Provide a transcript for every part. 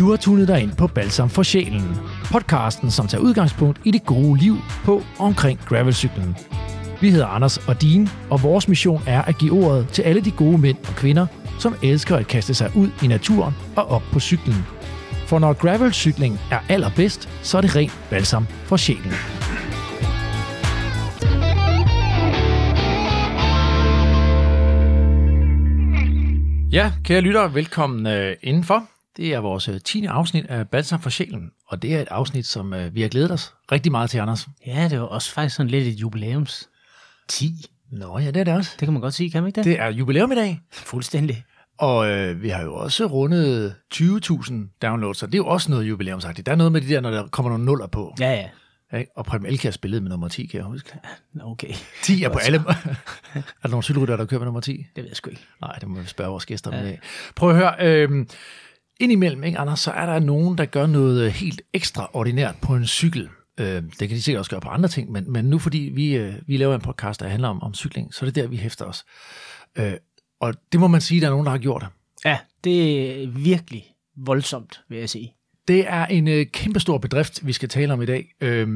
Du har tunet dig ind på Balsam for Sjælen, podcasten, som tager udgangspunkt i det gode liv på og omkring gravelcyklen. Vi hedder Anders og Dean, og vores mission er at give ordet til alle de gode mænd og kvinder, som elsker at kaste sig ud i naturen og op på cyklen. For når gravelcykling er allerbedst, så er det rent balsam for sjælen. Ja, kære lyttere, velkommen indenfor. Det er vores 10. afsnit af Balsam for Sjælen, og det er et afsnit, som vi har glædet os rigtig meget til, Anders. Ja, det var også faktisk sådan lidt et jubilæums 10. Nå ja, det er det også. Det kan man godt sige, kan man ikke det? Det er jubilæum i dag. Fuldstændig. Og vi har jo også rundet 20.000 downloads, så det er jo også noget jubilæumsagtigt. Der er noget med de der, når der kommer nogle nuller på. Ja, ja. Og Preben Elkjær spillede med nummer 10, kan jeg huske. Okay. 10 er på alle. Er der nogle cykelryttere, der kører med nummer 10? Det ved jeg sgu ikke. Nej, det må vi spørge vores gæster om det. Prøv at høre. Indimellem, ikke, Anders, så er der nogen, der gør noget helt ekstraordinært på en cykel. Det kan de sikkert også gøre på andre ting, men nu fordi vi laver en podcast, der handler om cykling, så er det der, vi hæfter os. Og det må man sige, der er nogen, der har gjort det. Ja, det er virkelig voldsomt, vil jeg sige. Det er en kæmpestor bedrift, vi skal tale om i dag.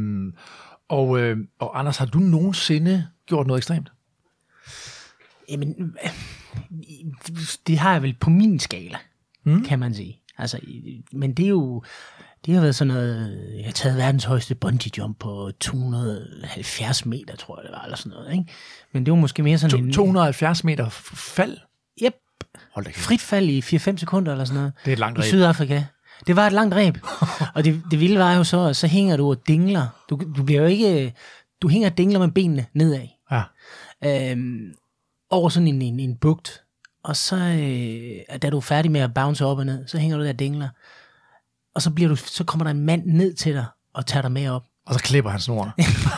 Og Anders, har du nogensinde gjort noget ekstremt? Jamen, det har jeg vel på min skala, kan man sige. Altså, men det er jo... Det har været sådan noget... Jeg har taget verdens højeste bungee jump på 270 meter, tror jeg det var, eller sådan noget, ikke? Men det var måske mere sådan en... 270 meter fald? Yep. Frit fald i 4-5 sekunder, eller sådan noget. Det er et langt ræb. I Sydafrika. Det var et langt ræb. Og det vilde var jo så hænger du og dingler. Du bliver jo ikke... Du hænger og dingler med benene nedad. Ja. Over sådan en bugt. Og så, da du er færdig med at bounce op og ned, så hænger du der og dingler. Og så kommer der en mand ned til dig og tager dig med op. Og så klipper han snoren.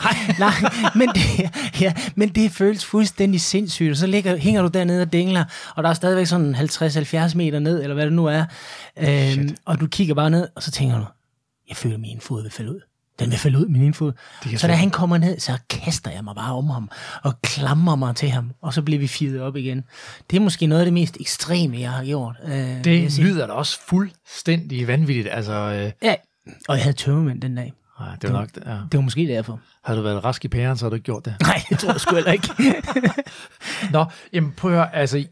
Nej, men det føles fuldstændig sindssygt. Og så hænger du dernede og dingler, og der er stadigvæk sådan 50-70 meter ned, eller hvad det nu er. Og du kigger bare ned, og så tænker du, jeg føler, min fod vil falde ud. Den vil falde ud, min fod. Så da han kommer ned, så kaster jeg mig bare om ham, og klamrer mig til ham, og så bliver vi firet op igen. Det er måske noget af det mest ekstreme, jeg har gjort. Det lyder da også fuldstændig vanvittigt. Altså, Ja, og jeg havde tømmermænd den dag. Nej, det var nok det. Ja. Det var måske derfor. Har du været rask i pæren, så har du ikke gjort det? Nej, det tror jeg sgu heller ikke. Nå, jamen prøv at høre, altså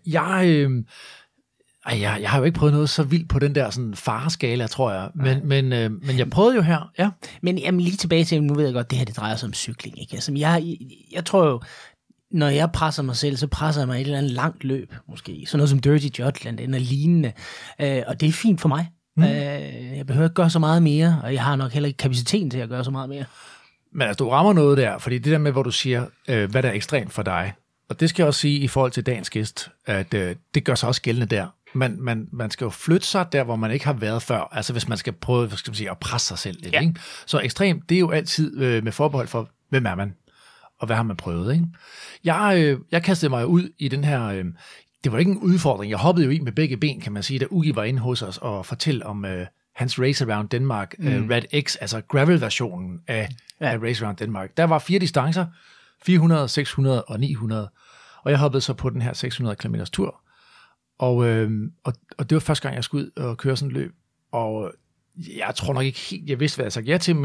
jeg har jo ikke prøvet noget så vildt på den der sådan fareskala, tror jeg. Men jeg prøvede jo her, ja. Men jamen, lige tilbage til, nu ved jeg godt, det her det drejer sig om cykling, ikke? Altså, jeg tror jo, når jeg presser mig selv, så presser jeg mig et eller andet langt løb, måske. Sådan noget som Dirty Jutland eller lignende. Og det er fint for mig. Jeg behøver ikke gøre så meget mere, og jeg har nok heller ikke kapaciteten til at gøre så meget mere. Men altså, du rammer noget der, fordi det der med, hvor du siger, hvad der er ekstremt for dig, og det skal jeg også sige i forhold til dagens gæst, at det gør sig også gældende der. Man skal jo flytte sig der, hvor man ikke har været før, altså hvis man skal prøve at presse sig selv lidt. Ja. Ikke? Så ekstremt, det er jo altid med forbehold for, hvem er man, og hvad har man prøvet. Ikke? Jeg kastede mig ud i den her... Det var ikke en udfordring. Jeg hoppede jo i med begge ben, kan man sige, da Ugi var inde hos os og fortælle om hans Race Around Denmark, Rad X, altså gravel-versionen af Race Around Denmark. Der var 4 distancer, 400, 600 og 900, og jeg hoppede så på den her 600 km tur. Og det var første gang, jeg skulle ud og køre sådan et løb. Og jeg tror nok ikke helt, jeg vidste, hvad jeg sagde ja til,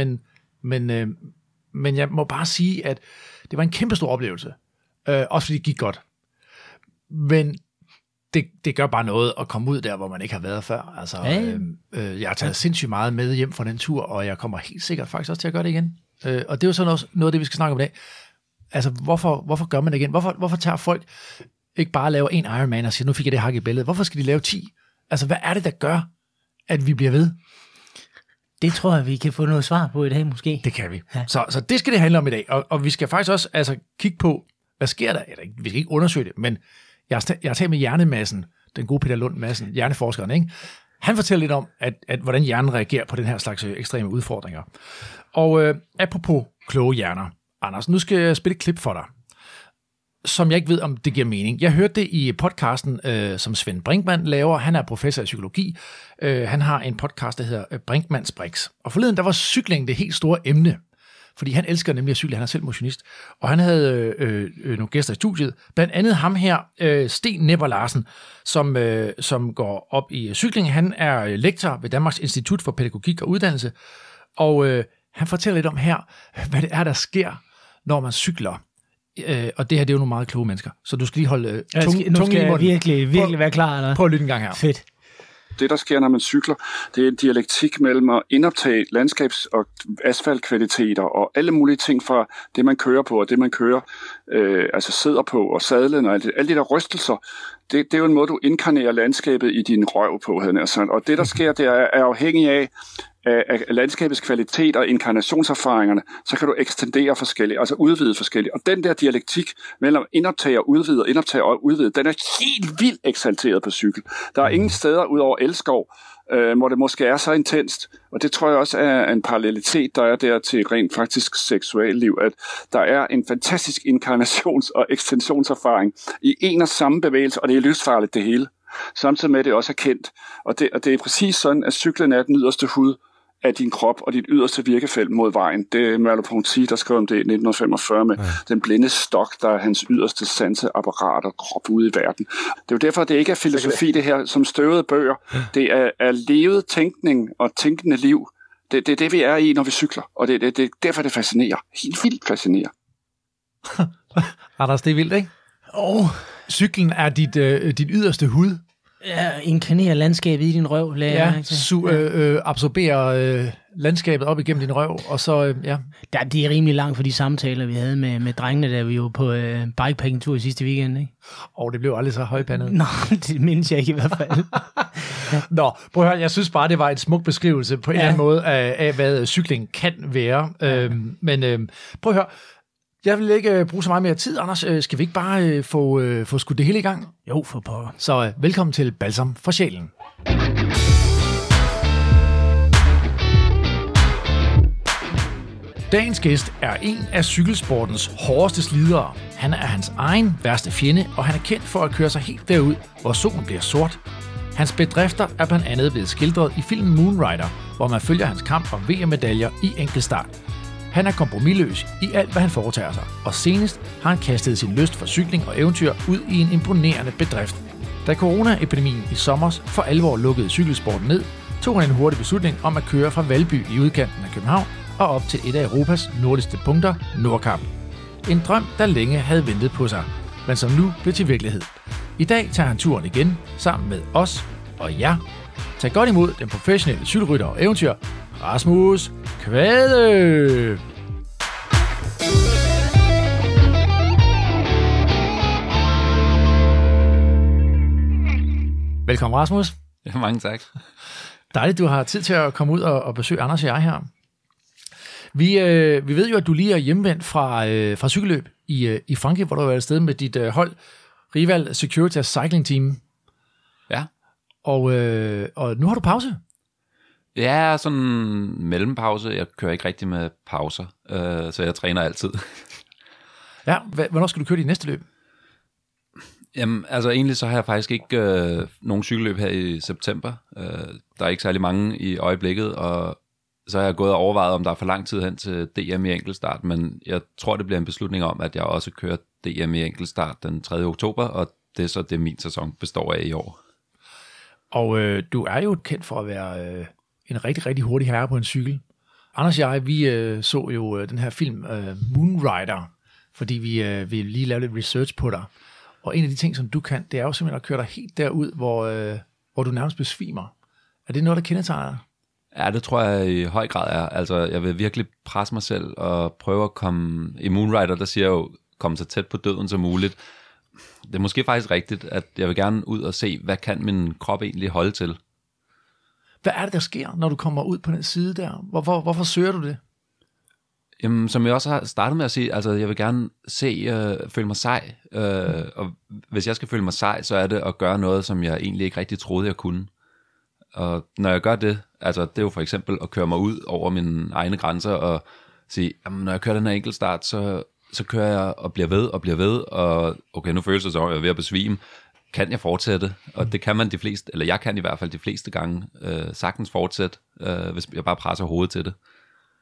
men jeg må bare sige, at det var en kæmpe stor oplevelse. Også fordi det gik godt. Men det gør bare noget at komme ud der, hvor man ikke har været før. Altså, jeg har taget sindssygt meget med hjem fra den tur, og jeg kommer helt sikkert faktisk også til at gøre det igen. Og det er jo sådan også noget af det, vi skal snakke om i dag. Altså, hvorfor gør man det igen? Hvorfor tager folk ikke bare laver en Ironman og siger, nu fik jeg det hak i billedet? Hvorfor skal de lave 10? Altså, hvad er det, der gør, at vi bliver ved? Det tror jeg, vi kan få noget svar på i dag, måske. Det kan vi. Ja. Så det skal det handle om i dag. Og vi skal faktisk også kigge på, hvad sker der? Eller, vi skal ikke undersøge det, men jeg har talt med Hjernemassen, den gode Peter Lund Madsen, hjerneforskeren, ikke? Han fortæller lidt om, at hvordan hjernen reagerer på den her slags ekstreme udfordringer. Og apropos kloge hjerner, Anders, nu skal jeg spille et klip for dig, som jeg ikke ved, om det giver mening. Jeg hørte det i podcasten, som Svend Brinkmann laver. Han er professor i psykologi. Han har en podcast, der hedder Brinkmanns Brix. Og forleden, der var cykling det helt store emne. fordi han elsker nemlig at cykle, han er selv motionist. Og han havde nogle gæster i studiet, blandt andet ham her, Sten Nepper Larsen, som går op i cykling. Han er lektor ved Danmarks Institut for Pædagogik og Uddannelse, og han fortæller lidt om her, hvad det er, der sker, når man cykler. Og det her, det er jo nogle meget kloge mennesker, så du skal lige holde nu skal jeg virkelig være klar. Eller? Prøv at lytte en gang her. Fedt. Det, der sker, når man cykler, det er en dialektik mellem at indoptage landskabs- og asfaltkvaliteter og alle mulige ting fra det, man kører på, og det, man kører, altså sidder på, og sadlen og alle de der rystelser. Det er jo en måde, du inkarnerer landskabet i din røv på. Og det, der sker, det er afhængig af landskabets kvalitet og inkarnationserfaringerne, så kan du ekstendere forskelligt, altså udvide forskelligt. Og den der dialektik mellem indoptage og udvide, den er helt vildt eksalteret på cykel. Der er ingen steder ud over Elskov, hvor det måske er så intenst. Og det tror jeg også er en parallelitet, der er der til rent faktisk seksualliv, at der er en fantastisk inkarnations- og ekstensionserfaring i en og samme bevægelse, og det er livsfarligt det hele. Samtidig med, at det også er kendt. Og det er præcis sådan, at cyklen er den yderste hud af din krop og dit yderste virkefelt mod vejen. Det er Merleau-Ponty, der skrev om det i 1945 med den blinde stok, der er hans yderste sanseapparat og krop ude i verden. Det er jo derfor, at det ikke er filosofi, det her som støvede bøger. Det er levet tænkning og tænkende liv. Det er det, vi er i, når vi cykler. Og det er derfor, det fascinerer. Helt vildt fascinerer. Anders, det er vildt, ikke? Cyklen er dit yderste hud. Ja, inkarnerer landskabet i din røv. Absorberer landskabet op igennem din røv, og så, ja. Det er rimelig langt for de samtaler, vi havde med drengene, da vi var på bikepacking-tur i sidste weekend, ikke? Det blev aldrig så højpandet. Nå, det mindes jeg ikke i hvert fald. Nå, prøv at høre, jeg synes bare, det var en smuk beskrivelse på en eller anden måde af hvad cykling kan være. Men prøv at høre, jeg vil ikke bruge så meget mere tid, Anders. Skal vi ikke bare få skudt det hele i gang? Jo, for pokker. Så velkommen til Balsam for Sjælen. Dagens gæst er en af cykelsportens hårdeste slidere. Han er hans egen værste fjende, og han er kendt for at køre sig helt derud, hvor solen bliver sort. Hans bedrifter er blandt andet blevet skildret i filmen Moonrider, hvor man følger hans kamp om VM-medaljer i enkeltstart. Han er kompromisløs i alt, hvad han foretager sig, og senest har han kastet sin lyst for cykling og eventyr ud i en imponerende bedrift. Da coronaepidemien i sommer for alvor lukkede cykelsporten ned, tog han en hurtig beslutning om at køre fra Valby i udkanten af København og op til et af Europas nordligste punkter, Nordkap. En drøm, der længe havde ventet på sig, men som nu blev til virkelighed. I dag tager han turen igen sammen med os og jer. Tag godt imod den professionelle cykelrytter og eventyr, Rasmus Kvade! Velkommen, Rasmus. Ja, mange tak. Dejligt, du har tid til at komme ud og besøge Anders og jeg her. Vi ved jo, at du lige er hjemvendt fra cykelløb i Frankrig, hvor du var afsted med dit hold Rival Securitas Cycling Team. Ja. Og nu har du pause. Ja, sådan en mellempause. Jeg kører ikke rigtig med pauser, så jeg træner altid. Ja, hvornår skal du køre dit næste løb? Jamen, altså egentlig så har jeg faktisk ikke nogen cykelløb her i september. Der er ikke særlig mange i øjeblikket, og så har jeg gået og overvejet, om der er for lang tid hen til DM i enkeltstart, men jeg tror, det bliver en beslutning om, at jeg også kører DM i enkeltstart den 3. oktober, og det er så det, min sæson består af i år. Og du er jo kendt for at være en rigtig, rigtig hurtig herre på en cykel. Anders og jeg, vi så jo den her film Moonrider, fordi vi lige lavede lidt research på dig. Og en af de ting, som du kan, det er jo simpelthen at køre dig helt derud, hvor du nærmest besvimer. Er det noget, der kendetegner dig? Ja, det tror jeg i høj grad er. Altså, jeg vil virkelig presse mig selv og prøve at komme... I Moonrider, der siger jeg jo, komme så tæt på døden som muligt. Det er måske faktisk rigtigt, at jeg vil gerne ud og se, hvad kan min krop egentlig holde til. Hvad er det, der sker, når du kommer ud på den side der? Hvorfor søger du det? Jamen, som jeg også har startet med at sige, altså jeg vil gerne føle mig sej. Og hvis jeg skal føle mig sej, så er det at gøre noget, som jeg egentlig ikke rigtig troede, jeg kunne. Og når jeg gør det, altså det er jo for eksempel at køre mig ud over mine egne grænser og sige, jamen når jeg kører den her enkeltstart, så kører jeg og bliver ved, og okay, nu føles det så, at jeg er ved at besvime. Kan jeg fortsætte? Og det kan man de fleste, eller jeg kan i hvert fald de fleste gange sagtens fortsætte, hvis jeg bare presser hovedet til det.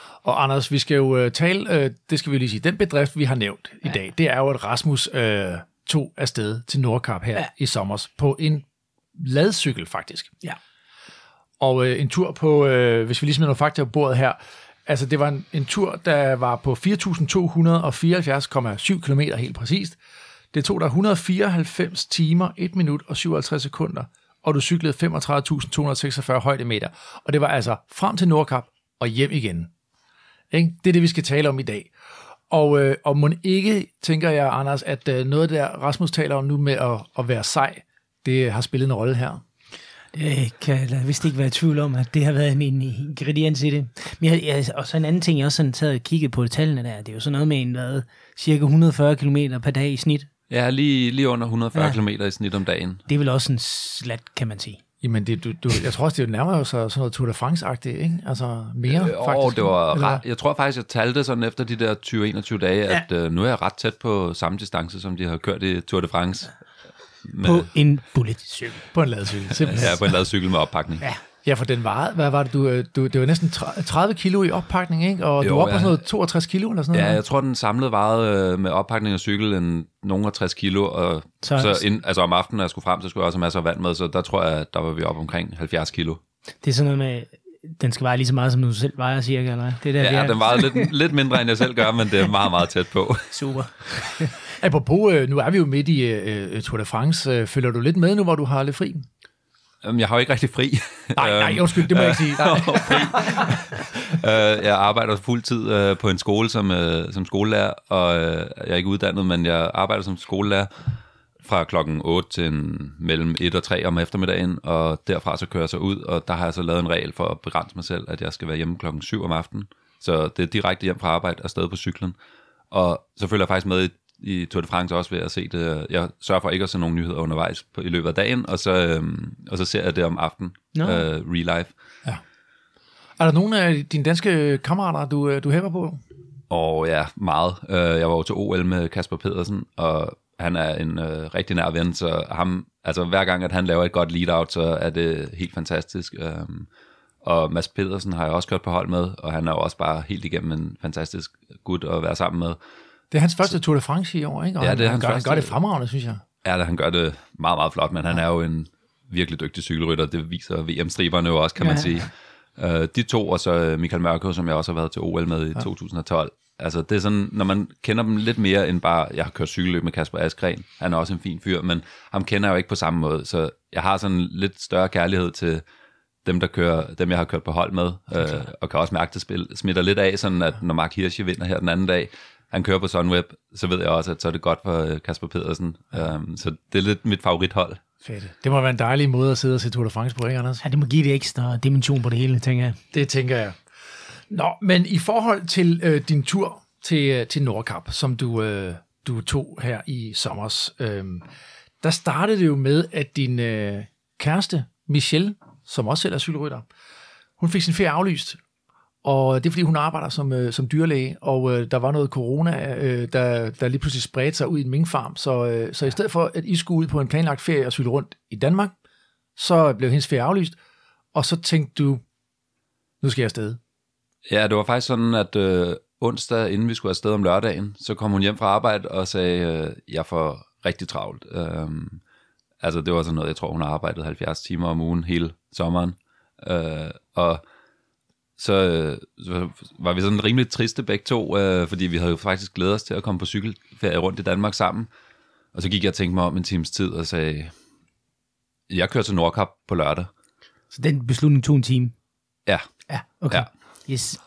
Og Anders, vi skal jo tale, det skal vi lige sige, den bedrift, vi har nævnt i dag, det er jo, at Rasmus tog afsted til Nordkap her i sommer på en ladcykel faktisk. Ja. Og en tur på, hvis vi lige smider noget fakta på bordet her, altså det var en tur, der var på 4.274,7 km helt præcist. Det tog dig 194 timer, 1 minut og 57 sekunder, og du cyklede 35.246 højdemeter. Og det var altså frem til Nordkap og hjem igen. Ikke? Det er det, vi skal tale om i dag. Og må ikke, tænker jeg, Anders, at noget der Rasmus taler om nu med at være sej, det har spillet en rolle her. Det kan jeg vist ikke være i tvivl om, at det har været en ingrediens i det. Men og så en anden ting, jeg også sådan taget og kigget på tallene der, det er jo sådan noget med cirka 140 km per dag i snit. Ja, lige under 140 km i snit om dagen. Det er vel også en slat, kan man sige. Jamen, jeg tror også, det nærmer jo sig sådan noget Tour de France-agtigt, ikke? Altså mere, faktisk. Det var jeg tror faktisk, jeg talte sådan efter de der 20-21 dage, at nu er jeg ret tæt på samme distance, som de har kørt i Tour de France. På en bulletcykel. På en ladcykel, simpelthen. Ja, på en ladcykel med oppakning. Ja, for den varede, hvad var det, det var næsten 30 kilo i oppakning, ikke? Og du var oppe på sådan noget 62 kilo eller sådan noget? Ja, jeg tror, den samlede varede med oppakning og cykel nogen af 60 kilo, og altså om aftenen, når jeg skulle frem, så skulle jeg også have masser af vand med, så der tror jeg, der var vi oppe omkring 70 kilo. Det er sådan noget med, den skal veje lige så meget, som du selv vejer cirka, eller det der, ja, den vejede lidt mindre, end jeg selv gør, men det er meget, meget tæt på. Super. Apropos, nu er vi jo midt i Tour de France. Følger du lidt med nu, hvor du har lidt fri? Jeg har jo ikke rigtig fri. Nej, undskyld, det må jeg ikke sige. Jeg arbejder fuldtid på en skole som skolelærer, og jeg er ikke uddannet, men jeg arbejder som skolelærer fra klokken 8 til mellem 1 og 3 om eftermiddagen, og derfra så kører jeg så ud, og der har jeg så lavet en regel for at begrænse mig selv, at jeg skal være hjemme klokken 7 om aftenen. Så det er direkte hjem fra arbejde og stadig på cyklen. Og så følger jeg faktisk med i Tour de France også ved at se det. Jeg sørger for ikke at se nogen nyheder undervejs i løbet af dagen, og så ser jeg det om aftenen, real life. Ja. Er der nogen af dine danske kammerater, du hæpper på? Ja, meget. Jeg var jo til OL med Kasper Pedersen, og han er en rigtig nær ven, så altså hver gang, at han laver et godt lead-out, så er det helt fantastisk. Og Mads Pedersen har jeg også kørt på hold med, og han er jo også bare helt igennem en fantastisk gut at være sammen med. Det er hans første Tour de France i år, ikke? Og ja, det er han gør det fremragende, synes jeg. Ja, han gør det meget, meget flot, men han er jo en virkelig dygtig cykelrytter. Det viser VM-striberne jo også, kan man sige. De to, og så Michael Mørkøv, som jeg også har været til OL med i 2012. Altså, det er sådan, når man kender dem lidt mere end bare, jeg har kørt cykelløb med Kasper Askren. Han er også en fin fyr, men ham kender jeg jo ikke på samme måde. Så jeg har sådan lidt større kærlighed til dem jeg har kørt på hold med, og kan også mærke, at det smitter lidt af, sådan at når Mark Hirschi vinder her den anden dag, han kører på Sunweb, så ved jeg også, at så er det godt for Kasper Pedersen. Så det er lidt mit favorithold. Fedt. Det må være en dejlig måde at sidde og se Tour de France på, ikke, Anders? Ja, det må give det ekstra dimension på det hele, tænker jeg. Det tænker jeg. Nå, men i forhold til din tur til Nordkap, som du tog her i sommers, der startede det jo med, at din kæreste, Michelle, som også selv er cykelrytter, hun fik sin ferie aflyst. Og det er, fordi hun arbejder som dyrlæge, og der var noget corona, der lige pludselig spredte sig ud i en minkfarm. Så i stedet for, at I skulle ud på en planlagt ferie og cykle rundt i Danmark, så blev hendes ferie aflyst, og så tænkte du, nu skal jeg afsted. Ja, det var faktisk sådan, at onsdag, inden vi skulle afsted om lørdagen, så kom hun hjem fra arbejde og sagde, jeg får rigtig travlt. Altså, det var sådan noget, jeg tror, hun har arbejdet 70 timer om ugen hele sommeren. Og så var vi sådan rimelig triste begge to, fordi vi havde jo faktisk glædet os til at komme på cykelferie rundt i Danmark sammen. Og så gik jeg og tænkte mig om en times tid og sagde, jeg kører til Nordkap på lørdag. Så den beslutning tog en time? Ja. Ja, okay. Ja. Yes.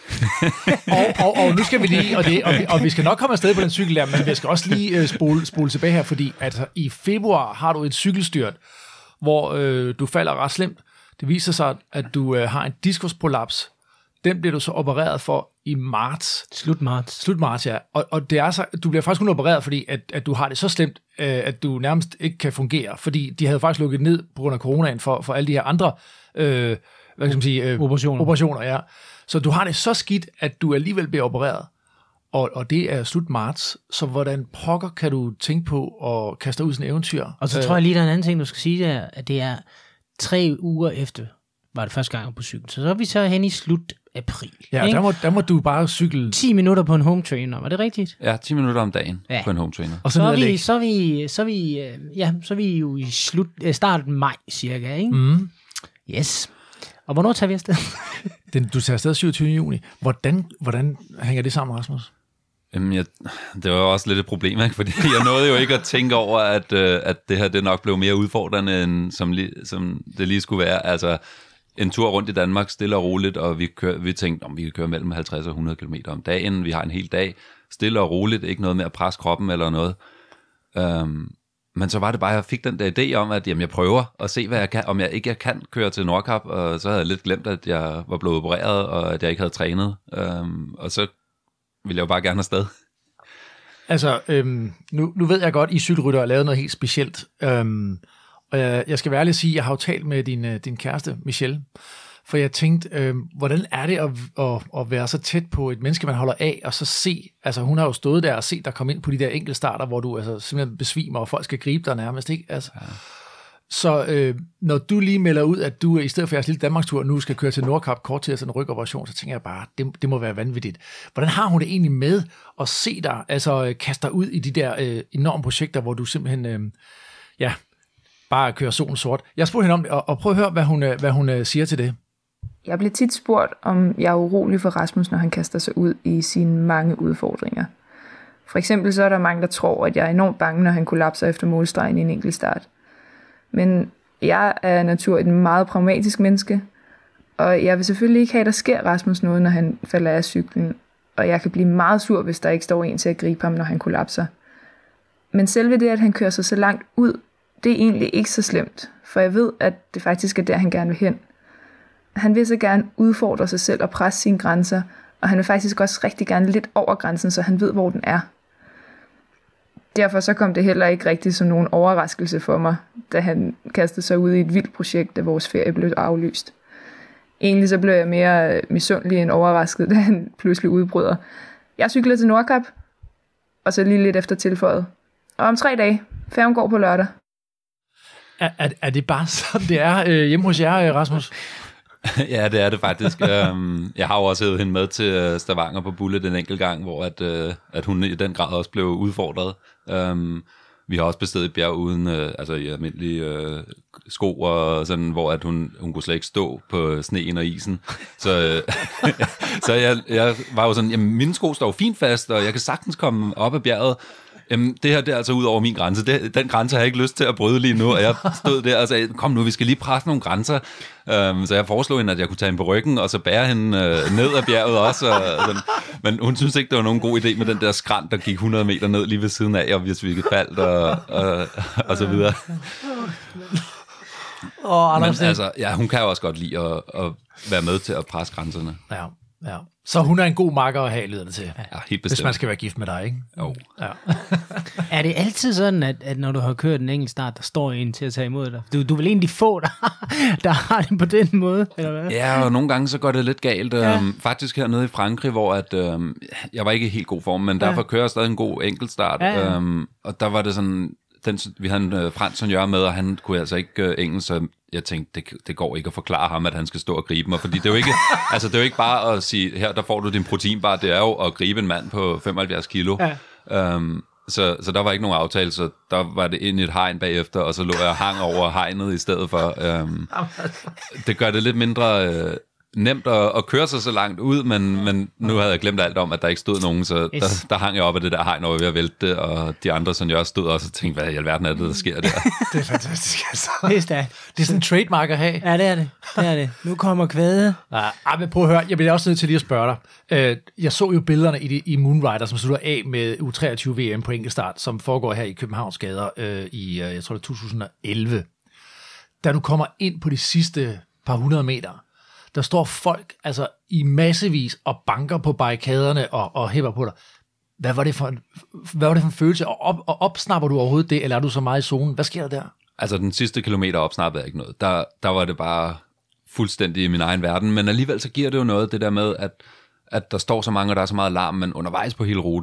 og nu skal vi lige, og vi skal nok komme afsted på den cykel der, men vi skal også lige spole tilbage her, fordi altså, i februar har du et cykelstyrt, hvor du falder ret slemt. Det viser sig, at du har en diskusprolaps. Den bliver du så opereret for i marts. Slut marts, ja. Og det er så, du bliver faktisk kun opereret, fordi at du har det så slemt, at du nærmest ikke kan fungere. Fordi de havde faktisk lukket ned på grund af coronaen for alle de her andre hvad kan man sige, operationer. Ja. Så du har det så skidt, at du alligevel bliver opereret. Og det er slut marts. Så hvordan pokker kan du tænke på at kaste ud sådan et eventyr? Og så tror jeg lige, der er en anden ting, du skal sige, der, at det er 3 uger efter var det første gang på cykel. Så er vi så hen i slut april. Ja, der må du bare cykle 10 minutter på en home trainer, var det rigtigt? Ja, 10 minutter om dagen på en home trainer. Og Så er vi jo i starten maj cirka, ikke? Mm. Yes. Og hvornår tager vi afsted? Du tager afsted 27. juni. Hvordan hænger det sammen, Rasmus? Jamen, det var også lidt et problem, ikke? Fordi jeg nåede jo ikke at tænke over, at det her det nok blev mere udfordrende, end som det lige skulle være. Altså, en tur rundt i Danmark, stille og roligt, og vi tænkte, om vi kan køre mellem 50 og 100 km om dagen. Vi har en hel dag, stille og roligt, ikke noget med at presse kroppen eller noget. Men så var det bare, at jeg fik den der idé om, at jeg prøver at se, hvad jeg kan, om jeg kan køre til Nordkap, og så havde jeg lidt glemt, at jeg var blevet opereret, og at jeg ikke havde trænet. Og så ville jeg jo bare gerne afsted. Altså, nu ved jeg godt, I cykelrytter har lavet noget helt specielt. Og jeg skal være ærlig at sige, at jeg har jo talt med din kæreste, Michelle. For jeg tænkte, hvordan er det at være så tæt på et menneske, man holder af, og så se, altså hun har jo stået der og set dig komme ind på de der enkeltstarter, hvor du altså simpelthen besvimer, og folk skal gribe dig nærmest, ikke? Altså, ja. Så når du lige melder ud, at du i stedet for jeres lille Danmarkstur nu skal køre til Nordkap kort til sådan en rygoperation, så tænker jeg bare, det må være vanvittigt. Hvordan har hun det egentlig med at se dig, altså kaste dig ud i de der enorme projekter, hvor du simpelthen, bare kører solen sort? Jeg spurgte hende om det, og prøv at høre, hvad hun siger til det. Jeg bliver tit spurgt, om jeg er urolig for Rasmus, når han kaster sig ud i sine mange udfordringer. For eksempel så er der mange, der tror, at jeg er enormt bange, når han kollapser efter målstregen i en enkelt start. Men jeg er af natur et meget pragmatisk menneske, og jeg vil selvfølgelig ikke have, at der sker Rasmus noget, når han falder af cyklen, og jeg kan blive meget sur, hvis der ikke står en til at gribe ham, når han kollapser. Men selve det, at han kører sig så langt ud, det er egentlig ikke så slemt, for jeg ved, at det faktisk er der, han gerne vil hen. Han vil så gerne udfordre sig selv og presse sine grænser, og han vil faktisk også rigtig gerne lidt over grænsen, så han ved, hvor den er. Derfor så kom det heller ikke rigtigt som nogen overraskelse for mig, da han kastede sig ud i et vildt projekt, da vores ferie blev aflyst. Egentlig så blev jeg mere misundelig end overrasket, da han pludselig udbryder. Jeg cykler til Nordkap, og så lige lidt efter tilføjet. Og om 3 dage, færgen går på lørdag. Er det bare sådan, det er hjemme hos jer, Rasmus? Ja, det er det faktisk. Jeg har jo også hævet hende med til Stavanger på Bullet en enkelt gang, hvor at hun i den grad også blev udfordret. Vi har også bestedet et bjerg uden i almindelige sko, og sådan, hvor at hun kunne slet ikke stå på sneen og isen. Så jeg var jo sådan, jamen mine sko står fint fast, og jeg kan sagtens komme op ad bjerget. Jamen, det her det er altså ud over min grænse. Den grænse har jeg ikke lyst til at bryde lige nu, og jeg stod der og sagde, kom nu, vi skal lige presse nogle grænser. Så jeg foreslog hende, at jeg kunne tage hende på ryggen, og så bære hende ned ad bjerget også. Men hun synes ikke, det var nogen god idé med den der skrant, der gik 100 meter ned lige ved siden af, og hvis vi faldt og så videre. Men altså, ja, hun kan jo også godt lide at være med til at presse grænserne. Ja. Så hun er en god makker at have, lyder det til. Ja, helt bestemt. Hvis man skal være gift med dig, ikke? Jo. Ja. Er det altid sådan, at når du har kørt en enkelt start, der står en til at tage imod dig? Du vil egentlig få, der har det på den måde, eller hvad? Ja, og nogle gange så går det lidt galt. Ja. Faktisk hernede i Frankrig, hvor jeg var ikke i helt god form, men derfor kører jeg stadig en god enkeltstart. Ja. Og der var det sådan... vi havde en fransk ingeniør med, og han kunne altså ikke engelsk, så jeg tænkte, det går ikke at forklare ham, at han skal stå og gribe mig, fordi det er jo ikke, det er jo ikke bare at sige, her der får du din proteinbar, det er jo at gribe en mand på 75 kilo. Ja. Så der var ikke nogen aftale, så der var det ind i et hegn bagefter, og så lå jeg hang over hegnet i stedet for. Det gør det lidt mindre... nemt at køre sig så langt ud, men nu havde jeg glemt alt om, at der ikke stod nogen, så der hang jeg op af det der hegn, og jeg ved at vælte det, og de andre, som jeg også stod også og tænkte, hvad i alverden er det, der sker der? Det er fantastisk, altså. Det er stærkt. Det er sådan en trademark at have. Ja, det er det. Nu kommer kvæde. Ja, men prøv at høre, jeg bliver også nødt til lige at spørge dig. Jeg så jo billederne i Moonrider, som slutter af med U23 VM på enkeltstart, som foregår her i Københavns gader i, jeg tror det er 2011. Da du kommer ind på de sidste par 100 meter, der står folk altså i massevis og banker på barrikaderne og hæpper på dig. Hvad var det for en følelse? Og opsnapper du overhovedet det, eller er du så meget i zonen? Hvad sker der der? Altså den sidste kilometer opsnappede jeg ikke noget. Der var det bare fuldstændig i min egen verden, men alligevel så giver det jo noget, det der med, at der står så mange, og der er så meget larm, men undervejs på hele ruten,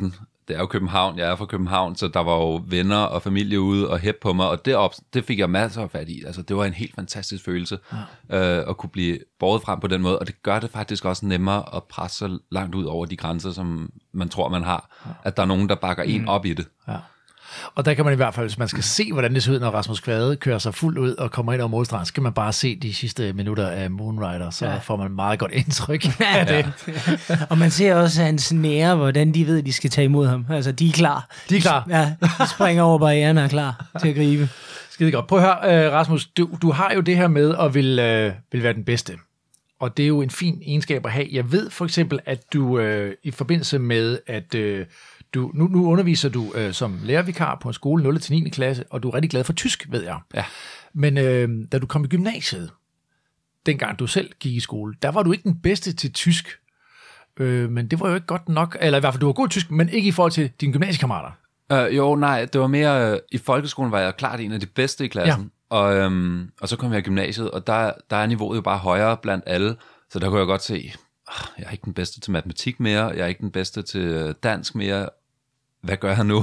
det er jo København, jeg er fra København, så der var jo venner og familie ude og hæppe på mig, og det fik jeg masser af fat i. Altså, det var en helt fantastisk følelse at kunne blive båret frem på den måde, og det gør det faktisk også nemmere at presse sig langt ud over de grænser, som man tror, man har. At der er nogen, der bakker en op i det. Ja. Og der kan man i hvert fald, hvis man skal se, hvordan det ser ud, når Rasmus Kvade kører sig fuldt ud og kommer ind over målstregen, skal man bare se de sidste minutter af Moonrider, så får man meget godt indtryk af det. Og man ser også hans nære, hvordan de ved, at de skal tage imod ham. Altså, de er klar. De er klar. Ja, de springer over barrieren og er klar til at gribe. Skide godt. Prøv at høre, Rasmus, du har jo det her med at vil være den bedste. Og det er jo en fin egenskab at have. Jeg ved for eksempel, at du i forbindelse med, at nu underviser du som lærervikar på en skole 0-9. klasse, og du er rigtig glad for tysk, ved jeg. Ja. Men da du kom i gymnasiet, dengang du selv gik i skole, der var du ikke den bedste til tysk. Men det var jo ikke godt nok, eller i hvert fald, du var god i tysk, men ikke i forhold til dine gymnasiekammerater. Det var mere, i folkeskolen var jeg klart en af de bedste i klassen, og så kom jeg i gymnasiet, og der er niveauet jo bare højere blandt alle, så der kunne jeg godt se, jeg er ikke den bedste til matematik mere, jeg er ikke den bedste til dansk mere, hvad gør jeg nu?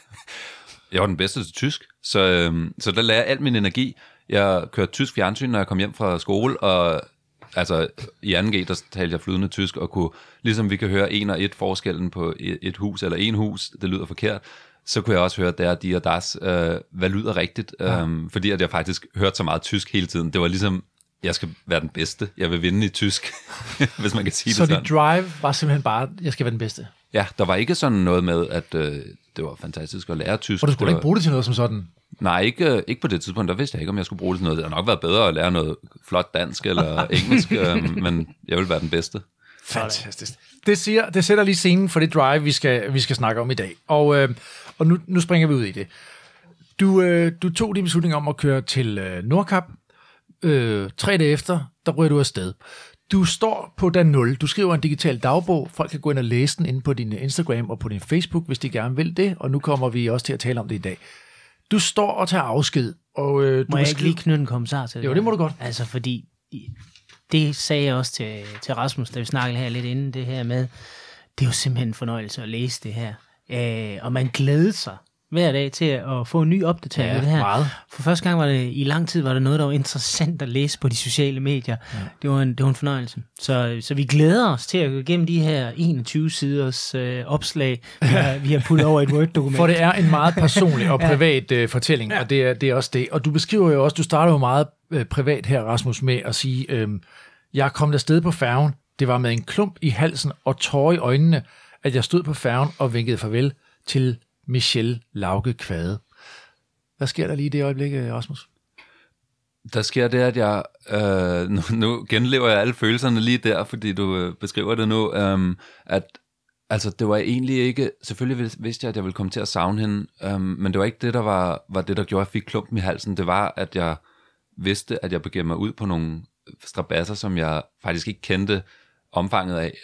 Jeg var den bedste til tysk, så der lagde jeg alt min energi. Jeg kørte tysk fjernsyn, når jeg kom hjem fra skole, og altså i 2G, der talte jeg flydende tysk, og kunne, ligesom vi kan høre en og et forskellen på et hus, eller en hus, det lyder forkert, så kunne jeg også høre der, de og das, hvad lyder rigtigt, fordi at jeg faktisk hørte så meget tysk hele tiden. Det var ligesom, jeg skal være den bedste, jeg vil vinde i tysk, hvis man kan sige så det sådan. Så dit drive var simpelthen bare, jeg skal være den bedste? Ja, der var ikke sådan noget med, at det var fantastisk at lære tysk. Og du skulle ikke bruge det til noget som sådan? Nej, ikke på det tidspunkt. Der vidste jeg ikke, om jeg skulle bruge det til noget. Det havde nok været bedre at lære noget flot dansk eller engelsk, men jeg ville være den bedste. Fantastisk. Det sætter lige scenen for det drive, vi skal snakke om i dag. Og nu springer vi ud i det. Du tog din beslutning om at køre til Nordkap. 3 dage efter, der ryger du afsted. Du står på dag 0. Du skriver en digital dagbog. Folk kan gå ind og læse den inde på din Instagram og på din Facebook, hvis de gerne vil det. Og nu kommer vi også til at tale om det i dag. Du står og tager afsked. Og, må jeg ikke lige knytte en kommentar til det? Jo, det må du godt. Altså, fordi det sagde jeg også til Rasmus, da vi snakkede her lidt inden det her med, det er jo simpelthen en fornøjelse at læse det her. Og man glæder sig hver dag til at få en ny opdatering af det her. Meget. For første gang i lang tid var det noget, der var interessant at læse på de sociale medier. Ja. Det var en fornøjelse. Så vi glæder os til at gå igennem de her 21 siders opslag, vi har puttet over et Word-dokument. For det er en meget personlig og privat fortælling, og det er også det. Og du beskriver jo også, du starter jo meget privat her, Rasmus, med at sige, jeg kom afsted på færgen, det var med en klump i halsen og tårer i øjnene, at jeg stod på færgen og vinkede farvel til Michel Lauke Kvade. Hvad sker der lige i det øjeblik, Rasmus? Der sker det, at jeg... nu genlever jeg alle følelserne lige der, fordi du beskriver det nu, at altså, det var egentlig ikke... Selvfølgelig vidste jeg, at jeg ville komme til at savne hende, men det var ikke det, der var det, der gjorde, at jeg fik klumpen i halsen. Det var, at jeg vidste, at jeg begav mig ud på nogle strabasser, som jeg faktisk ikke kendte omfanget af.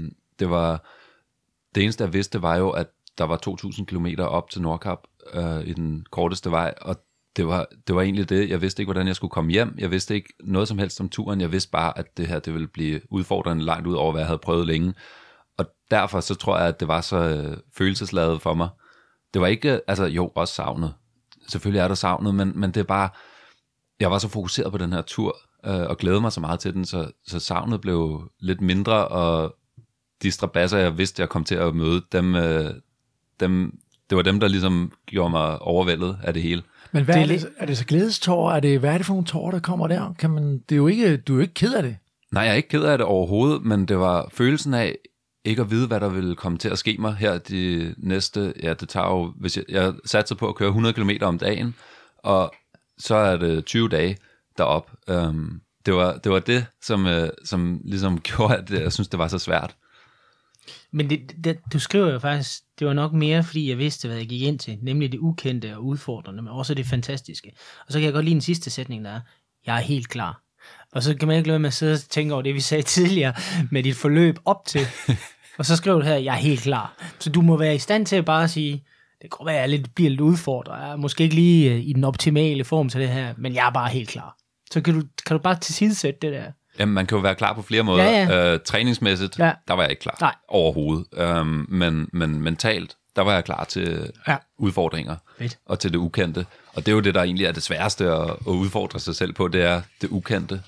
Det eneste, jeg vidste, var jo, at der var 2.000 kilometer op til Nordkap i den korteste vej, og det var egentlig det. Jeg vidste ikke, hvordan jeg skulle komme hjem. Jeg vidste ikke noget som helst om turen. Jeg vidste bare, at det her det ville blive udfordrende langt ud over, hvad jeg havde prøvet længe. Og derfor så tror jeg, at det var så følelsesladet for mig. Det var ikke, altså jo, også savnet. Selvfølgelig er der savnet, men det er bare, jeg var så fokuseret på den her tur, og glædede mig så meget til den, så savnet blev lidt mindre, og de strabasser, jeg vidste, jeg kom til at møde, det var dem, der ligesom gjorde mig overvældet af det hele. Men hvad er det så glædestårer? Hvad er det for nogle tårer, der kommer der? Du er jo ikke ked af det. Nej, jeg er ikke ked af det overhovedet, men det var følelsen af ikke at vide, hvad der ville komme til at ske mig her de næste, det tager jo, hvis jeg satte på at køre 100 km om dagen, og så er det 20 dage derop. Det var det, som ligesom gjorde, at jeg synes, det var så svært. Men du skriver jo faktisk, det var nok mere, fordi jeg vidste, hvad jeg gik ind til, nemlig det ukendte og udfordrende, men også det fantastiske. Og så kan jeg godt lide den sidste sætning, der er, jeg er helt klar. Og så kan man ikke lade med at sidde og tænke over det, vi sagde tidligere, med dit forløb op til. Og så skriver du her, jeg er helt klar. Så du må være i stand til at bare sige, det kan godt være, at jeg bliver lidt udfordret. Jeg er måske ikke lige i den optimale form til det her, men jeg er bare helt klar. Så kan du bare tilsidesætte det der. Jamen, man kan jo være klar på flere måder. Ja. Træningsmæssigt, der var jeg ikke klar overhovedet. Men mentalt, der var jeg klar til udfordringer Fedt. og til det ukendte. Og det er jo det, der egentlig er det sværeste at udfordre sig selv på, det er det ukendte.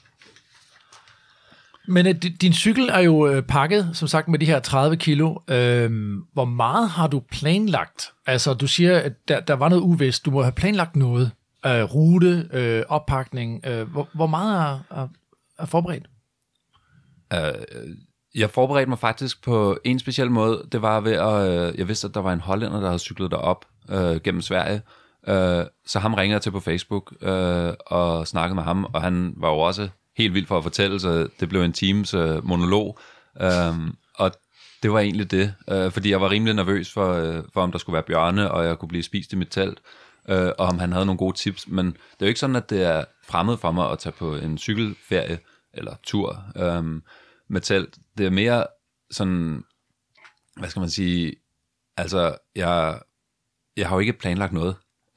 Men din cykel er jo pakket, som sagt, med de her 30 kilo. Hvor meget har du planlagt? Altså, du siger, at der var noget uvist. Du må have planlagt noget. Rute, oppakning. Hvor meget er forberedt? Jeg forberedte mig faktisk på en speciel måde. Det var ved at... jeg vidste, at der var en hollænder, der havde cyklet derop gennem Sverige. Så ham ringede jeg til på Facebook og snakkede med ham, og han var jo også helt vildt for at fortælle, så det blev en times monolog. Og det var egentlig det, fordi jeg var rimelig nervøs for om der skulle være bjørne, og jeg kunne blive spist i mit telt, og om han havde nogle gode tips. Men det er jo ikke sådan, at det er fremmed for mig at tage på en cykelferie eller tur med telt. Det er mere sådan, hvad skal man sige, altså jeg har jo ikke planlagt noget.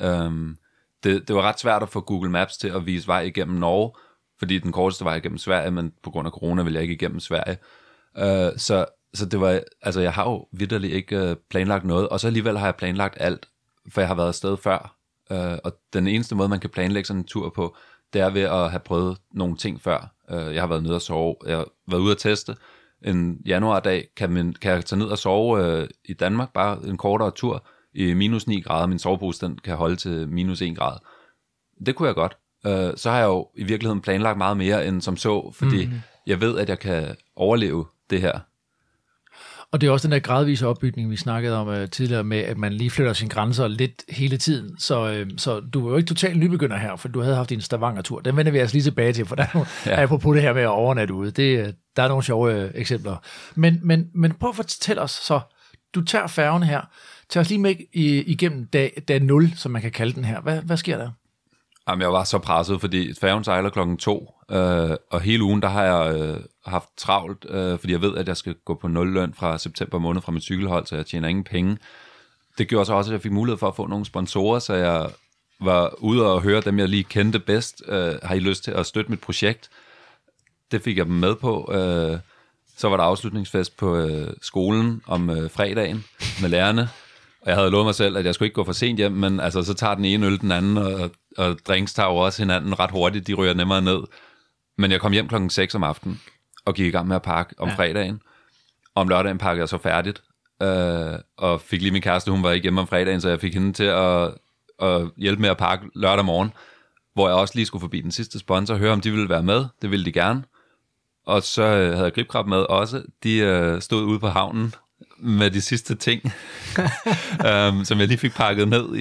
Det var ret svært at få Google Maps til at vise vej igennem Norge, fordi den korteste vej igennem Sverige, men på grund af corona ville jeg ikke igennem Sverige. Så det var, altså jeg har jo vitterligt ikke planlagt noget, og så alligevel har jeg planlagt alt, for jeg har været afsted før. Og den eneste måde, man kan planlægge sådan en tur på, det er ved at have prøvet nogle ting før. Jeg har været nede og sove, jeg har været ude at teste. En januardag kan jeg tage ned og sove i Danmark, bare en kortere tur, i minus 9 grader. Min sovepose, den kan holde til minus 1 grad. Det kunne jeg godt. Så har jeg jo i virkeligheden planlagt meget mere end som så, fordi jeg ved, at jeg kan overleve det her. Og det er også den der gradvise opbygning, vi snakkede om tidligere med, at man lige flytter sine grænser lidt hele tiden. Så du er jo ikke totalt nybegynder her, for du havde haft din Stavanger-tur. Den vender vi altså lige tilbage til, for der er nogle, apropos det her med at overnatte ude. Der er nogle sjove eksempler. Men prøv at fortælle os så, du tager færgen her, tager os lige med igennem dag 0, som man kan kalde den her. Hvad sker der? Jamen, jeg var så presset, fordi færgen sejler 2:00, og hele ugen, der har jeg haft travlt, fordi jeg ved, at jeg skal gå på 0 løn fra september måned fra mit cykelhold, så jeg tjener ingen penge. Det gjorde så også, at jeg fik mulighed for at få nogle sponsorer, så jeg var ude og høre dem, jeg lige kendte bedst. Har I lyst til at støtte mit projekt? Det fik jeg dem med på. Så var der afslutningsfest på skolen om fredagen med lærerne, og jeg havde lovet mig selv, at jeg skulle ikke gå for sent hjem, men altså, så tager den ene øl den anden, og drinks tager jo også hinanden ret hurtigt, de ryger nemmere ned. Men jeg kom hjem 6:00 om aftenen, og gik i gang med at pakke om fredagen. Om lørdagen pakkede jeg så færdigt, og fik lige min kæreste, hun var ikke hjemme om fredagen, så jeg fik hende til at hjælpe med at pakke lørdag morgen, hvor jeg også lige skulle forbi den sidste sponsor og høre, om de ville være med. Det ville de gerne. Og så havde jeg Gripkrab med også. De stod ude på havnen med de sidste ting, som jeg lige fik pakket ned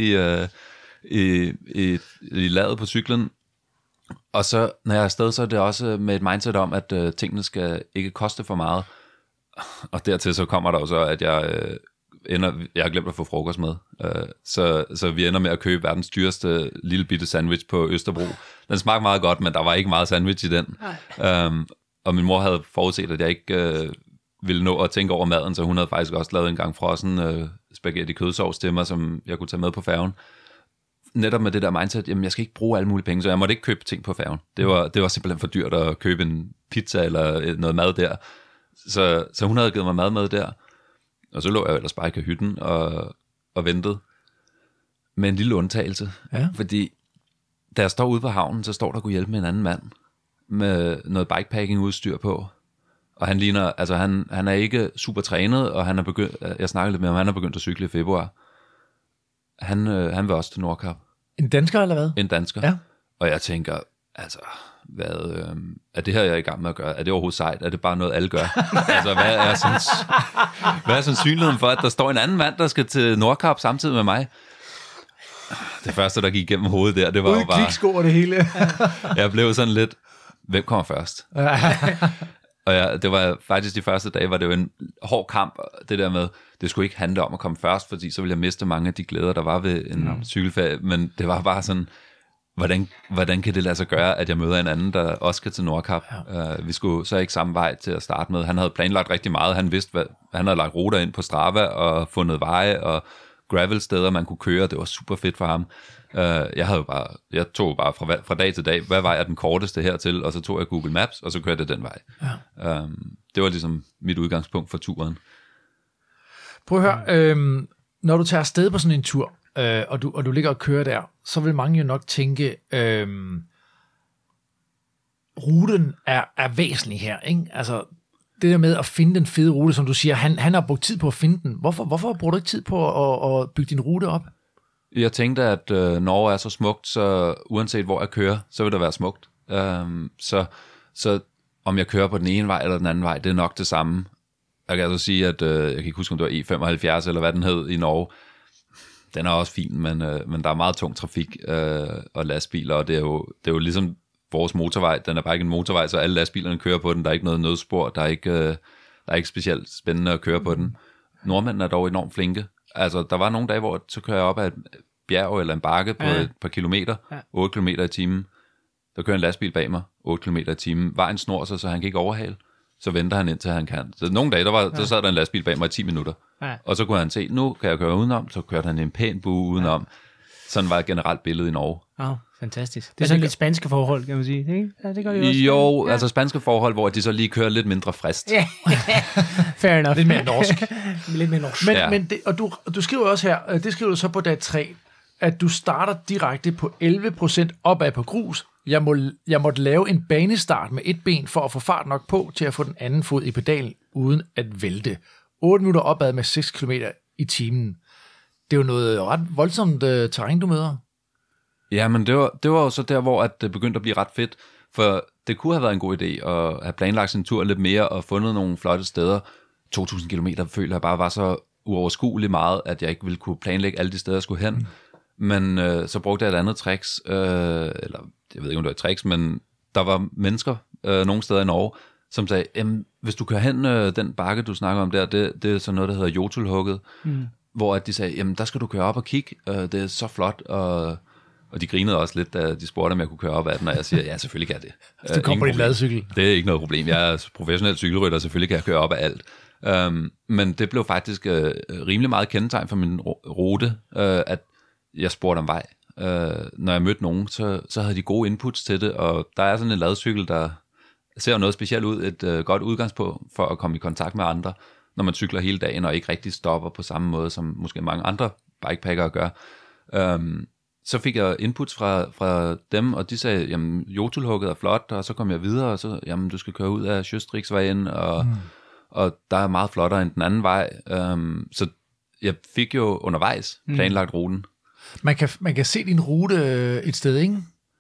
i ladet på cyklen. Og så, når jeg er afsted, så er det også med et mindset om, at tingene skal ikke koste for meget. Og dertil så kommer der jo så, at jeg har glemt at få frokost med. Så vi ender med at købe verdens dyreste lille bitte sandwich på Østerbro. Den smagte meget godt, men der var ikke meget sandwich i den. Og min mor havde forudset, at jeg ikke ville nå at tænke over maden, så hun havde faktisk også lavet en gang frossen spaghetti kødsovs til mig, som jeg kunne tage med på færgen. Netop med det der mindset, jamen jeg skal ikke bruge alle mulige penge, så jeg måtte ikke købe ting på færgen. Det var simpelthen for dyrt at købe en pizza eller noget mad der. Så hun havde givet mig mad med der. Og så lå jeg ellers bare i kahytten og ventede. Med en lille undtagelse. Ja. Fordi da jeg står ude på havnen, så står der kunne hjælpe med en anden mand med noget bikepacking udstyr på. Og han ligner, altså han er ikke super trænet, og han er begyndt, jeg snakkede lidt med ham, han er begyndt at cykle i februar. Han vil også til Nordkap. En dansker eller hvad? En dansker. Ja. Og jeg tænker, altså, hvad er det her, jeg er i gang med at gøre? Er det overhovedet sejt? Er det bare noget, alle gør? Altså, hvad er sandsynligheden for, at der står en anden mand, der skal til Nordkap samtidig med mig? Det første, der gik igennem hovedet der, det var jo bare... kliksko og det hele. Jeg blev sådan lidt, hvem kommer først? Og det var faktisk de første dage, var det jo en hård kamp, det der med, det skulle ikke handle om at komme først, fordi så ville jeg miste mange af de glæder, der var ved en cykelferie, men det var bare sådan, hvordan kan det lade sig gøre, at jeg møder en anden, der også skal til Nordkap? Ja. Vi skulle så ikke samme vej til at starte med. Han havde planlagt rigtig meget, han vidste, han havde lagt ruter ind på Strava og fundet veje og gravelsteder, man kunne køre, det var super fedt for ham. Jeg tog bare fra dag til dag, hvad vej er den korteste hertil, og så tog jeg Google Maps, og så kørte jeg den vej. Ja. Det var ligesom mit udgangspunkt for turen. Prøv at høre, Når du tager afsted på sådan en tur, og du ligger og kører der, så vil mange jo nok tænke, ruten er væsentlig her, ikke? Altså, det der med at finde den fede rute, som du siger, han har brugt tid på at finde den. Hvorfor bruger du ikke tid på at bygge din rute op? Jeg tænkte, at Norge er så smukt, så uanset hvor jeg kører, så vil det være smukt. Så om jeg kører på den ene vej eller den anden vej, det er nok det samme. Jeg kan altså sige, at jeg kan ikke huske, om det var E75 eller hvad den hed i Norge. Den er også fin, men der er meget tung trafik og lastbiler, og det er jo ligesom vores motorvej. Den er bare ikke en motorvej, så alle lastbilerne kører på den. Der er ikke noget nødspor, der er ikke specielt spændende at køre på den. Nordmændene er dog enormt flinke. Altså, der var nogle dage, hvor så kører jeg op ad et bjerg eller en bakke på et par kilometer, 8 km i timen. Der kører en lastbil bag mig, 8 km i timen. Vejen snor sig, så han kan ikke overhale. Så venter han indtil han kan. Så nogle dage, der sad der en lastbil bag mig i 10 minutter. Ja. Og så kunne han se, nu kan jeg køre udenom. Så kørte han en pæn bue udenom. Sådan var et generelt billede i Norge. Fantastisk. Det er sådan lidt spanske forhold, kan man sige. Ikke? Ja, det gør de også. Jo, altså spanske forhold, hvor de så lige kører lidt mindre frist. Fair enough. Lidt mere norsk. Lidt mere norsk. Men det, og du skriver også her, det skriver du så på dag 3, at du starter direkte på 11% opad på grus. Jeg måtte lave en banestart med et ben for at få fart nok på til at få den anden fod i pedalen uden at vælte. 8 minutter opad med 6 km i timen. Det er jo noget ret voldsomt terræn, du møder. Ja, men det var jo så der, hvor at det begyndte at blive ret fedt, for det kunne have været en god idé at have planlagt sin tur lidt mere og fundet nogle flotte steder. 2.000 kilometer føler jeg bare var så uoverskueligt meget, at jeg ikke ville kunne planlægge alle de steder, jeg skulle hen. Men så brugte jeg et andet tricks, eller jeg ved ikke, om det var et tricks, men der var mennesker nogle steder i Norge, som sagde, hvis du kører hen den bakke, du snakker om der, det er sådan noget, der hedder Jotunhugget, hvor at de sagde, der skal du køre op og kigge, det er så flot, og de grinede også lidt, da de spurgte, om jeg kunne køre op ad den, og jeg siger, ja, selvfølgelig kan jeg det. Så du kommer på din ladcykel? Det er ikke noget problem. Jeg er professionel cykelrytter, selvfølgelig kan jeg køre op ad alt. Men det blev faktisk rimelig meget kendetegn for min rute, at jeg spurgte om vej. Når jeg mødte nogen, så havde de gode inputs til det, og der er sådan en ladcykel, der ser noget specielt ud, et godt udgangspunkt for at komme i kontakt med andre, når man cykler hele dagen og ikke rigtig stopper på samme måde, som måske mange andre bikepackere gør. Så fik jeg inputs fra dem, og de sagde, jamen, Jotunhugget er flot, og så kom jeg videre, og så, jamen, du skal køre ud af Sjøstriksvejen, og der er meget flottere end den anden vej. Så jeg fik jo undervejs planlagt ruten. Man kan se din rute et sted, ikke?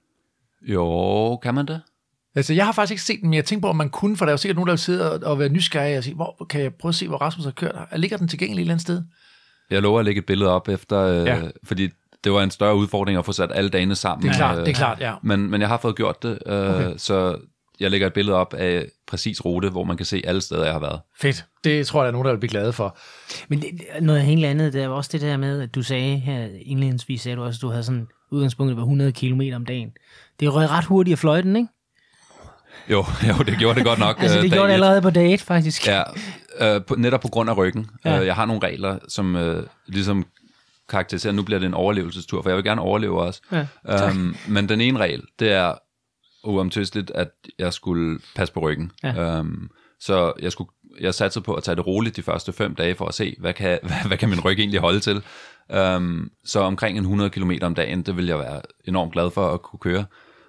Jo, kan man det? Altså, jeg har faktisk ikke set den, men jeg tænker på, om man kunne, for der er jo sikkert nogen, der vil sidde og være nysgerrige og sige, hvor kan jeg prøve at se, hvor Rasmus har kørt? Ligger den tilgængelig et eller andet sted? Jeg lover at lægge et billede op efter, fordi det var en større udfordring at få sat alle dagene sammen. Det er klart, ja. Men jeg har fået gjort det, så jeg lægger et billede op af præcis rute, hvor man kan se alle steder, jeg har været. Fedt. Det tror jeg, der er nogen, der vil blive glade for. Men noget helt andet, det er også det der med, at du sagde her indledningsvis, sagde du også, at du havde sådan udgangspunktet var 100 km om dagen. Det er ret hurtigt at fløjte den, ikke? Jo, det gjorde det godt nok. Altså, det gjorde det allerede på dag 1, faktisk. Ja, netop på grund af ryggen. Ja. Jeg har nogle regler, som ligesom karakteriserer, nu bliver det en overlevelsestur, for jeg vil gerne overleve også. Ja, men den ene regel, det er uomtvisteligt, at jeg skulle passe på ryggen. Ja. Så jeg satsede på at tage det roligt de første 5 dage, for at se, hvad kan min ryg egentlig holde til. Så omkring 100 km om dagen, det vil jeg være enormt glad for at kunne køre.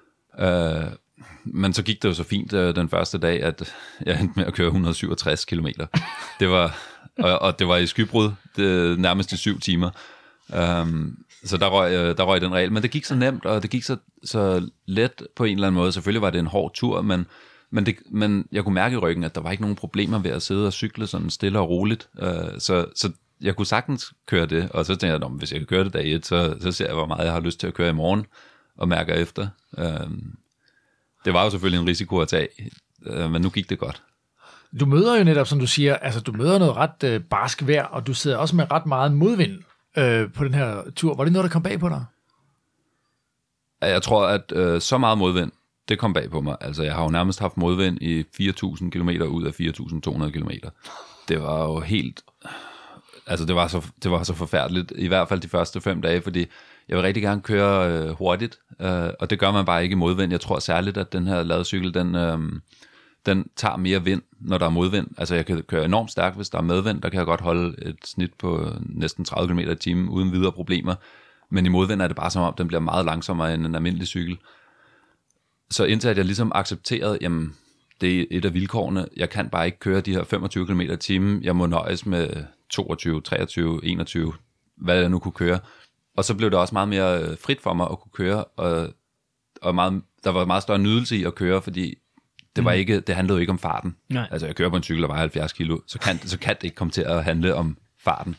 Men så gik det jo så fint den første dag, at jeg endte med at køre 167 km. Det var i skybrud, nærmest i 7 timer. Så der røg den regel. Men det gik så nemt, og det gik så let på en eller anden måde. Selvfølgelig var det en hård tur, men jeg kunne mærke i ryggen, at der var ikke nogen problemer ved at sidde og cykle sådan stille og roligt. Så jeg kunne sagtens køre det, og så tænkte jeg, hvis jeg kan køre det dag 1, så ser jeg, hvor meget jeg har lyst til at køre i morgen, og mærker efter. Det var jo selvfølgelig en risiko at tage, men nu gik det godt. Du møder jo netop, som du siger, altså du møder noget ret barsk vejr, og du sidder også med ret meget modvind på den her tur. Var det noget, der kom bag på dig? Jeg tror, at så meget modvind, det kom bag på mig. Altså, jeg har jo nærmest haft modvind i 4.000 km ud af 4.200 km. Det var jo helt... Altså, det var så forfærdeligt, i hvert fald de første 5 dage, fordi jeg vil rigtig gerne køre hurtigt, og det gør man bare ikke i modvind. Jeg tror særligt, at den her ladcykel, den tager mere vind, når der er modvind. Altså jeg kan køre enormt stærkt, hvis der er medvind. Der kan jeg godt holde et snit på næsten 30 km i timen uden videre problemer. Men i modvind er det bare som om, den bliver meget langsommere end en almindelig cykel. Så indtil at jeg ligesom accepterede, jamen det er et af vilkårene. Jeg kan bare ikke køre de her 25 km i timen. Jeg må nøjes med 22, 23, 21, hvad jeg nu kunne køre. Og så blev det også meget mere frit for mig at kunne køre, og meget, der var meget større nydelse i at køre, fordi det handlede jo ikke om farten. Nej. Altså jeg kører på en cykel, der vejer 70 kilo, så kan det ikke komme til at handle om farten.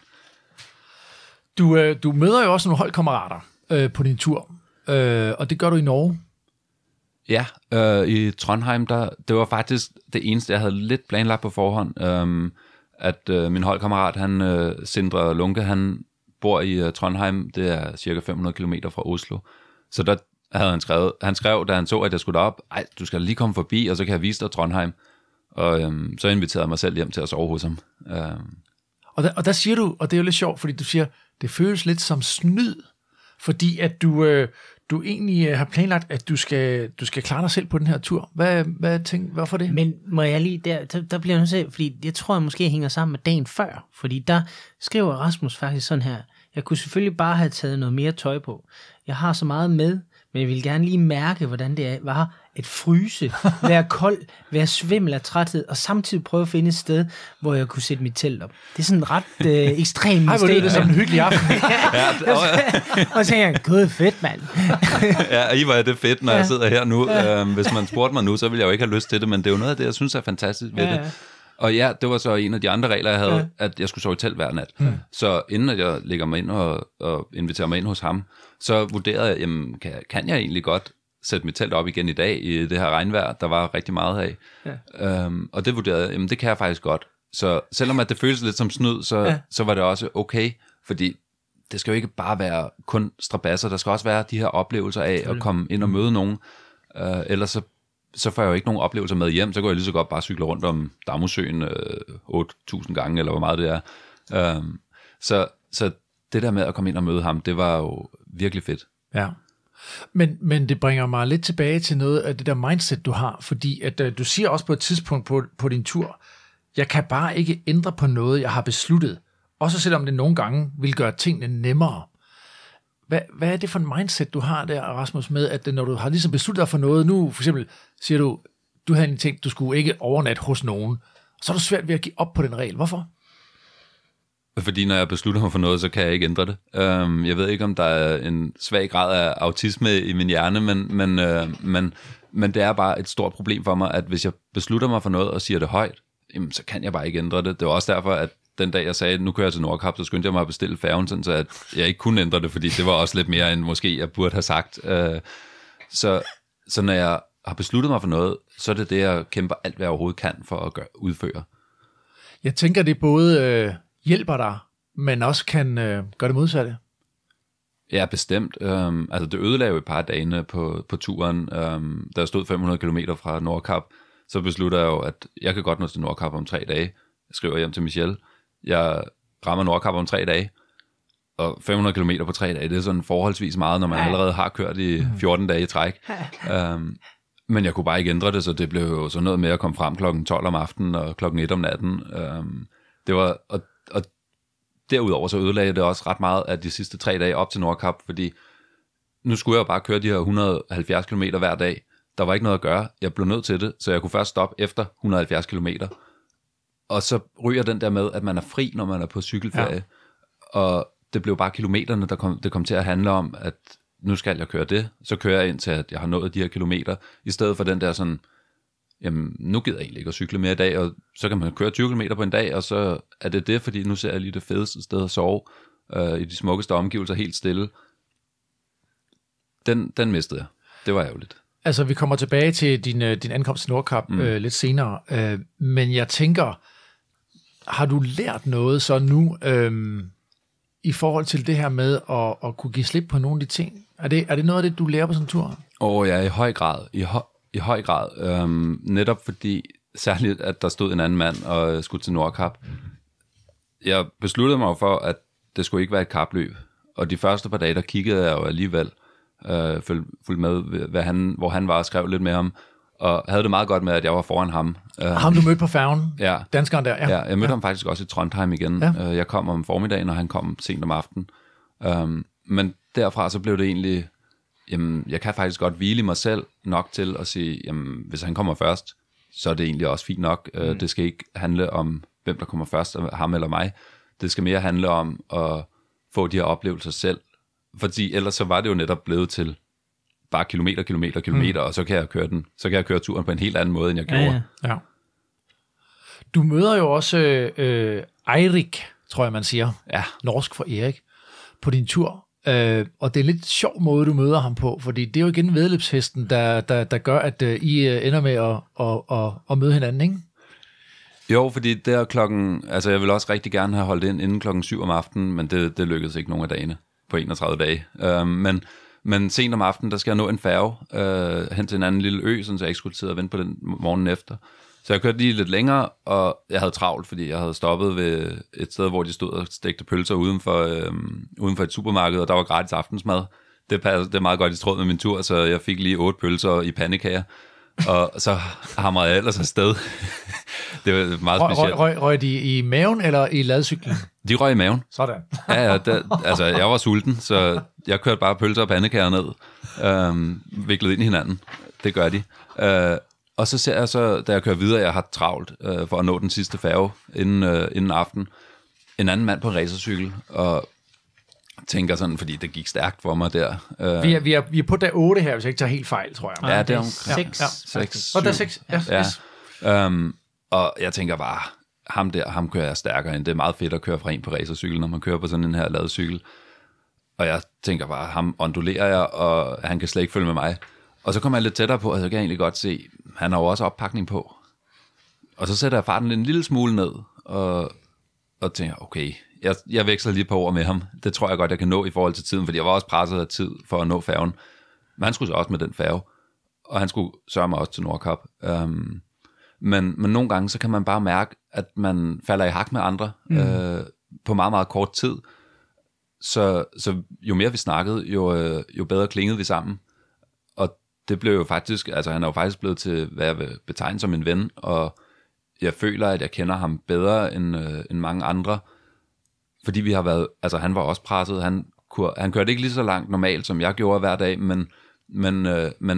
Du møder jo også nogle holdkammerater på din tur, og det gør du i Norge. Ja, i Trondheim, det var faktisk det eneste, jeg havde lidt planlagt på forhånd, at min holdkammerat, Sindre Lunke, han bor i Trondheim, det er cirka 500 km fra Oslo, så der havde han skrev, da han så, at jeg skulle derop, du skal lige komme forbi, og så kan jeg vise dig Trondheim, og så inviterede jeg mig selv hjem til at sove hos ham. Og der siger du, og det er jo lidt sjovt, fordi du siger, det føles lidt som snyd, fordi at du egentlig har planlagt, at du skal klare dig selv på den her tur. Hvorfor det? Men må jeg lige, der bliver jeg nødt til, fordi jeg tror, jeg måske hænger sammen med dagen før, fordi der skriver Rasmus faktisk sådan her, jeg kunne selvfølgelig bare have taget noget mere tøj på. Jeg har så meget med, men jeg vil gerne lige mærke, hvordan det var at fryse, være kold, være svimmel af træthed, og samtidig prøve at finde et sted, hvor jeg kunne sætte mit telt op. Det er sådan en ret ekstrem sted. Det er sådan en hyggelig aften. Og så tænker jeg, gud fedt, mand. Ja, hvor er det fedt, når jeg sidder her nu. Hvis man spurgte mig nu, så ville jeg jo ikke have lyst til det, men det er jo noget af det, jeg synes er fantastisk ved det. Og ja, det var så en af de andre regler, jeg havde, at jeg skulle sove i telt hver nat. Så inden at jeg lægger mig ind og inviterer mig ind hos ham, så vurderede jeg, jamen, kan jeg egentlig godt sætte mit telt op igen i dag i det her regnvejr, der var rigtig meget af. Ja. Og det vurderede jeg, jamen det kan jeg faktisk godt. Så selvom at det føles lidt som snyd, så var det også okay, fordi det skal jo ikke bare være kun strabasser, der skal også være de her oplevelser af at komme ind og møde nogen, ellers så får jeg jo ikke nogen oplevelser med hjem, så går jeg lige så godt bare cykle rundt om Damhusøen 8.000 gange, eller hvor meget det er. Så det der med at komme ind og møde ham, det var jo virkelig fedt. Ja. Men det bringer mig lidt tilbage til noget af det der mindset, du har, fordi at du siger også på et tidspunkt på din tur, jeg kan bare ikke ændre på noget, jeg har besluttet, også selvom det nogle gange vil gøre tingene nemmere. Hvad er det for en mindset, du har der, Rasmus, med, at når du har ligesom besluttet dig for noget, nu for eksempel siger du havde en ting, du skulle ikke overnatte hos nogen, så er du svært ved at give op på den regel. Hvorfor? Fordi når jeg beslutter mig for noget, så kan jeg ikke ændre det. Jeg ved ikke, om der er en svag grad af autisme i min hjerne, men det er bare et stort problem for mig, at hvis jeg beslutter mig for noget og siger det højt, jamen, så kan jeg bare ikke ændre det. Det var også derfor, at den dag jeg sagde, nu kører jeg til Nordkap, så skyndte jeg mig at bestille færgen, sådan så at jeg ikke kunne ændre det, fordi det var også lidt mere, end måske jeg burde have sagt. Så når jeg har besluttet mig for noget, så er det jeg kæmper alt, hvad jeg overhovedet kan for at udføre. Jeg tænker, det både hjælper dig, men også kan gøre det modsatte. Ja, bestemt. Altså det ødelagde jo et par dage på turen. Da jeg stod 500 km fra Nordkap, så beslutter jeg jo, at jeg kan godt nå til Nordkap om 3 dage. Jeg skriver hjem til Michelle. Jeg rammer Nordkap om 3 dage. Og 500 km på 3 dage, det er sådan forholdsvis meget, når man allerede har kørt i 14 dage i træk. Men jeg kunne bare ikke ændre det, så det blev jo sådan noget med at komme frem klokken 12 om aftenen og klokken 1 om natten. Det var, og derudover så ødelagde det også ret meget af de sidste 3 dage op til Nordkap, fordi nu skulle jeg jo bare køre de her 170 km hver dag. Der var ikke noget at gøre. Jeg blev nødt til det, så jeg kunne først stoppe efter 170 km. Og så ryger den der med, at man er fri, når man er på cykelferie. Ja. Og det blev bare kilometerne, det kom til at handle om, at nu skal jeg køre det. Så kører jeg ind til, at jeg har nået de her kilometer, i stedet for den der sådan, jamen nu gider jeg egentlig ikke at cykle mere i dag, og så kan man køre 20 km på en dag, og så er det, fordi nu ser jeg lige det fedeste sted at sove, i de smukkeste omgivelser, helt stille. Den mistede jeg. Det var ærgerligt. Altså, vi kommer tilbage til din ankomst til Nordkap lidt senere, men jeg tænker, har du lært noget så nu, i forhold til det her med at kunne give slip på nogle af de ting? Er det noget af det, du lærer på sådan en tur? Ja, i høj grad. I høj grad. Netop fordi, særligt at der stod en anden mand og skulle til Nordkap. Jeg besluttede mig for, at det skulle ikke være et kapløb. Og de første par dage, der kiggede jeg jo alligevel, fulgte med, hvor han var og skrev lidt med ham. og havde det meget godt med, at jeg var foran ham. Ham, du mødte på færgen? Ja. Danskeren der? Ja, jeg mødte ham faktisk også i Trondheim igen. Ja. Jeg kom om formiddagen, og han kom sent om aftenen. Men derfra så blev det egentlig, jamen, jeg kan faktisk godt hvile i mig selv nok til at sige, jamen, hvis han kommer først, så er det egentlig også fint nok. Det skal ikke handle om, hvem der kommer først, ham eller mig. Det skal mere handle om at få de her oplevelser selv. Fordi ellers så var det jo netop blevet til bare kilometer, og så kan jeg køre turen på en helt anden måde, end jeg gjorde. Ja. Du møder jo også Eirik, tror jeg, man siger. Ja. Norsk for Erik, på din tur. Og det er en lidt sjov måde, du møder ham på, fordi det er jo igen vedløbshesten, der gør, at I ender med at møde hinanden, ikke? Jo, fordi der klokken, altså jeg vil også rigtig gerne have holdt ind inden klokken 7 om aftenen, men det lykkedes ikke nogen af dagene på 31 dage. Men sent om aftenen, der skal jeg nå en færge hen til en anden lille ø, så jeg ikke skulle sidde og vente på den morgenen efter. Så jeg kørte lige lidt længere, og jeg havde travlt, fordi jeg havde stoppet ved et sted, hvor de stod og stegte pølser uden for et supermarked, og der var gratis aftensmad. Det er meget godt i tråd med min tur, så jeg fik lige 8 pølser i pandekager, og så hamrede jeg ellers afsted. Det var meget specielt. Røg de i maven eller i ladcyklen? De røg i maven. Sådan. Ja, jeg var sulten, så jeg kørte bare pølser og pandekager ned, viklet ind i hinanden. Det gør de. Og så ser jeg så, da jeg kører videre, jeg har travlt for at nå den sidste færge inden aften, en anden mand på en racercykel, og tænker sådan, fordi det gik stærkt for mig der. Vi er på dag 8 her, hvis jeg ikke tager helt fejl, tror jeg. Ja, det er omkring 6. Og der er 6, ja. Og jeg tænker bare, ham kører jeg stærkere end. Det er meget fedt at køre fra en på racercykel, når man kører på sådan en her ladecykel. Og jeg tænker bare, ham ondulerer jeg, og han kan slet ikke følge med mig. Og så kommer jeg lidt tættere på, og så kan jeg egentlig godt se, han har jo også oppakning på. Og så sætter jeg farten en lille smule ned, og tænker, okay, jeg veksler lige på ord med ham. Det tror jeg godt, jeg kan nå i forhold til tiden, fordi jeg var også presset af tid for at nå færgen. Men han skulle så også med den færge, og han skulle sørge mig også til Nordkap. Men nogle gange, så kan man bare mærke, at man falder i hak med andre på meget, meget kort tid. Så jo mere vi snakkede, jo bedre klingede vi sammen. Og det blev jo faktisk, altså han er jo faktisk blevet til, hvad jeg vil betegne som en ven, og jeg føler, at jeg kender ham bedre end mange andre, fordi vi har været, altså han var også presset, han kørte ikke lige så langt normalt, som jeg gjorde hver dag, men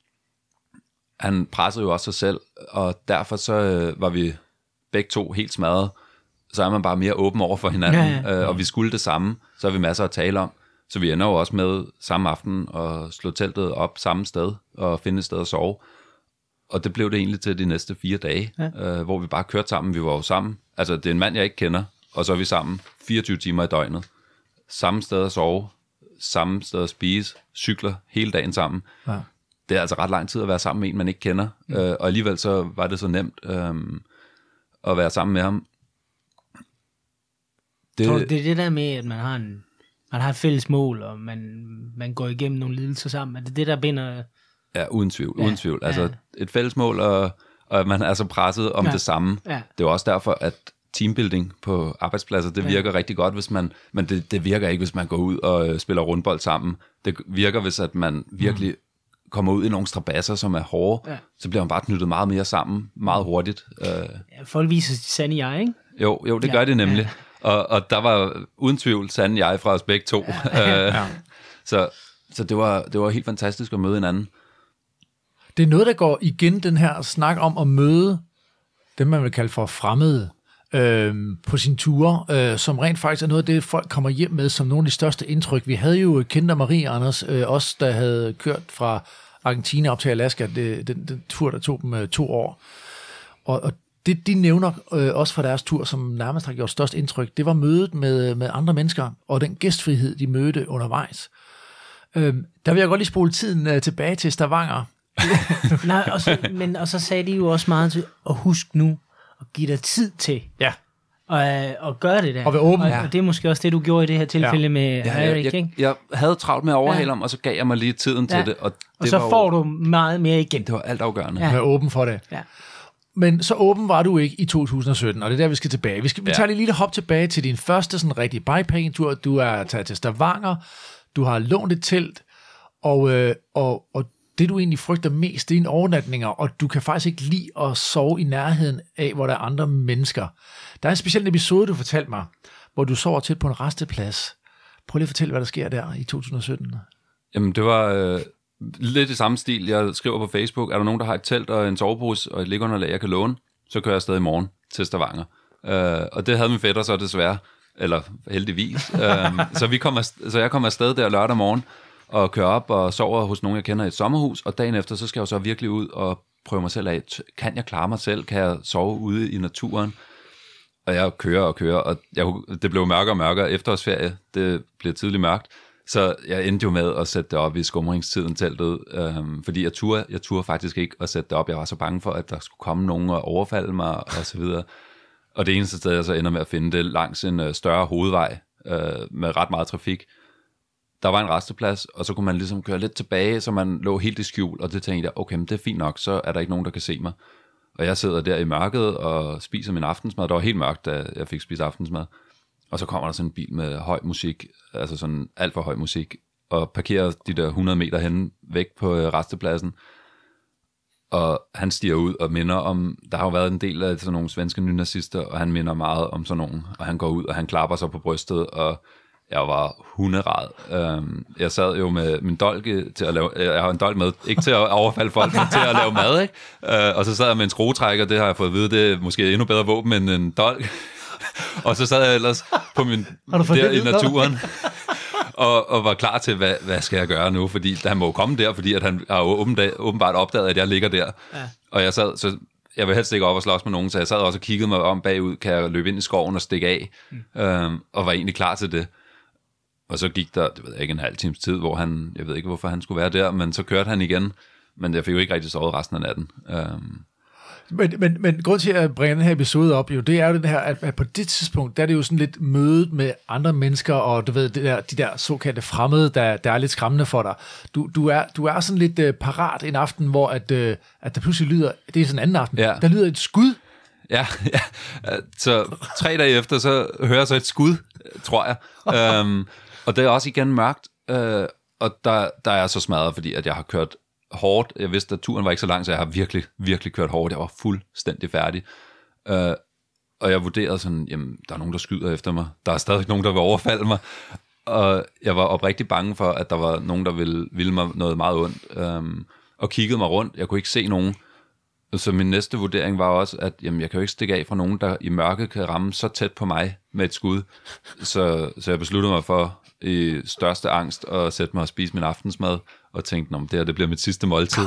han pressede jo også sig selv, og derfor så var vi begge to helt smadret, så er man bare mere åben over for hinanden, og vi skulle det samme, så har vi masser at tale om. Så vi ender jo også med samme aften og slå teltet op samme sted og finde et sted at sove. Og det blev det egentlig til de næste 4 dage, hvor vi bare kørte sammen. Vi var jo sammen. Altså, det er en mand, jeg ikke kender, og så er vi sammen 24 timer i døgnet. Samme sted at sove, samme sted at spise, cykler hele dagen sammen. Ja. Det er altså ret lang tid at være sammen med en, man ikke kender. Og alligevel så var det så nemt at være sammen med ham. Det er det der med, at man har et fælles mål, og man går igennem nogle lidelser sammen. Er det det, der binder? Ja, uden tvivl. Altså et fælles mål, og man er så presset om det samme. Ja. Det er også derfor, at teambuilding på arbejdspladser, det virker rigtig godt, men det virker ikke, hvis man går ud og spiller rundbold sammen. Det virker, hvis at man virkelig kommer ud i nogle strabasser, som er hårde, så bliver man bare knyttet meget mere sammen, meget hurtigt. Folk viser sande jeg, ikke? Jo, det gør det nemlig. Og der var uden tvivl sande jeg fra os begge to. Så det var helt fantastisk at møde hinanden. Det er noget, der går igen, den her snak om at møde dem, man vil kalde for fremmede på sin ture, som rent faktisk er noget af det, folk kommer hjem med som nogle af de største indtryk. Vi havde jo Kinder Marie, Anders, os, der havde kørt fra Argentina op til Alaska, den tur, der tog dem 2 år. Og det, de nævner også fra deres tur, som nærmest har gjort størst indtryk, det var mødet med andre mennesker, og den gæstfrihed, de mødte undervejs. Der vil jeg godt lige spole tiden tilbage til Stavanger. Nej, og så sagde de jo også meget til, at husk nu at give dig tid til og gøre det der. Og være åben. Og det er måske også det, du gjorde i det her tilfælde med Eirik, ikke? Jeg havde travlt med at overhale ham, og så gav jeg mig lige tiden til det. Og så får du meget mere igen. Det var altafgørende. Være åben for det. Ja. Men så åben var du ikke i 2017, og det er der, vi skal tilbage. Vi tager lige et hop tilbage til din første sådan rigtig bikepacking-tur. Du er taget til Stavanger, du har lånt et telt, og det du egentlig frygter mest, det er dine overnatninger, og du kan faktisk ikke lide at sove i nærheden af, hvor der er andre mennesker. Der er en speciel episode, du fortalte mig, hvor du sover tæt på en resteplads. Prøv lige at fortælle, hvad der sker der i 2017. Jamen, det var lidt i samme stil. Jeg skriver på Facebook, er der nogen, der har et telt og en sovepose og et ligunderlag, jeg kan låne, så kører jeg afsted i morgen til Stavanger. Og det havde min fætter så desværre, eller heldigvis. Så jeg kommer afsted der lørdag morgen, og kører op og sover hos nogen, jeg kender i et sommerhus, og dagen efter, så skal jeg jo så virkelig ud og prøve mig selv af. Kan jeg klare mig selv? Kan jeg sove ude i naturen? Og jeg kører, og det blev mørkere og mørkere. Efterårsferie, det blev tidligt mørkt, så jeg endte jo med at sætte det op i skumringstiden teltet, fordi jeg turde faktisk ikke at sætte det op. Jeg var så bange for, at der skulle komme nogen og overfalde mig, og så videre. Og det eneste sted, jeg så ender med at finde det, langs en større hovedvej, med ret meget trafik. Der var en resteplads, og så kunne man ligesom køre lidt tilbage, så man lå helt i skjul, og det tænkte jeg, okay, men det er fint nok, så er der ikke nogen, der kan se mig. Og jeg sidder der i mørket og spiser min aftensmad. Det var helt mørkt, da jeg fik spist aftensmad. Og så kommer der sådan en bil med høj musik, altså sådan alt for høj musik, og parkerer de der 100 meter henne væk på restepladsen. Og han stiger ud og minder om, der har jo været en del af sådan nogle svenske nynazister, og han minder meget om sådan nogen. Og han går ud, og han klapper sig på brystet, og jeg var hunderad. Jeg sad jo med min dolke til at lave... Jeg har en dolk med, ikke til at overfalde folk, men til at lave mad, ikke? Og så sad jeg med en skruetrækker, det har jeg fået at vide, det er måske endnu bedre våben end en dolk. Og så sad jeg ellers på min der i naturen, og var klar til, hvad skal jeg gøre nu? Fordi han må jo komme der, fordi at han har åbenbart opdaget, at jeg ligger der. Ja. Og jeg sad... Så jeg vil helst ikke op og slås med nogen, så jeg sad også og kiggede mig om bagud, kan jeg løbe ind i skoven og stikke af, og var egentlig klar til det. Og så gik der, det ved jeg ikke, en halv times tid, hvor jeg ved ikke, hvorfor han skulle være der, men så kørte han igen, men jeg fik jo ikke rigtig sovet resten af natten. Men grund til at bringe den her episode op, jo, det er jo det her, at på det tidspunkt, der er det jo sådan lidt mødet med andre mennesker, og du ved, de der såkaldte fremmede, der er lidt skræmmende for dig. Du er sådan lidt parat en aften, hvor at der pludselig lyder, det er sådan en anden aften, der lyder et skud. Ja. Så 3 dage efter, så hører jeg så et skud, tror jeg. Og det er også igen mørkt, og der er jeg så smadret, fordi at jeg har kørt hårdt. Jeg vidste, at turen var ikke så lang, så jeg har virkelig, virkelig kørt hårdt. Jeg var fuldstændig færdig. Og jeg vurderede sådan, jamen, der er nogen, der skyder efter mig. Der er stadig nogen, der vil overfalde mig. Og jeg var oprigtig bange for, at der var nogen, der ville mig noget meget ondt. Og kiggede mig rundt. Jeg kunne ikke se nogen. Så min næste vurdering var også, at jamen, jeg kan jo ikke stikke af fra nogen, der i mørket kan ramme så tæt på mig med et skud. Så jeg besluttede mig for i største angst at sætte mig og spise min aftensmad, og tænkte, det bliver mit sidste måltid.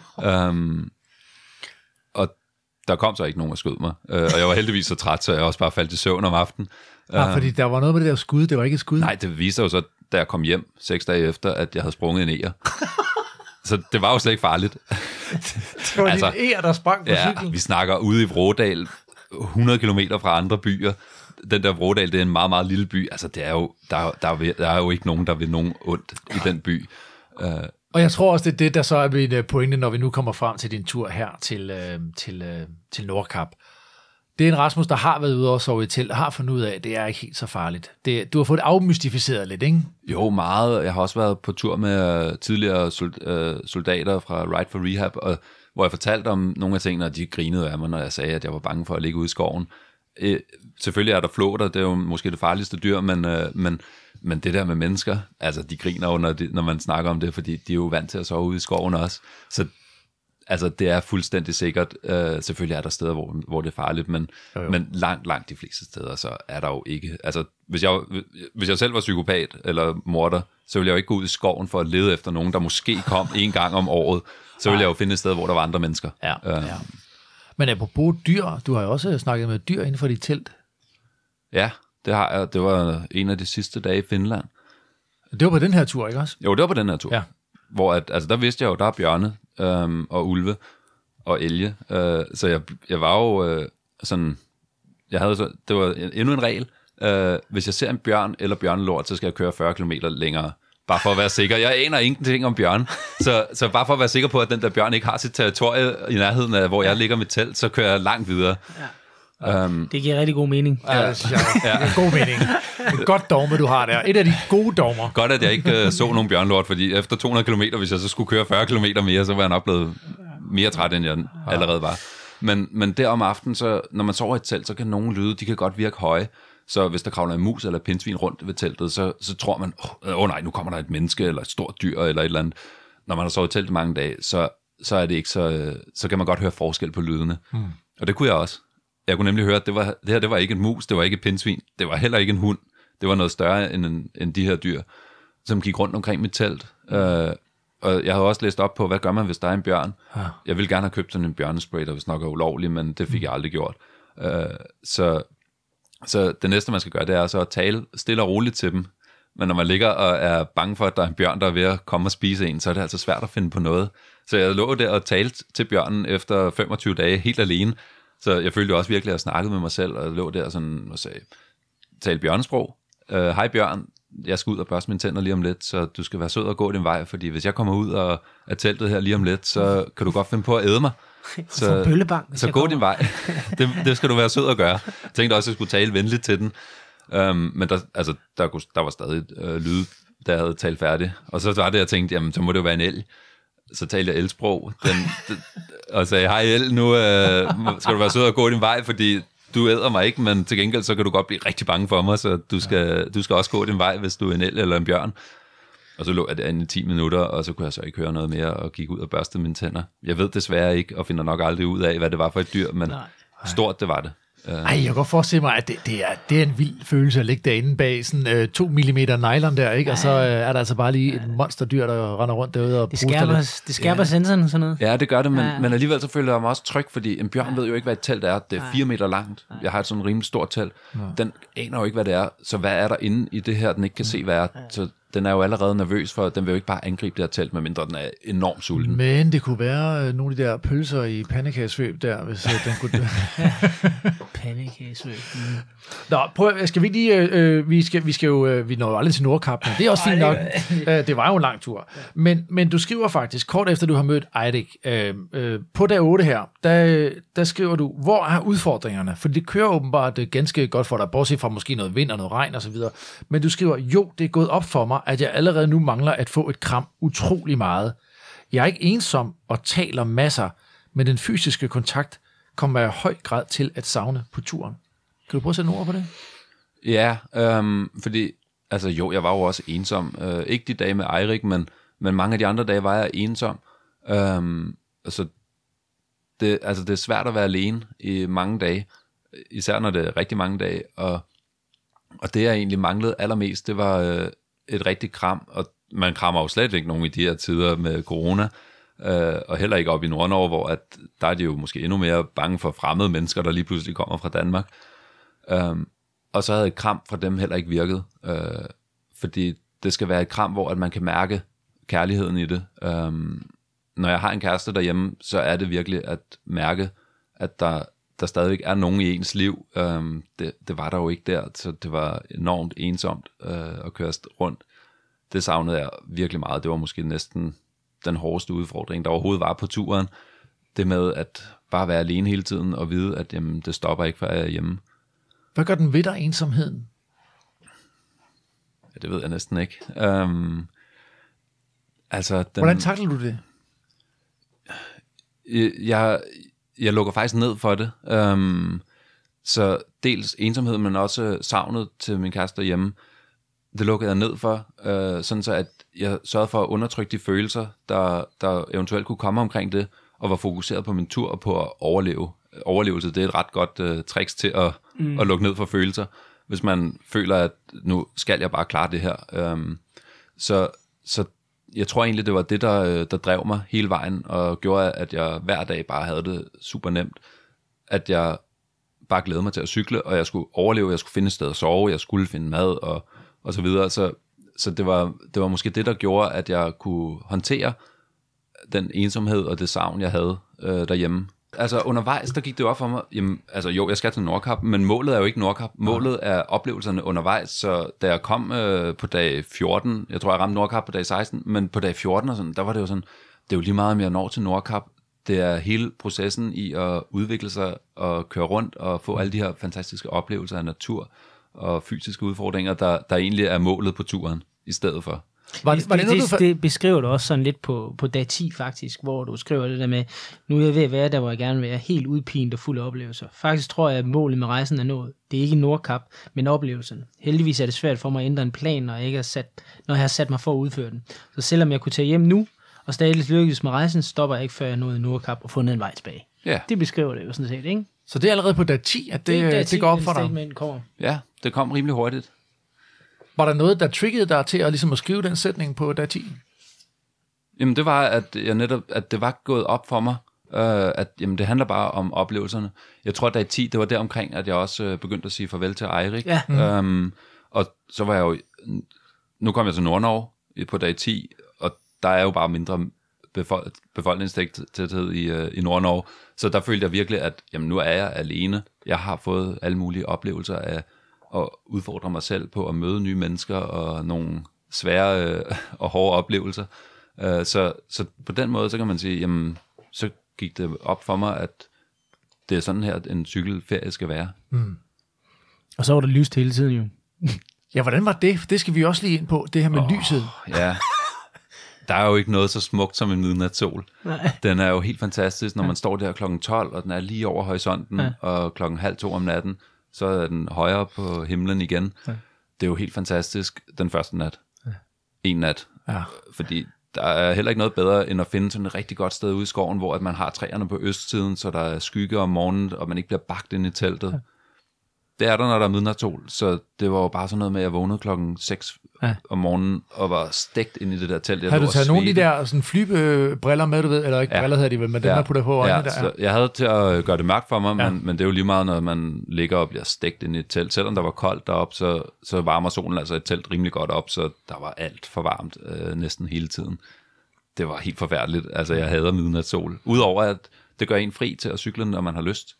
Og der kom så ikke nogen, der skød mig. Og jeg var heldigvis så træt, så jeg også bare faldt i søvn om aftenen. Fordi der var noget med det der skud, det var ikke et skud? Nej, det viste jo så, da jeg kom hjem 6 dage efter, at jeg havde sprunget en eger. Så det var jo slet ikke farligt. Det var altså, din eger, der sprang på cyklen. Vi snakker ude i Vrådal, 100 kilometer fra andre byer. Den der Vrådal, det er en meget, meget lille by. Altså, det er jo, der er jo ikke nogen, der vil nogen ondt i den by. Og jeg tror også, det er det, der så er min pointe, når vi nu kommer frem til din tur her til Nordkap. Det er en Rasmus, der har været ude og sove i telt, og har fundet ud af, at det er ikke helt så farligt. Du har fået det afmystificeret lidt, ikke? Jo, meget. Jeg har også været på tur med tidligere soldater fra Right for Rehab, og hvor jeg fortalte om nogle af tingene, og de grinede af mig, når jeg sagde, at jeg var bange for at ligge ude i skoven. Selvfølgelig er der flåter, det er jo måske det farligste dyr, men det der med mennesker, altså de griner jo, når man snakker om det, fordi de er jo vant til at sove ude i skoven også. Så altså, det er fuldstændig sikkert. Selvfølgelig er der steder, hvor det er farligt, men langt de fleste steder, så er der jo ikke. Altså, hvis jeg selv var psykopat eller morder, så ville jeg jo ikke gå ud i skoven for at lede efter nogen, der måske kom 1 gang om året. Så ville jeg jo finde et sted, hvor der var andre mennesker. Ja. Men apropos dyr, du har jo også snakket med dyr inden for dit telt. Ja, det har jeg. Det var en af de sidste dage i Finland. Det var på den her tur, ikke også? Jo, det var på den her tur. Ja. Hvor der vidste jeg jo, der er bjørne og ulve og elge. Så jeg var jo sådan... det var endnu en regel. Hvis jeg ser en bjørn eller bjørnelort, så skal jeg køre 40 km længere. Bare for at være sikker. Jeg aner ingenting om bjørn. Så bare for at være sikker på, at den der bjørn ikke har sit territorie i nærheden af, hvor jeg ligger med telt, så kører jeg langt videre. Det giver rigtig god mening. Ja, det synes jeg. Det er god mening. Et godt dogme, du har der. Et af de gode dogmer. Godt, at jeg ikke så nogen bjørnlort, fordi efter 200 km, hvis jeg så skulle køre 40 km mere, så var jeg nok blevet mere træt, end jeg allerede var. Men der om aftenen, så, når man sover i et telt, så kan nogle lyde, de kan godt virke høje. Så hvis der kravler en mus eller et pindsvin rundt ved teltet, så tror man, nej, nu kommer der et menneske, eller et stort dyr, eller et eller andet. Når man har sovet i telt mange dage, så er det ikke så kan man godt høre forskel på lydene. Og det kunne jeg også. Jeg kunne nemlig høre, at det var ikke en mus, det var ikke et pindsvin, det var heller ikke en hund. Det var noget større end de her dyr, som gik rundt omkring mit telt. Og jeg havde også læst op på, hvad gør man, hvis der er en bjørn? Jeg ville gerne have købt sådan en bjørnespray, der vist nok er ulovlig, men det fik jeg aldrig gjort. Så det næste, man skal gøre, det er så at tale stille og roligt til dem. Men når man ligger og er bange for, at der er en bjørn, der er ved at komme og spise en, så er det altså svært at finde på noget. Så jeg lå der og talte til bjørnen efter 25 dage helt alene. Så jeg følte også virkelig, at jeg snakkede med mig selv, og jeg lå der sådan og sagde, tal bjørnesprog. Hej bjørn, jeg skal ud og børste mine tænder lige om lidt, så du skal være sød og gå din vej, fordi hvis jeg kommer ud af teltet her lige om lidt, så kan du godt finde på at æde mig. Så gå din vej. Det skal du være sød at gøre. Jeg tænkte også, at jeg skulle tale venligt til den. Men der var stadig lyd, da jeg havde talt færdig. Og så var det, jeg tænkte, jamen så må det jo være en elg. Så talte jeg elsprog og sagde, hej el, nu skal du være sød og gå din vej, fordi du æder mig ikke, men til gengæld så kan du godt blive rigtig bange for mig, så du skal også gå din vej, hvis du er en el eller en bjørn. Og så lå jeg derinde i 10 minutter, og så kunne jeg så ikke høre noget mere, og gik ud og børstede mine tænder. Jeg ved desværre ikke, og finder nok aldrig ud af, hvad det var for et dyr, men stort det var det. Jeg kan godt forestille mig, at det er en vild følelse at ligge derinde bag sådan 2 mm nylon der, ikke? Og så er der altså bare lige et monsterdyr, der render rundt derude og det skærper sensoren sådan noget. Ja, det gør det, men alligevel så føler jeg mig også tryg, fordi en bjørn ved jo ikke, hvad et telt er. Det er 4 meter langt. Jeg har et sådan rimelig stort telt. Den aner jo ikke, hvad det er. Så hvad er der inde i det her, den ikke kan se, hvad er? Så den er jo allerede nervøs for, den vil jo ikke bare angribe det her telt, medmindre den er enormt sulten. Men det kunne være nogle af de der pølser i pandekagesvøb der, hvis den kunne... Pandekagesvøb. Nå, prøv, skal vi lige... vi når jo aldrig til Nordkap, men det er også fint nok. Det var jo en lang tur. Men du skriver faktisk, kort efter du har mødt Eirik, på dag 8 her, der skriver du, hvor er udfordringerne? For det kører åbenbart ganske godt for dig, bortset fra måske noget vind og noget regn og så videre. Men du skriver, jo, det er gået op for mig, at jeg allerede nu mangler at få et kram utrolig meget. Jeg er ikke ensom og taler masser, men den fysiske kontakt kommer jeg i høj grad til at savne på turen. Kan du prøve at sætte ord på det? Ja, fordi, altså jo, jeg var jo også ensom. Ikke de dage med Eirik, men mange af de andre dage var jeg ensom. Det er svært at være alene i mange dage, især når det er rigtig mange dage, og det jeg egentlig manglede allermest, det var et rigtigt kram, og man krammer jo slet ikke nogen i de her tider med corona, og heller ikke op i Nord-Norge, hvor der er de jo måske endnu mere bange for fremmede mennesker, der lige pludselig kommer fra Danmark. Og så havde et kram fra dem heller ikke virket, fordi det skal være et kram, hvor at man kan mærke kærligheden i det. Når jeg har en kæreste derhjemme, så er det virkelig at mærke, at der stadigvæk er nogen i ens liv. Det var der jo ikke der, så det var enormt ensomt at køre rundt. Det savnede jeg virkelig meget. Det var måske næsten den hårdeste udfordring, der overhovedet var på turen. Det med at bare være alene hele tiden og vide, at jamen, det stopper ikke, før jeg er hjemme. Hvad gør den ved dig, ensomheden? Ja, det ved jeg næsten ikke. Hvordan takler du det? Jeg lukker faktisk ned for det. Så dels ensomhed, men også savnet til min kæreste hjemme. Det lukkede jeg ned for, sådan så at jeg sørgede for at undertrykke de følelser, der eventuelt kunne komme omkring det, og var fokuseret på min tur og på at overleve. Overlevelse, det er et ret godt tricks til at lukke ned for følelser, hvis man føler, at nu skal jeg bare klare det her. Så jeg tror egentlig, det var det, der drev mig hele vejen, og gjorde, at jeg hver dag bare havde det super nemt. At jeg bare glædede mig til at cykle, og jeg skulle overleve, jeg skulle finde et sted at sove, jeg skulle finde mad, og så videre. Så det var måske det, der gjorde, at jeg kunne håndtere den ensomhed og det savn, jeg havde derhjemme. Altså undervejs, der gik det op for mig, jamen, altså jo, jeg skal til Nordkap, men målet er jo ikke Nordkap. Målet er oplevelserne undervejs, så da jeg kom på dag 14, jeg tror, jeg ramte Nordkap på dag 16, men på dag 14 og sådan, der var det jo sådan, det er jo lige meget, om jeg når til Nordkap. det er hele processen i at udvikle sig og køre rundt og få alle de her fantastiske oplevelser af natur og fysiske udfordringer, der egentlig er målet på turen i stedet for. Det beskriver du også sådan lidt på dag 10 faktisk, hvor du skriver det der med, nu er jeg ved at være der, hvor jeg gerne vil være, helt udpint og fuld af oplevelser. Faktisk tror jeg, at målet med rejsen er nået. Det er ikke Nordkap, men oplevelsen. Heldigvis er det svært for mig at ændre en plan, når jeg har sat mig for at udføre den. Så selvom jeg kunne tage hjem nu, og stadig lykkes med rejsen, stopper jeg ikke, før jeg nåede Nordkap og fundet en vej tilbage. Ja. Det beskriver det jo sådan set, ikke? Så det er allerede på dag 10, at det går op for dig? Kommer. Ja, det kom rimelig hurtigt. Var der noget, der triggede dig til at, ligesom at skrive den sætning på dag 10? Jamen det var, at det var gået op for mig, at jamen, det handler bare om oplevelserne. Jeg tror, at dag 10, det var der omkring, at jeg også begyndte at sige farvel til Eirik. Ja. Og så var jeg jo, nu kom jeg til Nord-Norge på dag 10, og der er jo bare mindre befolkningstæthed i Nord-Norge, så der følte jeg virkelig, at jamen, nu er jeg alene. Jeg har fået alle mulige oplevelser af at udfordre mig selv på at møde nye mennesker og nogle svære og hårde oplevelser. Så på den måde, så kan man sige, jamen, så gik det op for mig, at det er sådan her, en cykelferie skal være. Mm. Og så var der lyst hele tiden jo. Ja, hvordan var det? Det skal vi også lige ind på, det her med lyset. Ja, der er jo ikke noget så smukt som en midnatssol. Nej. Den er jo helt fantastisk, når man står der klokken 12, og den er lige over horisonten, og klokken 1:30 om natten, så er den højere på himlen igen. Ja. Det er jo helt fantastisk den første nat. Ja. En nat. Ja. Fordi der er heller ikke noget bedre, end at finde sådan et rigtig godt sted ude i skoven, hvor at man har træerne på østsiden, så der er skygge om morgenen, og man ikke bliver bagt ind i teltet. Ja. Det er der, når der er midnatssol. Så det var jo bare sådan noget med, at jeg vågnede klokken 6 om morgenen, og var stegt ind i det der telt. Har du taget nogle af de der sådan flybriller med, du ved? Eller ikke briller hedder de vel, men den der putter på øjnene der. Så jeg havde til at gøre det mørkt for mig, men det er jo lige meget, når man ligger og bliver stegt ind i et telt. Selvom der var koldt deroppe, så varmer solen altså et telt rimelig godt op, så der var alt for varmt næsten hele tiden. Det var helt forfærdeligt. Altså, jeg hader midnatssol. Udover at det gør en fri til at cykle, når man har lyst.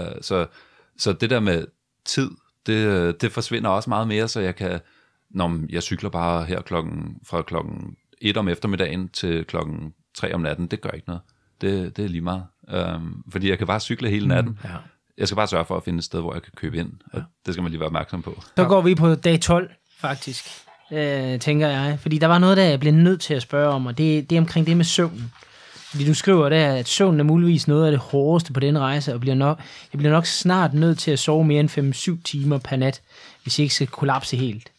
Så det der med tid, det forsvinder også meget mere, så jeg kan, når jeg cykler bare her fra klokken 1 om eftermiddagen til klokken 3 om natten, det gør ikke noget. Det er lige meget. Fordi jeg kan bare cykle hele natten. Ja. Jeg skal bare sørge for at finde et sted, hvor jeg kan købe ind. Og det skal man lige være opmærksom på. Så går vi på dag 12, faktisk, tænker jeg. Fordi der var noget, der jeg blev nødt til at spørge om, og det er omkring det med søvnen. Fordi du skriver der, at søvnen er muligvis noget af det hårdeste på den rejse, og jeg bliver nok snart nødt til at sove mere end 5-7 timer per nat, hvis jeg ikke skal kollapse helt.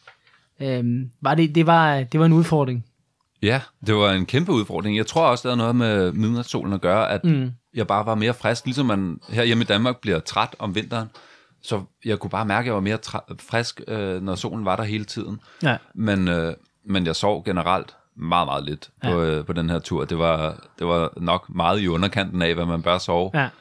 Det var en udfordring? Ja, det var en kæmpe udfordring. Jeg tror også, det havde noget med midnatssolen at gøre, at jeg bare var mere frisk, ligesom man her hjemme i Danmark bliver træt om vinteren. Så jeg kunne bare mærke, at jeg var mere frisk, når solen var der hele tiden. Ja. Men jeg sov generelt meget, meget lidt på den her tur. Det var nok meget i underkanten af, hvad man bør sove. Ja.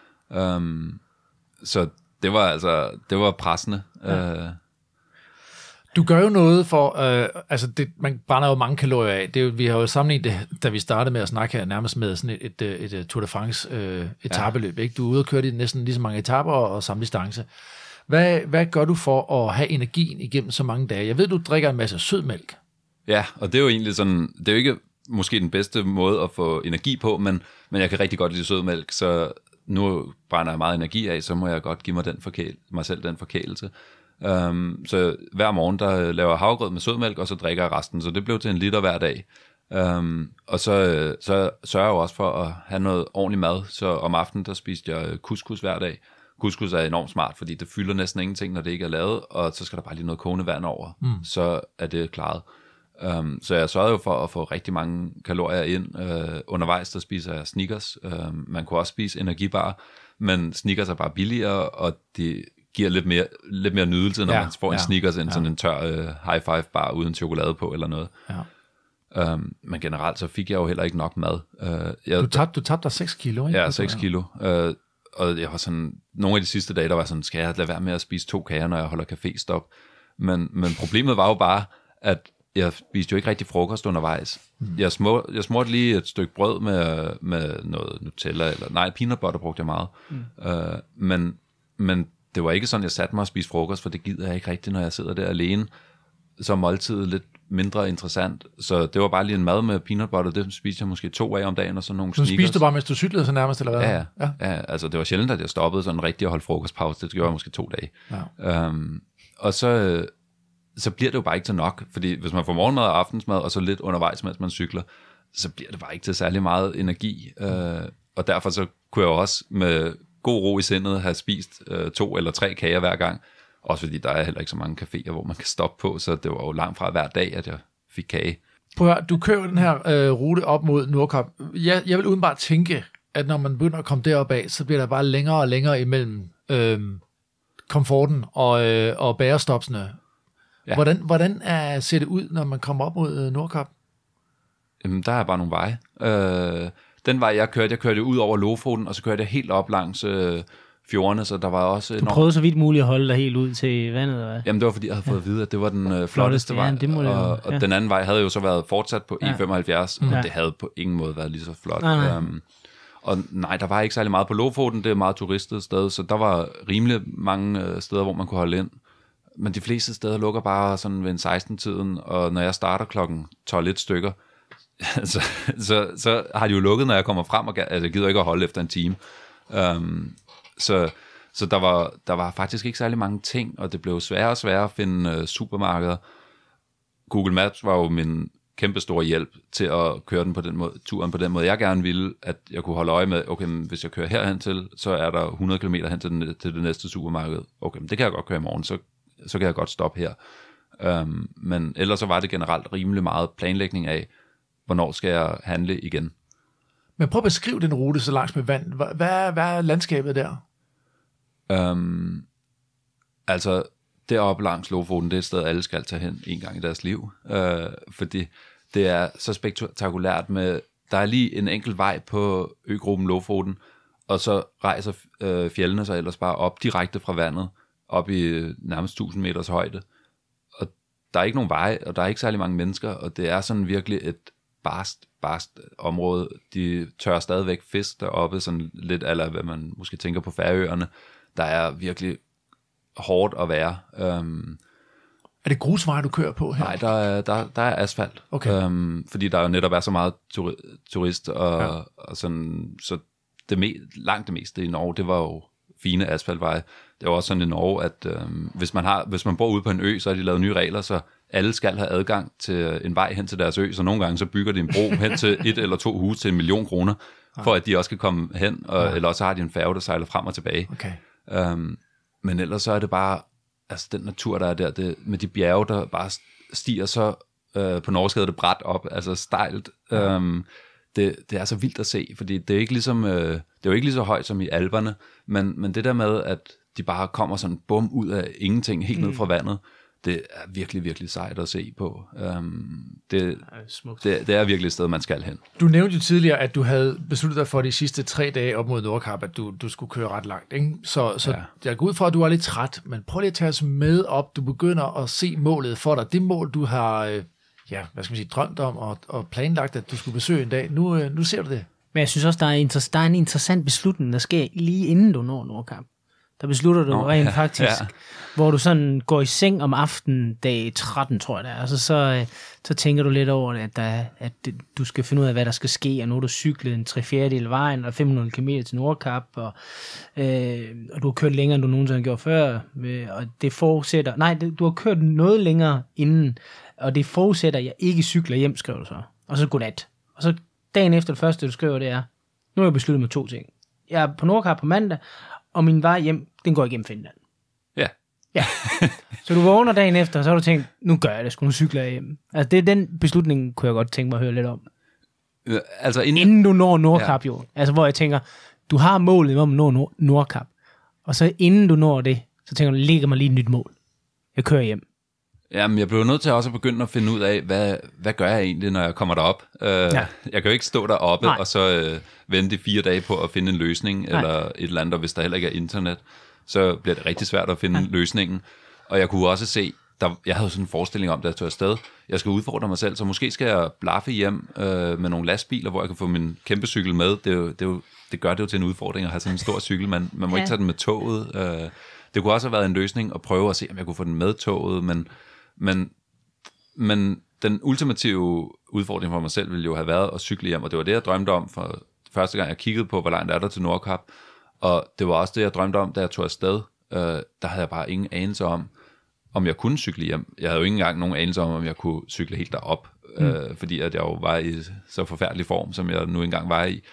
Så det var pressende. Ja. Du gør jo noget for, man brænder jo mange kalorier af. Vi har jo sammenlignet det, da vi startede med at snakke her, nærmest med sådan et Tour de France etapeløb. Ikke? Du er ude og køre de næsten lige så mange etaper og samme distance. Hvad gør du for at have energien igennem så mange dage? Jeg ved, du drikker en masse sødmælk. Ja, og det er jo egentlig sådan, det er jo ikke måske den bedste måde at få energi på, men jeg kan rigtig godt lide sødmælk, så nu brænder jeg meget energi af, så må jeg godt give mig selv den forkælelse. Så hver morgen, der laver jeg havregrød med sødmælk, og så drikker jeg resten, så det blev til 1 liter hver dag. Og så sørger jeg jo også for at have noget ordentlig mad, så om aftenen, der spiste jeg couscous hver dag. Couscous er enormt smart, fordi det fylder næsten ingenting, når det ikke er lavet, og så skal der bare lige noget kogende vand over, så er det klaret. Så jeg sørgede jo for at få rigtig mange kalorier ind. Undervejs, der spiser jeg Snickers. Man kunne også spise energibar, men Snickers er bare billigere, og det giver lidt mere nydelse, når man får en Snickers end sådan en tør high five bar uden chokolade på eller noget. Ja. Men generelt så fik jeg jo heller ikke nok mad. Du tabte dig 6 kilo, ikke? Ja, 6 kilo. Og jeg var sådan, nogle af de sidste dage, der var sådan, skal jeg lade være med at spise 2 kager, når jeg holder caféstop? Men problemet var jo bare, at jeg spiste jo ikke rigtig frokost undervejs. Jeg smurte lige et stykke brød med noget Nutella, peanut butter brugte jeg meget. Men det var ikke sådan, jeg satte mig og spiste frokost, for det gider jeg ikke rigtigt, når jeg sidder der alene. så måltidet lidt mindre interessant. Så det var bare lige en mad med peanut butter, det spiste jeg måske 2 af om dagen, og så nogle sneakers. Du spiste bare, mens du cyklede så nærmest, eller hvad? Ja, altså det var sjældent, at jeg stoppede sådan rigtig at holde frokostpause. Det gjorde jeg måske 2 dage. Ja. Og så bliver det jo bare ikke til nok, fordi hvis man får morgenmad og aftensmad, og så lidt undervejs, mens man cykler, så bliver det bare ikke til særlig meget energi. Og derfor så kunne jeg også med god ro i sindet have spist 2 eller 3 kager hver gang. Også fordi der er heller ikke så mange caféer, hvor man kan stoppe på, så det var jo langt fra hver dag, at jeg fik kage. Prøv at høre, du kører den her rute op mod Nordkap. Jeg vil udenbart tænke, at når man begynder at komme derop af, så bliver der bare længere og længere imellem komforten og bærestopsene. Ja. Hvordan ser det ud, når man kommer op mod Nordkap? Jamen, der er bare nogle veje. Den vej, jeg kørte ud over Lofoten, og så kørte jeg helt op langs fjordene, så der var også... Du prøvede så vidt muligt at holde dig helt ud til vandet, eller? Jamen, det var, fordi jeg havde fået at vide, at det var den flotteste vej. Det må det og den anden vej havde jo så været fortsat på E75, og det havde på ingen måde været lige så flot. Nej. Og nej, der var ikke særlig meget på Lofoten, det er et meget turistet sted, så der var rimelig mange steder, hvor man kunne holde ind. Men de fleste steder lukker bare sådan ved en 16-tiden, og når jeg starter klokken 12 stykker, så har de jo lukket, når jeg kommer frem, og jeg gider ikke at holde efter en time. Så der var faktisk ikke særlig mange ting, og det blev sværere og sværere at finde supermarkeder. Google Maps var jo min kæmpe store hjælp til at køre den på den måde, turen på den måde, jeg gerne ville, at jeg kunne holde øje med, okay, men hvis jeg kører herhen til, så er der 100 km hen til det næste supermarked. Okay, men det kan jeg godt køre i morgen, så kan jeg godt stoppe her. Men ellers så var det generelt rimelig meget planlægning af, hvornår skal jeg handle igen. Men prøv at beskrive den rute så langs med vand. Hvad er landskabet der? Altså, deroppe langs Lofoten, det er et sted, alle skal tage hen en gang i deres liv. Fordi det er så spektakulært med, der er lige en enkelt vej på øgruppen Lofoten, og så rejser fjellene sig ellers bare op direkte fra vandet, op i nærmest 1000 meters højde. Og der er ikke nogen veje, og der er ikke særlig mange mennesker, og det er sådan virkelig et barst område. De tørrer stadigvæk fisk deroppe, sådan lidt ala, hvad man måske tænker på Færøerne. Der er virkelig hårdt at være. Er det grusveje, du kører på her? Nej, der er asfalt. Okay. Fordi der jo netop er så meget turist, og sådan, så langt det meste i Norge, det var jo fine asfaltveje. Det var også sådan i Norge, at hvis man bor ude på en ø, så har de lavet nye regler, så alle skal have adgang til en vej hen til deres ø, så nogle gange så bygger de en bro hen til 1 eller 2 huse til 1 million kroner, for at de også kan komme hen, eller også har de en færge, der sejler frem og tilbage. Okay. Men ellers så er det bare, altså den natur, der er der, det, med de bjerge, der bare stiger så, på norsk hedder det bræt op, altså stejlt. Det er så vildt at se, fordi det er ikke ligesom, det er jo ikke lige så højt som i Alperne, men det der med, at de bare kommer sådan bum ud af ingenting, helt ned fra vandet, det er virkelig, virkelig sejt at se på. Det er virkelig et sted, man skal hen. Du nævnte jo tidligere, at du havde besluttet dig for de sidste 3 dage op mod Nordkap, at du skulle køre ret langt. Ikke? Så jeg går ud fra, at du er lidt træt, men prøv lige at tage os med op. Du begynder at se målet for dig. Det mål, du har drømt om og planlagt, at du skulle besøge en dag. Nu ser du det. Men jeg synes også, der er en interessant beslutning, der sker lige inden du når Nordkap. Der beslutter du rent faktisk, hvor du sådan går i seng om aftenen, dag 13, tror jeg det er. Altså så tænker du lidt over det, at du skal finde ud af, hvad der skal ske, og nu har du cyklet en 3/4 vejen, og 500 km til Nordkap, og du har kørt længere, end du nogensinde har gjort før, og det forudsætter, du har kørt noget længere inden, og det forudsætter, at jeg ikke cykler hjem, skriver du så. Og så godnat. Og så dagen efter det første, du skriver, det er, nu har jeg besluttet med 2 ting. Jeg er på Nordkap på mandag, og min vej hjem, den går igennem Finland. Ja. Så du vågner dagen efter, og så har du tænkt, nu gør jeg det, nu cykler jeg hjem. Altså det er den beslutning, kunne jeg godt tænke mig at høre lidt om. Altså inden du når Nordkap, jo. Altså hvor jeg tænker, du har målet om at nå Nordkap. Og så inden du når det, så tænker du, lægger mig lige et nyt mål. Jeg kører hjem. Jamen, jeg blev nødt til også at begynde at finde ud af, hvad gør jeg egentlig, når jeg kommer derop? Jeg kan jo ikke stå deroppe og så vente i 4 dage på at finde en løsning, eller et eller andet, og hvis der heller ikke er internet, så bliver det rigtig svært at finde løsningen. Og jeg kunne også se, jeg havde sådan en forestilling om, da jeg tog afsted, jeg skal udfordre mig selv, så måske skal jeg blaffe hjem med nogle lastbiler, hvor jeg kan få min kæmpe cykel med. Det gør det jo til en udfordring at have sådan en stor cykel, man må ikke tage den med toget. Det kunne også have været en løsning at prøve at se, om jeg kunne få den med toget, men Men den ultimative udfordring for mig selv ville jo have været at cykle hjem, og det var det, jeg drømte om for første gang, jeg kiggede på, hvor langt er der til Nordkap. Og det var også det, jeg drømte om, da jeg tog afsted. Der havde jeg bare ingen anelse om jeg kunne cykle hjem. Jeg havde jo ikke engang nogen anelse om jeg kunne cykle helt derop, fordi at jeg jo var i så forfærdelig form, som jeg nu engang var i.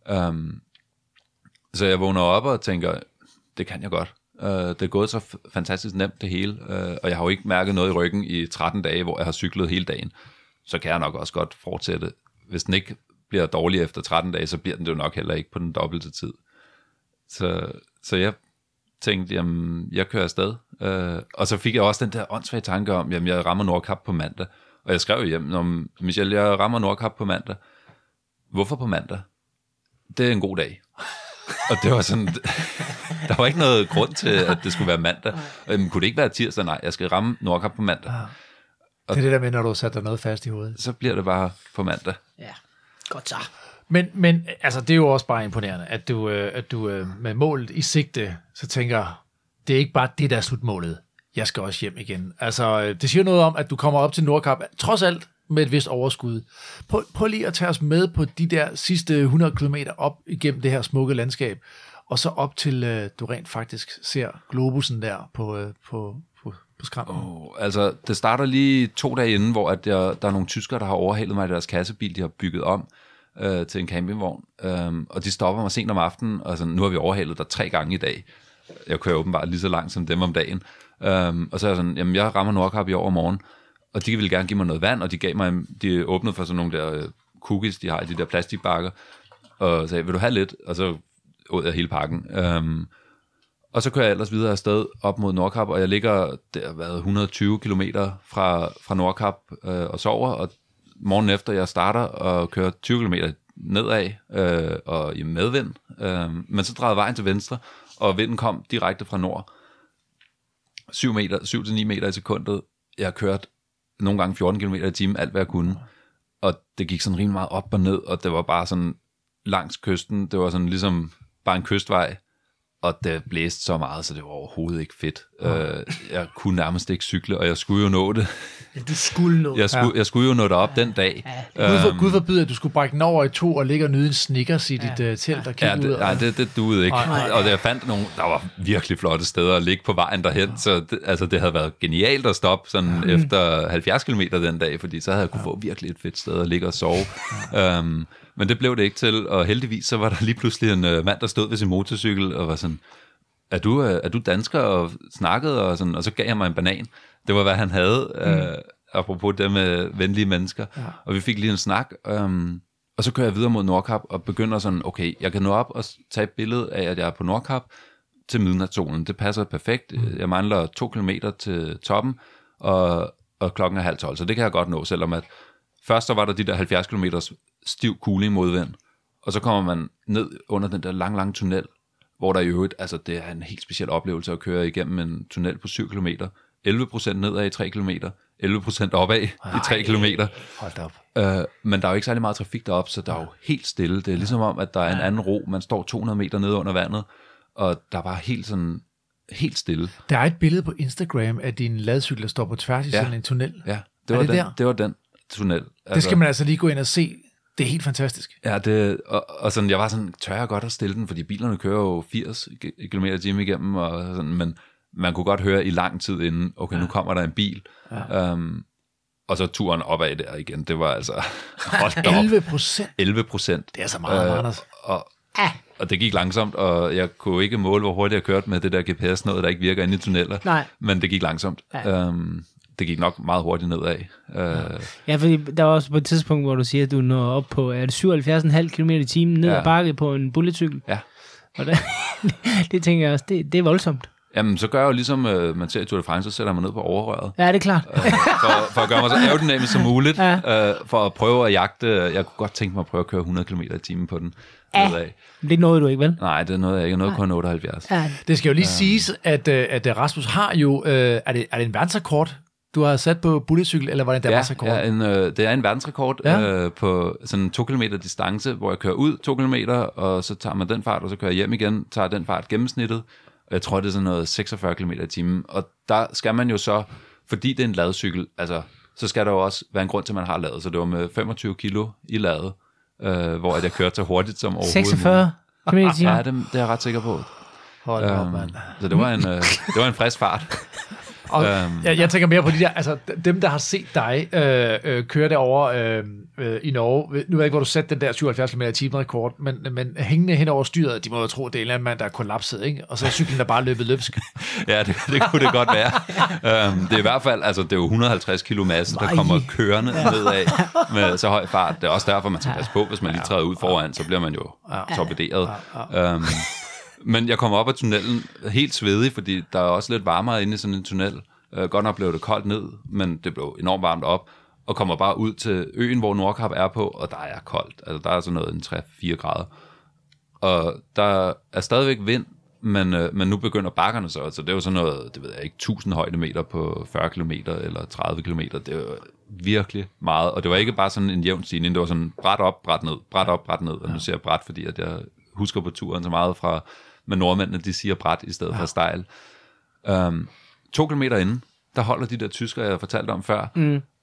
Så jeg vågner op og tænker, det kan jeg godt. Det er gået så fantastisk nemt det hele, og jeg har jo ikke mærket noget i ryggen i 13 dage, hvor jeg har cyklet hele dagen. Så kan jeg nok også godt fortsætte. Hvis den ikke bliver dårlig efter 13 dage, så bliver den det jo nok heller ikke på den dobbelte tid. Så jeg tænkte, jamen, jeg kører afsted. Og så fik jeg også den der åndssvage tanke om, jamen, jeg rammer Nordkap på mandag. Og jeg skrev jo hjem, om Michel, jeg rammer Nordkap på mandag. Hvorfor på mandag? Det er en god dag. Og det var sådan, der var ikke noget grund til, at det skulle være mandag. Kunne det ikke være tirsdag? Nej, jeg skal ramme Nordkap på mandag. Det er det der med, når du sætter noget fast i hovedet. Så bliver det bare på mandag. Ja, godt så. Men altså, det er jo også bare imponerende, at du med målet i sigte, så tænker, det er ikke bare det, der er slutmålet. Jeg skal også hjem igen. Altså, det siger noget om, at du kommer op til Nordkap, trods alt med et vist overskud. Prøv lige at tage os med på de der sidste 100 kilometer op igennem det her smukke landskab, og så op til, du rent faktisk ser globusen der på skrammen. Altså, det starter lige 2 dage inden, hvor der er nogle tyskere, der har overhalet mig i deres kassebil, de har bygget om til en campingvogn, og de stopper mig sent om aftenen, og sådan, nu har vi overhalet dig 3 gange i dag. Jeg kører åbenbart lige så langt som dem om dagen. Og så er jeg sådan, jamen jeg rammer Nordkap i overmorgen, og de ville gerne give mig noget vand, og de åbnede for sådan nogle der cookies, de har i de der plastikbakker, og sagde, vil du have lidt? Og så åd jeg hele pakken. Og så kører jeg ellers videre afsted op mod Nordkap, og jeg ligger der 120 kilometer fra Nordkap og sover, og morgen efter jeg starter og kører 20 kilometer nedad og i medvind, men så drejede vejen til venstre, og vinden kom direkte fra nord. 7-9 meter i sekundet. Jeg har kørt nogle gange 14 km i timen, alt hvad jeg kunne. Og det gik sådan rimelig meget op og ned, og det var bare sådan langs kysten. Det var sådan ligesom bare en kystvej, og det blæste så meget, så det var overhovedet ikke fedt. Jeg kunne nærmest ikke cykle, og jeg skulle jo nå det. Ja, du skulle nå det. Jeg skulle jo nå det op den dag. Gud forbyde, at du skulle brække den over i 2 og ligge og nyde en Snickers i dit telt og kigge ud. Nej, det duede ikke. Og jeg fandt nogle, der var virkelig flotte steder at ligge på vejen derhen, så det havde været genialt at stoppe sådan efter 70 km den dag, fordi så havde jeg kunne få virkelig et fedt sted at ligge og sove. Men det blev det ikke til, og heldigvis så var der lige pludselig en mand, der stod ved sin motorcykel og var sådan, er du dansker, og snakkede, og sådan, og så gav jeg mig en banan. Det var, hvad han havde, apropos det med venlige mennesker. Ja. Og vi fik lige en snak, og så kører jeg videre mod Nordkap, og begynder sådan, okay, jeg kan nå op og tage et billede af, at jeg er på Nordkap til midnatssolen. Det passer perfekt. Jeg mangler 2 kilometer til toppen, og klokken er 11:30, så det kan jeg godt nå, selvom at først så var der de der 70 kilometers stiv kuling modvind, og så kommer man ned under den der lange tunnel, hvor der i øvrigt, altså det er en helt speciel oplevelse at køre igennem en tunnel på 7 kilometer, 11% nedad i 3 kilometer, 11% opad i 3 kilometer. Hold op. Men der er jo ikke særlig meget trafik deroppe, så der er jo helt stille. Det er ligesom om, at der er en anden ro. Man står 200 meter nede under vandet, og der var helt stille. Der er et billede på Instagram af din ladcykel, der står på tværs i sådan en tunnel. Ja, det var den tunnel. Altså, det skal man altså lige gå ind og se. Det er helt fantastisk. Ja, og sådan, jeg var sådan, tør jeg godt at stille den, fordi bilerne kører jo 80 km i timen igennem, og sådan, men man kunne godt høre i lang tid inden, okay, nu kommer der en bil. Ja. Og så turen opad der igen, det var altså... 11%? Det er så meget, Anders. Og det gik langsomt, og jeg kunne ikke måle, hvor hurtigt jeg kørte med det der GPS-noget, der ikke virker inde i tunneller. Nej. Men det gik langsomt. Ja. Det gik nok meget hurtigt nedad. Ja, fordi der var også på et tidspunkt, hvor du siger, at du når op på 77,5 km i timen ned ad bakke på en bulletcykel. Ja. Og det tænker jeg også, det er voldsomt. Jamen, så gør jeg jo ligesom man ser i Tour de France, så sætter man ned på overrøret. Ja, det er klart. For at gøre mig så aerodynamisk som muligt, for at prøve at jagte. Jeg kunne godt tænke mig at prøve at køre 100 km i timen på den. Det nåede du ikke, vel? Nej, det nåede jeg ikke. Jeg nåede kun 78. Ja. Det skal jo lige siges, at Rasmus har jo... er det en verdensrekord, du har sat på bulletcykel, eller var det en verdensrekord? Ja, det er en verdensrekord på sådan 2 kilometer distance, hvor jeg kører ud 2 kilometer, og så tager man den fart, og så kører jeg hjem igen, tager den fart gennemsnittet. Jeg tror, det er sådan noget 46 km i timen. Og der skal man jo så, fordi det er en ladcykel, altså så skal der jo også være en grund til, at man har ladet. Så det var med 25 kilo i ladet, hvor jeg kørte så hurtigt som overhovedet. 46 km/t. Ja, det er jeg ret sikker på. Hold op, mand. Så det var en frisk fart. Og jeg tænker mere på de der, altså dem, der har set dig køre derovre i Norge. Nu ved jeg ikke, hvor du satte den der 77 km/t rekord, men hængende hen over styret, de må jo tro, at det er en eller anden mand, der er kollapset, ikke? Og så er cyklen der bare løbet løbsk. Ja, det kunne det godt være. Det er i hvert fald, altså det er jo 1150 kilo masse, der kommer kørende nedad med så høj fart. Det er også derfor, man skal passe på, hvis man lige træder ud foran, så bliver man jo torpederet. Men jeg kommer op af tunnelen helt svedig, fordi der er også lidt varmere inde i sådan en tunnel. Godt nok blev det koldt ned, men det blev enormt varmt op, og kommer bare ud til øen, hvor Nordkap er på, og der er koldt. Altså, der er sådan noget en 3-4 grader. Og der er stadigvæk vind, men nu begynder bakkerne så. Altså, det er jo sådan noget, det ved jeg ikke, 1000 højdemeter på 40 km eller 30 km. Det er jo virkelig meget. Og det var ikke bare sådan en jævn stigning, det var sådan bræt op, bræt ned, bræt op, bræt ned. Og nu siger jeg bræt, fordi at jeg husker på turen så meget fra, med nordmændene, de siger bræt i stedet for stejl. 2 kilometer inden, der holder de der tyskere, jeg fortalte om før.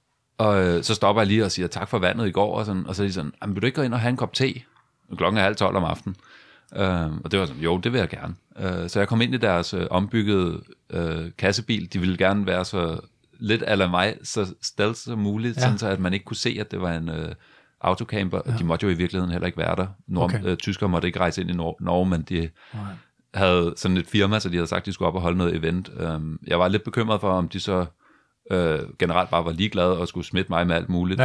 Og så stopper jeg lige og siger tak for vandet i går, og så er de sådan, vil du ikke gå ind og have en kop te? Klokken er 11:30 om aftenen. Og det var sådan, jo, det vil jeg gerne. Så jeg kom ind i deres ombyggede kassebil. De ville gerne være så lidt a la mig, så stealth som muligt, sådan så at man ikke kunne se, at det var en autocamper. De måtte jo i virkeligheden heller ikke være der. Tyskere måtte ikke rejse ind i Norge, men de havde sådan et firma, så de havde sagt, at de skulle op og holde noget event. Jeg var lidt bekymret for, om de så generelt bare var ligeglade og skulle smitte mig med alt muligt.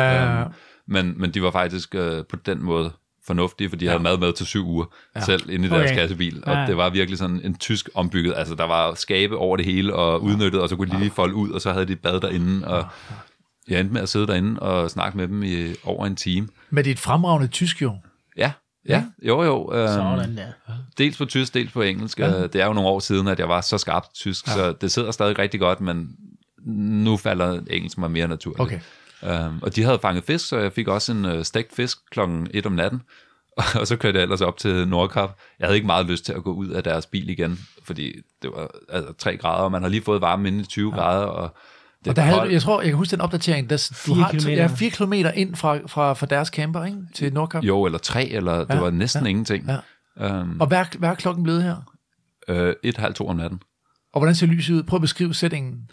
Men de var faktisk på den måde fornuftige, for de havde mad med til 7 uger selv inde i deres kassebil. Og det var virkelig sådan en tysk ombygget. Altså, der var skabe over det hele og udnyttet, og så kunne de lige folde ud, og så havde de bad derinde. Og jeg endte med at sidde derinde og snakke med dem i over en time. Med dit fremragende tysk jo. Ja, jo. Sådan der. Dels på tysk, dels på engelsk. Det er jo nogle år siden, at jeg var så skarpt tysk, så det sidder stadig rigtig godt, men nu falder engelsk mig mere naturligt. Okay. Og de havde fanget fisk, så jeg fik også en stegt fisk 1:00 om natten, og så kørte jeg ellers op til Nordkap. Jeg havde ikke meget lyst til at gå ud af deres bil igen, fordi det var 3 grader, og man har lige fået varme inde i 20 grader, og der havde, jeg tror, jeg kan huske den opdatering, du har 4 kilometer ind fra deres camper, ikke? Til Nordkap. Jo, eller 3, eller det var næsten ingenting. Og hvad er klokken blevet her? 1:30-2 om natten. Og hvordan ser lyset ud? Prøv at beskrive sætningen.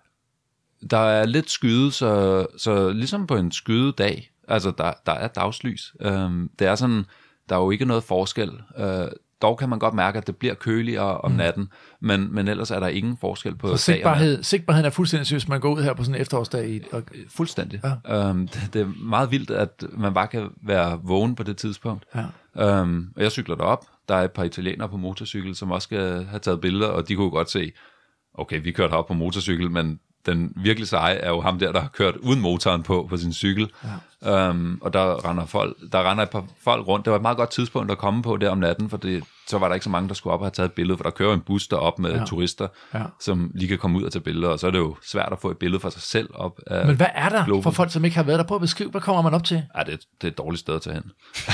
Der er lidt skyde, så ligesom på en skydedag, altså der er dagslys. Det er sådan, der er jo ikke noget forskel. Dog kan man godt mærke, at det bliver køligere om natten, men ellers er der ingen forskel på så sigtbarheden er fuldstændig seriøst, man går ud her på sådan en efterårsdag. Fuldstændig. Ja. Det er meget vildt, at man bare kan være vågen på det tidspunkt. Ja. Og jeg cykler derop. Der er et par italienere på motorcykel, som også skal have taget billeder, og de kunne godt se, okay, vi kørte herop på motorcykel, men den virkelig seje er jo ham der har kørt uden motoren på sin cykel. Ja. Og der render et par folk rundt. Det var et meget godt tidspunkt at komme på der om natten, for så var der ikke så mange, der skulle op og have taget et billede, for der kører en bus derop med turister, som lige kan komme ud og tage billeder, og så er det jo svært at få et billede for sig selv op af. Men hvad er der global for folk, som ikke har været der? På at beskrive, hvad kommer man op til? Ja, det er et dårligt sted at tage hen.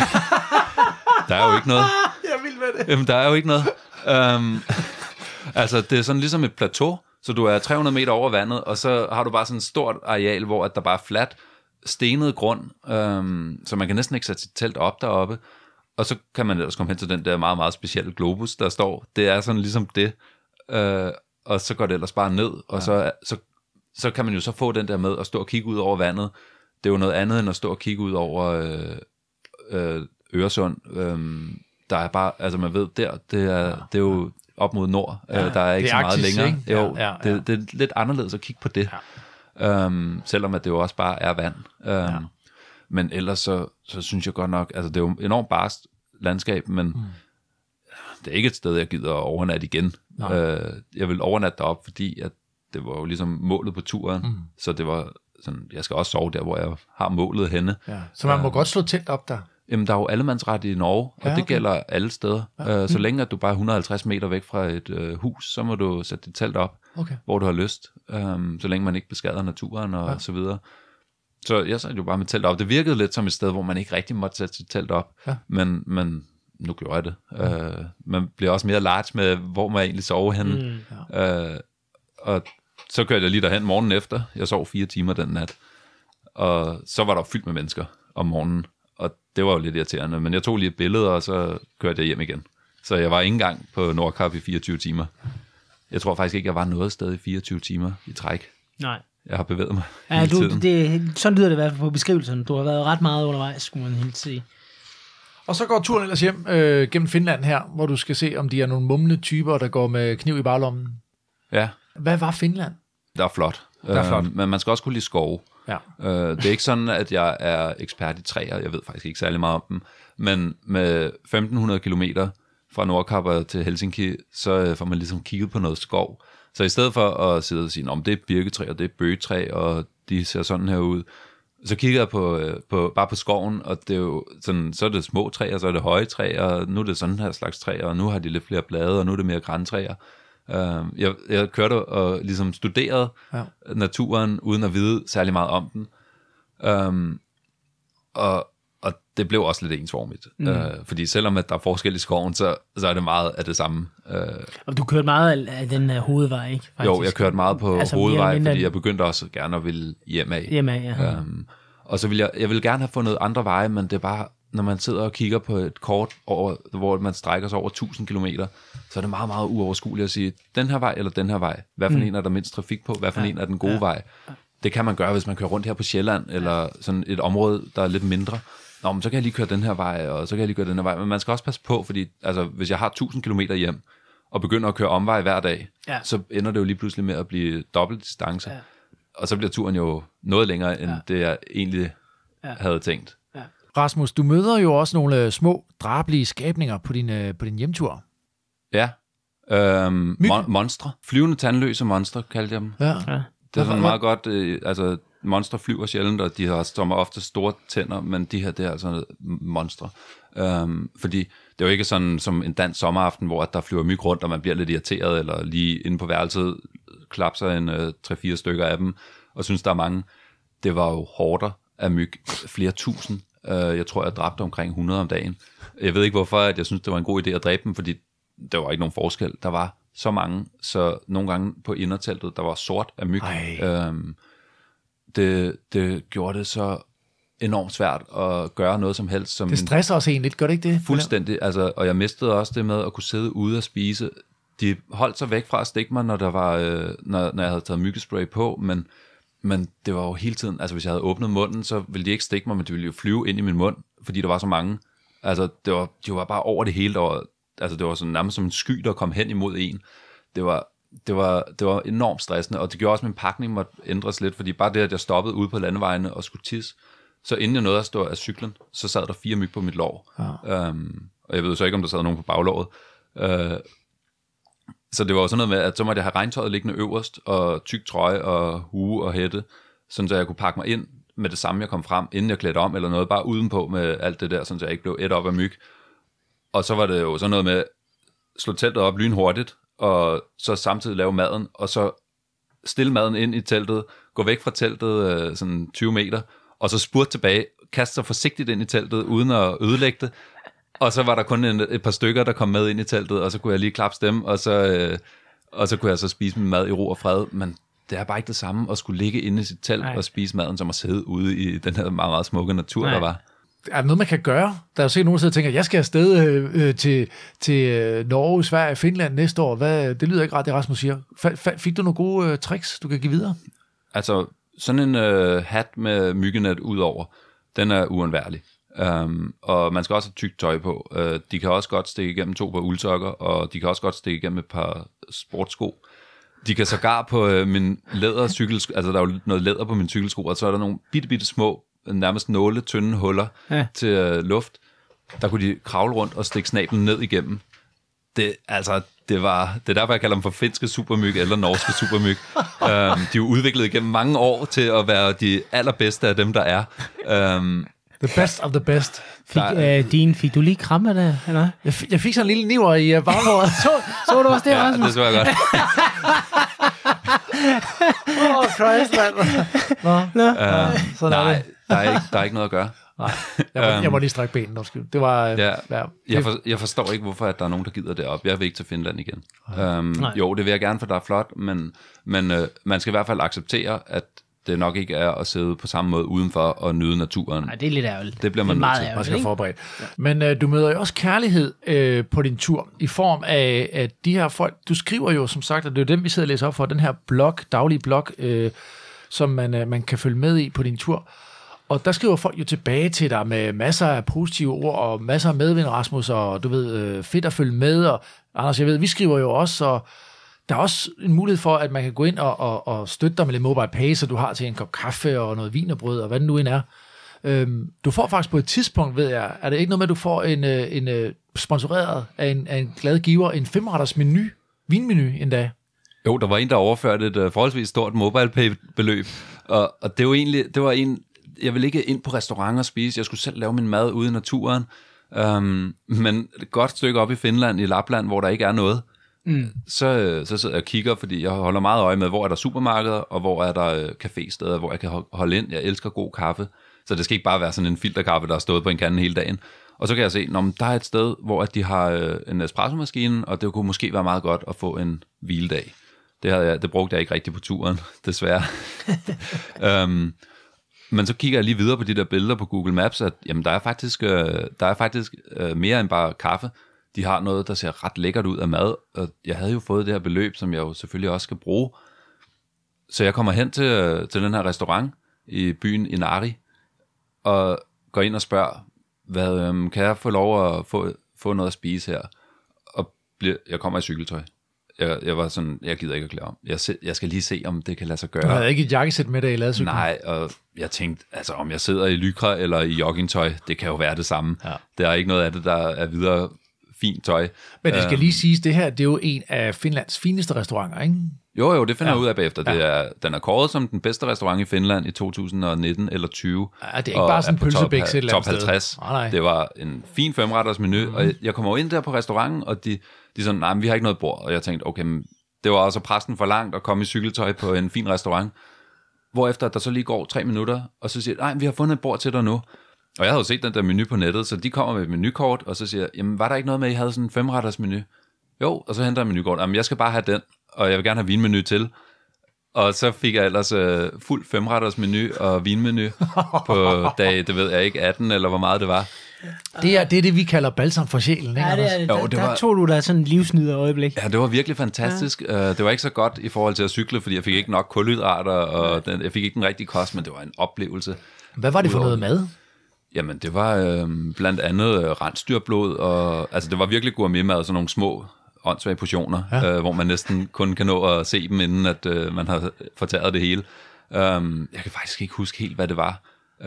Der er jo ikke noget. Jeg vil med det. Jamen, der er jo ikke noget. Altså, det er sådan ligesom et plateau, så du er 300 meter over vandet, og så har du bare sådan et stort areal, hvor at der bare er fladt, stenet grund, så man kan næsten ikke sætte sit telt op deroppe. Og så kan man ellers komme hen til den der meget, meget specielle globus, der står. Det er sådan ligesom det. Og så går det ellers bare ned, og så kan man jo så få den der med at stå og kigge ud over vandet. Det er jo noget andet end at stå og kigge ud over Øresund. Der er bare, altså man ved det er jo op mod nord. Der er ikke så meget Arktis, længere. Ikke? Jo, det er lidt anderledes at kigge på det. Selvom at det jo også bare er vand. Men ellers så synes jeg godt nok, altså det er jo enormt barst landskab, men det er ikke et sted, jeg gider at overnatte igen. Jeg vil overnatte derop, fordi at det var jo ligesom målet på turen, så det var sådan, jeg skal også sove der, hvor jeg har målet henne. Ja. Så man må godt slå telt op der? Jamen, der er jo allemandsret i Norge, og det gælder alle steder. Så længe at du bare er 150 meter væk fra et hus, så må du sætte dit telt op, hvor du har lyst. Så længe man ikke beskader naturen og så videre. Så jeg satte jo bare mit telt op. Det virkede lidt som et sted, hvor man ikke rigtig måtte sætte sit telt op. Men nu gjorde jeg det. Man bliver også mere large med, hvor man egentlig sover henne. Og så kørte jeg lige derhen morgenen efter. Jeg sov 4 timer den nat. Og så var der fyldt med mennesker om morgenen, og det var jo lidt irriterende. Men jeg tog lige et billede, og så kørte jeg hjem igen. Så jeg var ikke engang på Nordkap i 24 timer. Jeg tror faktisk ikke, jeg var noget sted i 24 timer i træk. Nej. Jeg har bevæget mig Ja, hele tiden. sådan lyder det i hvert fald på beskrivelsen. Du har været ret meget undervejs, skulle man helt sige. Og så går turen ellers hjem gennem Finland her, hvor du skal se, om de er nogle mumlende typer, der går med kniv i baglommen. Ja. Hvad var Finland? Der er flot. Men man skal også kunne lide skove. Ja. Det er ikke sådan, at jeg er ekspert i træer. Jeg ved faktisk ikke særlig meget om dem. Men med 1.500 kilometer fra Nordkap til Helsinki, så får man ligesom kigget på noget skov. Så i stedet for at sidde og sige, om det er birketræ, og det er bøgetræ, og de ser sådan her ud, så kigger jeg bare på skoven, og det er jo sådan, så er det små træer, så er det høje træer, og nu er det sådan her slags træer, og nu har de lidt flere blade, og nu er det mere grantræer. Jeg kørte og ligesom studerede naturen, uden at vide særlig meget om den. Og det blev også lidt ensformigt. Fordi selvom at der er forskel i skoven, så er det meget af det samme. Og du kørte meget af den hovedvej, ikke? Faktisk. Jo, jeg kørte meget på hovedvej, mindre... fordi jeg begyndte også gerne at ville hjem af. Ja. Og så ville jeg ville gerne have fundet andre veje, men det er bare, når man sidder og kigger på et kort, hvor man strækker sig over 1000 kilometer, så er det meget, meget uoverskueligt at sige, den her vej eller den her vej. Hvad for en er der mindst trafik på? Hvad for en er den gode vej? Det kan man gøre, hvis man kører rundt her på Sjælland, eller sådan et område, der er lidt mindre. Nå, men så kan jeg lige køre den her vej, og så kan jeg lige køre den her vej. Men man skal også passe på, fordi altså, hvis jeg har 1000 kilometer hjem, og begynder at køre omvej hver dag, så ender det jo lige pludselig med at blive dobbelt distance. Ja. Og så bliver turen jo noget længere, end det jeg egentlig havde tænkt. Ja. Rasmus, du møder jo også nogle små, drabelige skabninger på din hjemtur. Ja. Monstre. Flyvende tandløse monstre, kaldte jeg dem. Ja. Det er sådan meget godt, altså monstre flyver sjældent, og de har ofte store tænder, men de her, det er altså monstre. Fordi det er jo ikke sådan som en dansk sommeraften, hvor der flyver myg rundt, og man bliver lidt irriteret, eller lige inde på værelset klapser en 3-4 stykker af dem, og synes, der er mange. Det var jo horder af myg, flere tusind. Jeg tror, jeg dræbte omkring 100 om dagen. Jeg ved ikke, hvorfor at jeg synes, det var en god idé at dræbe dem, fordi der var ikke nogen forskel. Der var så mange, så nogle gange på inderteltet, der var sort af myg. Det gjorde det så enormt svært at gøre noget som helst. Som det stresser også en lidt, gør det ikke det? Fuldstændig, altså, og jeg mistede også det med at kunne sidde ude og spise. De holdt sig væk fra at stikke mig, når der var, når jeg havde taget myggespray på, men det var jo hele tiden, altså hvis jeg havde åbnet munden, så ville de ikke stikke mig, men de ville jo flyve ind i min mund, fordi der var så mange. Altså, de var bare over det hele, altså det var sådan nærmest som en sky, der kom hen imod en. Det var enormt stressende, og det gjorde også, at min pakning måtte ændres lidt, fordi bare det, at jeg stoppede ude på landevejene og skulle tisse, så inden jeg nåede at stå af cyklen, så sad der 4 myg på mit lår. Og jeg ved så ikke, om der sad nogen på baglåret. Så det var jo sådan noget med, at så måtte jeg have regntøjet liggende øverst, og tyk trøje og hue og hætte, sådan så jeg kunne pakke mig ind med det samme, jeg kom frem, inden jeg klædte om, eller noget, bare udenpå med alt det der, sådan så jeg ikke blev ædt op af myg. Og så var det jo sådan noget med, slå teltet op lynhurtigt, og så samtidig lave maden, og så stille maden ind i teltet, gå væk fra teltet sådan 20 meter, og så spurte tilbage, kaste sig forsigtigt ind i teltet, uden at ødelægge det. Og så var der kun et par stykker, der kom med ind i teltet, og så kunne jeg lige klappe dem, og så kunne jeg så spise min mad i ro og fred. Men det er bare ikke det samme at skulle ligge inde i sit telt og spise maden, som at sidde ude i den her meget, meget smukke natur, der var. Er der noget, man kan gøre? Der er jo sikkert nogen, der tænker, jeg skal afsted til Norge, Sverige, Finland næste år. Det lyder ikke ret, det Rasmus siger. Fik du nogle gode tricks, du kan give videre? Altså, sådan en hat med myggenet udover, den er uundværlig. Og man skal også have tykt tøj på. De kan også godt stikke igennem 2 par uldsokker, og de kan også godt stikke igennem et par sportsko. De kan sågar på min lædercykelsko, altså der er jo noget læder på min cykelsko, og så er der nogle bitte små, nærmest nåle, tynde huller til luft. Der kunne de kravle rundt og stikke snablen ned igennem. Det er derfor, jeg kalder dem for finske supermyg eller norske supermyg. De er jo udviklet igennem mange år til at være de allerbedste af dem, der er. The best of the best. Fik du lige kramme der, eller? Jeg fik sådan en lille niver i baglåret. Så du også det, Rasmus? Ja, det så jeg godt. Christ, mand. Nej, der er ikke noget at gøre. Nej, jeg må lige strække benene. Det var... Jeg forstår ikke, hvorfor at der er nogen, der gider det op. Jeg vil ikke til Finland igen. Jo, det vil jeg gerne, for der er flot, men man skal i hvert fald acceptere, at det nok ikke er at sidde på samme måde udenfor og nyde naturen. Nej, det er lidt ærgerligt. Det bliver man nødt til. Man skal forberede. Men du møder jo også kærlighed på din tur, i form af at de her folk, du skriver jo som sagt, at det er dem, vi sidder og læser op for, den her blog, daglige blog, som man kan følge med i på din tur. Og der skriver folk jo tilbage til dig med masser af positive ord, og masser af medvind, Rasmus, og du ved, fedt at følge med, og Anders, jeg ved, vi skriver jo også, og der er også en mulighed for, at man kan gå ind og støtte dig med lidt mobile pay, så du har til en kop kaffe og noget wienerbrød, og hvad det nu end er. Du får faktisk på et tidspunkt, ved jeg, er det ikke noget med, at du får en sponsoreret af en glad giver, en 5-retters menu, vinmenu endda? Jo, der var en, der overførte et forholdsvis stort mobile pay-beløb, og det var en, jeg ville ikke ind på restaurant og spise, jeg skulle selv lave min mad ude i naturen, men et godt stykke op i Finland, i Lapland, hvor der ikke er noget, så sidder jeg og kigger, fordi jeg holder meget øje med, hvor er der supermarkeder, og hvor er der cafésteder, hvor jeg kan holde ind. Jeg elsker god kaffe, så det skal ikke bare være sådan en filterkaffe, der har stået på en kande hele dagen. Og så kan jeg se, der er et sted, hvor de har en espresso-maskine, og det kunne måske være meget godt at få en hviledag. Det brugte jeg ikke rigtig på turen, desværre. Men så kigger jeg lige videre på de der billeder på Google Maps, at jamen, der er faktisk mere end bare kaffe. De har noget, der ser ret lækkert ud af mad, og jeg havde jo fået det her beløb, som jeg jo selvfølgelig også skal bruge. Så jeg kommer hen til den her restaurant i byen Inari, og går ind og spørger, kan jeg få lov at få noget at spise her? Og jeg kommer i cykeltøj. Jeg var sådan, jeg gider ikke at klæde om. Jeg skal lige se, om det kan lade sig gøre. Du havde ikke et jakkesæt med dig i ladcyklen? Nej, og jeg tænkte, altså om jeg sidder i lycra eller i joggingtøj, det kan jo være det samme. Ja. Der er ikke noget af det, der er videre fint tøj. Men det skal lige siges, det her, det er jo en af Finlands fineste restauranter, ikke? Jo, det finder jeg ud af bagefter. Ja. Den er kåret som den bedste restaurant i Finland i 2019 eller 20. Ja, det er ikke bare sådan en pølsebæks et eller andet top 50. Nej. Det var en fin 5-retters menu, og jeg kommer ind der på restauranten, og de sådan, nej, men vi har ikke noget bord. Og jeg tænkte, okay, men det var også præsten for langt at komme i cykeltøj på en fin restaurant. Hvorefter der så lige går 3 minutter, og så siger nej, vi har fundet et bord til dig nu. Og jeg havde jo set den der menu på nettet, så de kommer med et menukort, og så siger jamen var der ikke noget med, at I havde sådan en 5-retters menu? Jo, og så henter jeg menukort. Jamen, jeg skal bare have den, og jeg vil gerne have vinmenu til. Og så fik jeg ellers fuld 5-retters menu og vinmenu på dag, det ved jeg ikke, 18 eller hvor meget det var. Det er det, vi kalder balsam for sjælen, ikke? Ja, det er det. Der tog du da sådan en livsnyder øjeblik. Ja, det var virkelig fantastisk. Ja. Det var ikke så godt i forhold til at cykle, fordi jeg fik ikke nok kulhydrater, og jeg fik ikke den rigtige kost, men det var en oplevelse. Hvad var det for noget mad? Jamen, det var blandt andet rensdyrblod, og altså det var virkelig gourmetmad, sådan nogle små åndssvage portioner, ja. Hvor man næsten kun kan nå at se dem, inden at man har fortæret det hele. Jeg kan faktisk ikke huske helt, hvad det var.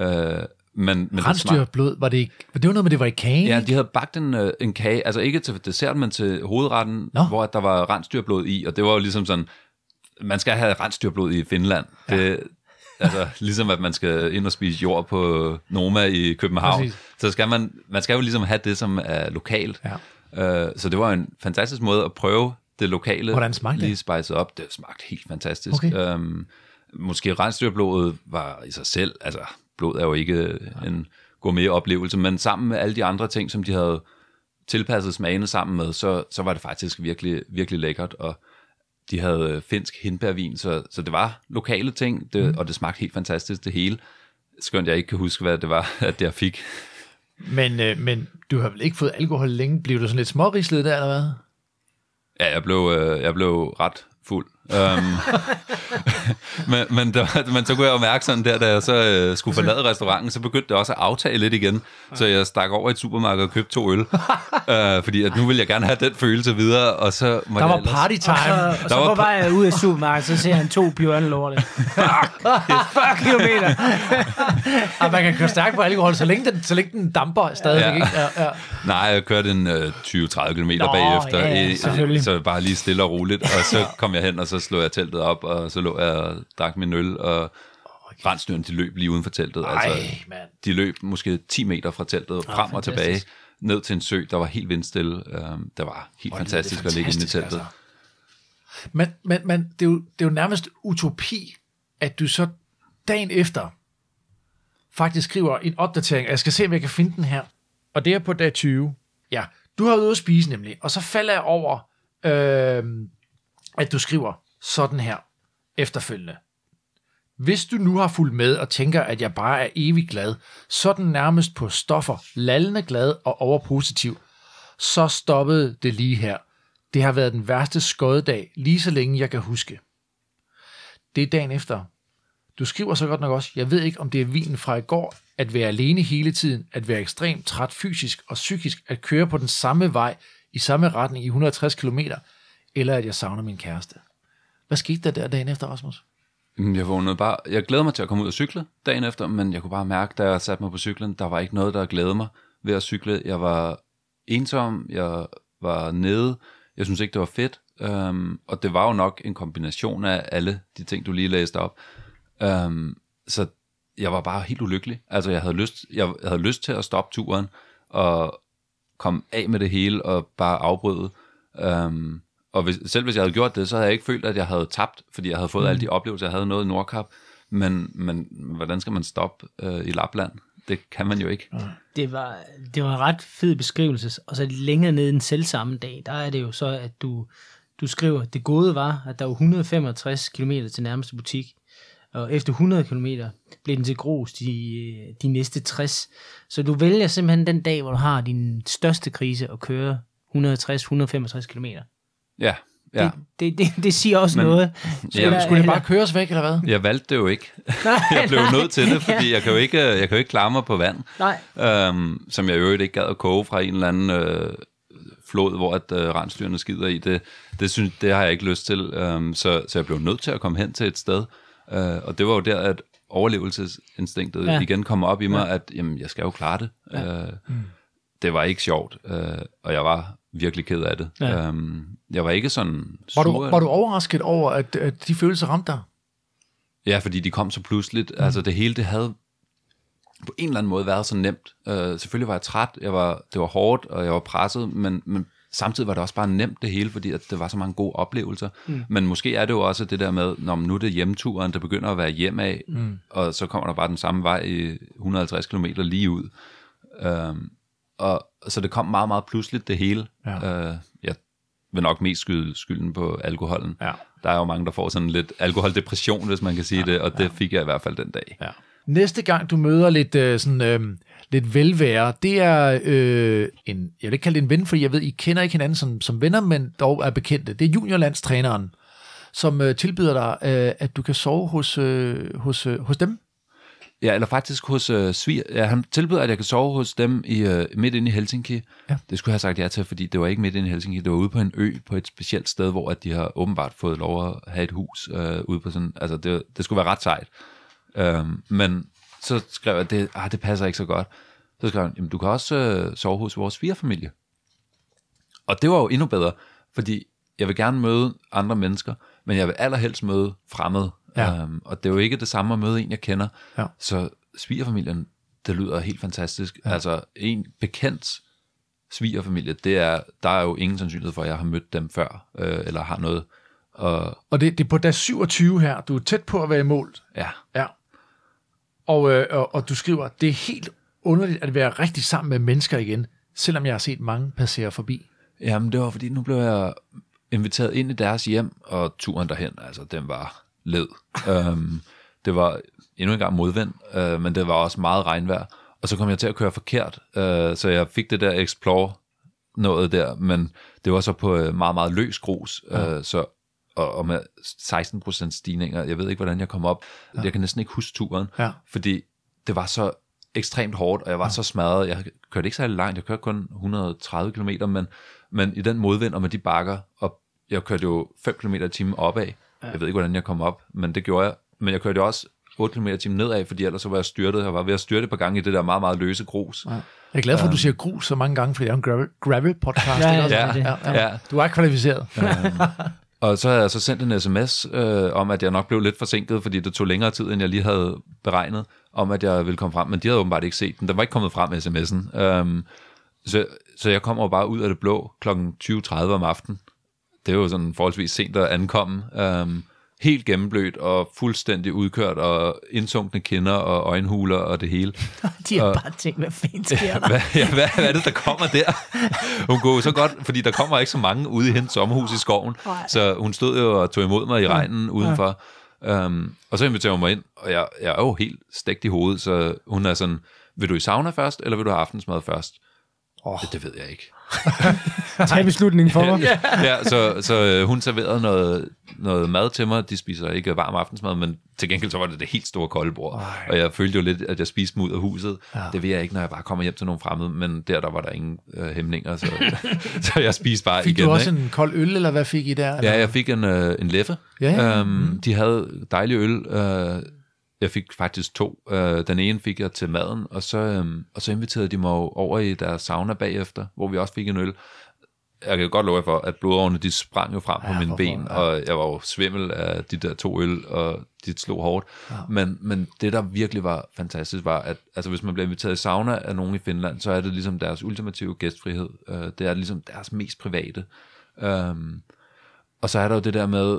Men rensdyrblod, var det ikke? Det var noget med, det var i kagen? Ja, de havde bagt en kage, altså ikke til dessert, men til hovedretten, hvor der var rensdyrblod i, og det var jo ligesom sådan, man skal have rensdyrblod i Finland. Ja. Det, altså ligesom at man skal ind og spise jord på Noma i København. Præcis. Så skal man skal jo ligesom have det, som er lokalt. Ja. Så det var en fantastisk måde at prøve det lokale. Hvordan smagte det? Lige spicet op. Det smagte helt fantastisk. Okay. Måske rensdyrblodet var i sig selv, altså blod er jo ikke en gourmet-oplevelse, men sammen med alle de andre ting, som de havde tilpasset smagene sammen med, så var det faktisk virkelig, virkelig lækkert, og de havde finsk hindbærvin, så det var lokale ting, og det smagte helt fantastisk det hele. Skønt jeg ikke kan huske, hvad det var, at jeg fik. Men du har vel ikke fået alkohol længe? Blev du sådan lidt smårislet der, eller hvad? Ja, jeg blev ret fuld. men så kunne jeg jo mærke sådan der, da jeg så skulle forlade restauranten, så begyndte det også at aftage lidt igen, så jeg stak over i et supermarked og købte 2 øl, fordi at nu ville jeg gerne have den følelse videre, og så der var party time, og så var jeg ud af supermarkedet, så ser han 2 bjørnelorte. Fuck kilometer. Og man kan køre stærkt på alkohol, så længe den damper stadigvæk, ikke? Ja. Nej, jeg kørte en 20-30 kilometer bagefter, så bare lige stille og roligt, og så kom jeg hen, og så slog jeg teltet op, og så lå jeg og drak min øl, og rensdyrene, de løb lige uden for teltet. De løb måske 10 meter fra teltet, frem og tilbage, ned til en sø, der var helt vindstille. Det var helt fantastisk at ligge inde i teltet. Altså. Men det er jo nærmest utopi, at du så dagen efter faktisk skriver en opdatering, jeg skal se, om jeg kan finde den her, og det er på dag 20. Ja, du har været ude at spise nemlig, og så falder jeg over, at du skriver sådan her efterfølgende. Hvis du nu har fulgt med og tænker, at jeg bare er evig glad, sådan nærmest på stoffer, lallende glad og overpositiv, så stoppede det lige her. Det har været den værste skoddag, lige så længe jeg kan huske. Det er dagen efter. Du skriver så godt nok også, jeg ved ikke, om det er vinen fra i går, at være alene hele tiden, at være ekstremt træt fysisk og psykisk, at køre på den samme vej, i samme retning i 160 km, eller at jeg savner min kæreste. Hvad skete der dagen efter, Rasmus? Jeg vågnede bare. Jeg glæder mig til at komme ud og cykle dagen efter, men jeg kunne bare mærke, da jeg satte mig på cyklen, der var ikke noget, der glædede mig ved at cykle. Jeg var ensom, jeg var nede, jeg synes ikke, det var fedt, og det var jo nok en kombination af alle de ting, du lige læste op. Så jeg var bare helt ulykkelig. Altså, jeg havde lyst til at stoppe turen og komme af med det hele og bare afbryde. Og selv hvis jeg havde gjort det, så havde jeg ikke følt, at jeg havde tabt, fordi jeg havde fået alle de oplevelser. Jeg havde noget i Nordkap, men hvordan skal man stoppe i Lapland? Det kan man jo ikke. Det var en ret fed beskrivelse, og så længere nede den selvsamme dag, der er det jo så, at du skriver, det gode var, at der var 165 km til nærmeste butik, og efter 100 km blev den til grus de næste 60. Så du vælger simpelthen den dag, hvor du har din største krise at køre 160-165 km. Ja. Det siger også noget. Skulle det bare køres væk, eller hvad? Jeg valgte det jo ikke. Jeg blev nødt til det, fordi jeg kan jo ikke klare mig på vand. Nej. Som jeg jo ikke gad at koge fra en eller anden flod, hvor rensdyrene skider i. Det har jeg ikke lyst til. Så jeg blev nødt til at komme hen til et sted. Og det var jo der, at overlevelsesinstinktet igen kom op i mig, at jamen, jeg skal jo klare det. Det var ikke sjovt, og jeg var virkelig ked af det. Ja. Jeg var ikke sådan sur. Var du overrasket over, at de følelser ramte dig? Ja, fordi de kom så pludseligt. Altså det hele, det havde på en eller anden måde været så nemt. Selvfølgelig var jeg træt, det var hårdt, og jeg var presset, men samtidig var det også bare nemt det hele, fordi at det var så mange gode oplevelser. Men måske er det jo også det der med, når nu er det hjemturen, der begynder at være hjem af, og så kommer der bare den samme vej i 150 km lige ud. Og så det kom meget, meget pludseligt det hele. Ja. Jeg vil nok mest skyde skylden på alkoholen. Ja. Der er jo mange, der får sådan lidt alkoholdepression, hvis man kan sige det, og det fik jeg i hvert fald den dag. Ja. Næste gang du møder lidt velvære, det er jeg vil ikke kalde det en ven, fordi jeg ved, I kender ikke hinanden som venner, men dog er bekendte. Det er juniorlandstræneren, som tilbyder dig, at du kan sove hos dem. Ja, eller faktisk hos han tilbyder, at jeg kan sove hos dem midt inde i Helsinki. Ja. Det skulle jeg have sagt ja til, fordi det var ikke midt inde i Helsinki. Det var ude på en ø, på et specielt sted, hvor at de har åbenbart fået lov at have et hus ude på sådan. Altså, det skulle være ret sejt. Men så skrev jeg, at det passer ikke så godt. Så skrev han, jamen, du kan også sove hos vores svigerfamilie. Og det var jo endnu bedre, fordi jeg vil gerne møde andre mennesker, men jeg vil allerhelst møde fremmede. Ja. Og det er jo ikke det samme at møde en, jeg kender. Ja. Så svigerfamilien, det lyder helt fantastisk. Ja. Altså en bekendt svigerfamilie, der er jo ingen sandsynlighed for, at jeg har mødt dem før, eller har noget. Og det er på dag 27 her, du er tæt på at være i mål. Ja. Og du skriver, det er helt underligt at være rigtig sammen med mennesker igen, selvom jeg har set mange passere forbi. Jamen det var fordi, nu blev jeg inviteret ind i deres hjem, og turen derhen, altså den var led. Det var endnu engang modvind, men det var også meget regnvejr. Og så kom jeg til at køre forkert, så jeg fik det der Explore noget der, men det var så på meget, meget løs grus, og med 16% stigninger. Jeg ved ikke, hvordan jeg kom op. Ja. Jeg kan næsten ikke huske turen, fordi det var så ekstremt hårdt, og jeg var så smadret. Jeg kørte ikke særlig langt, jeg kørte kun 130 km, men i den modvind og med de bakker, og jeg kørte jo 5 km i timen opad. Jeg ved ikke, hvordan jeg kom op, men det gjorde jeg. Men jeg kørte jo også 8 km i timen nedad, fordi ellers så var jeg styrtet. Jeg var ved at styrte et par gange i det der meget, meget løse grus. Ja. Jeg er glad for, at du siger grus så mange gange, fordi det er en gravel-podcast. Ja. Du er kvalificeret. Og så har jeg så sendt en sms om, at jeg nok blev lidt forsinket, fordi det tog længere tid, end jeg lige havde beregnet, om at jeg ville komme frem. Men de havde åbenbart ikke set den. Den var ikke kommet frem med sms'en. Så jeg kommer bare ud af det blå kl. 20.30 om aftenen. Det er jo sådan forholdsvis sent at ankomme. Helt gennemblødt og fuldstændig udkørt og indsunkne kinder og øjenhuler og det hele. De har bare tænkt, hvad fint sker der? Hvad er det, der kommer der? Hun går så godt, fordi der kommer ikke så mange ude i hendes sommerhus i skoven. Så hun stod jo og tog imod mig i regnen udenfor. Og så inviterer hun mig ind, og jeg er jo helt stegt i hovedet, så hun er sådan, vil du i sauna først, eller vil du have aftensmad først? Det ved jeg ikke. Tag beslutningen for mig. Ja, så hun serverede noget mad til mig. De spiser ikke varm aftensmad, men til gengæld så var det helt store koldebord. Og jeg følte jo lidt, at jeg spiste mig ud af huset. Ja. Det vil jeg ikke, når jeg bare kommer hjem til nogle fremmede, men der var der ingen hæmninger, så jeg spiste bare fik igen. Fik du også en kold øl, eller hvad fik I der? Eller? Ja, jeg fik en Leffe. Ja. De havde dejlig øl. Jeg fik faktisk 2. Den ene fik jeg til maden, og så inviterede de mig over i deres sauna bagefter, hvor vi også fik en øl. Jeg kan godt love jer for, at blodårene, de sprang jo frem på mine ben, og jeg var jo svimmel af de der 2 øl, og de slog hårdt. Ja. Men det, der virkelig var fantastisk, var, at altså, hvis man bliver inviteret i sauna af nogen i Finland, så er det ligesom deres ultimative gæstfrihed. Det er ligesom deres mest private. Og så er der jo det der med,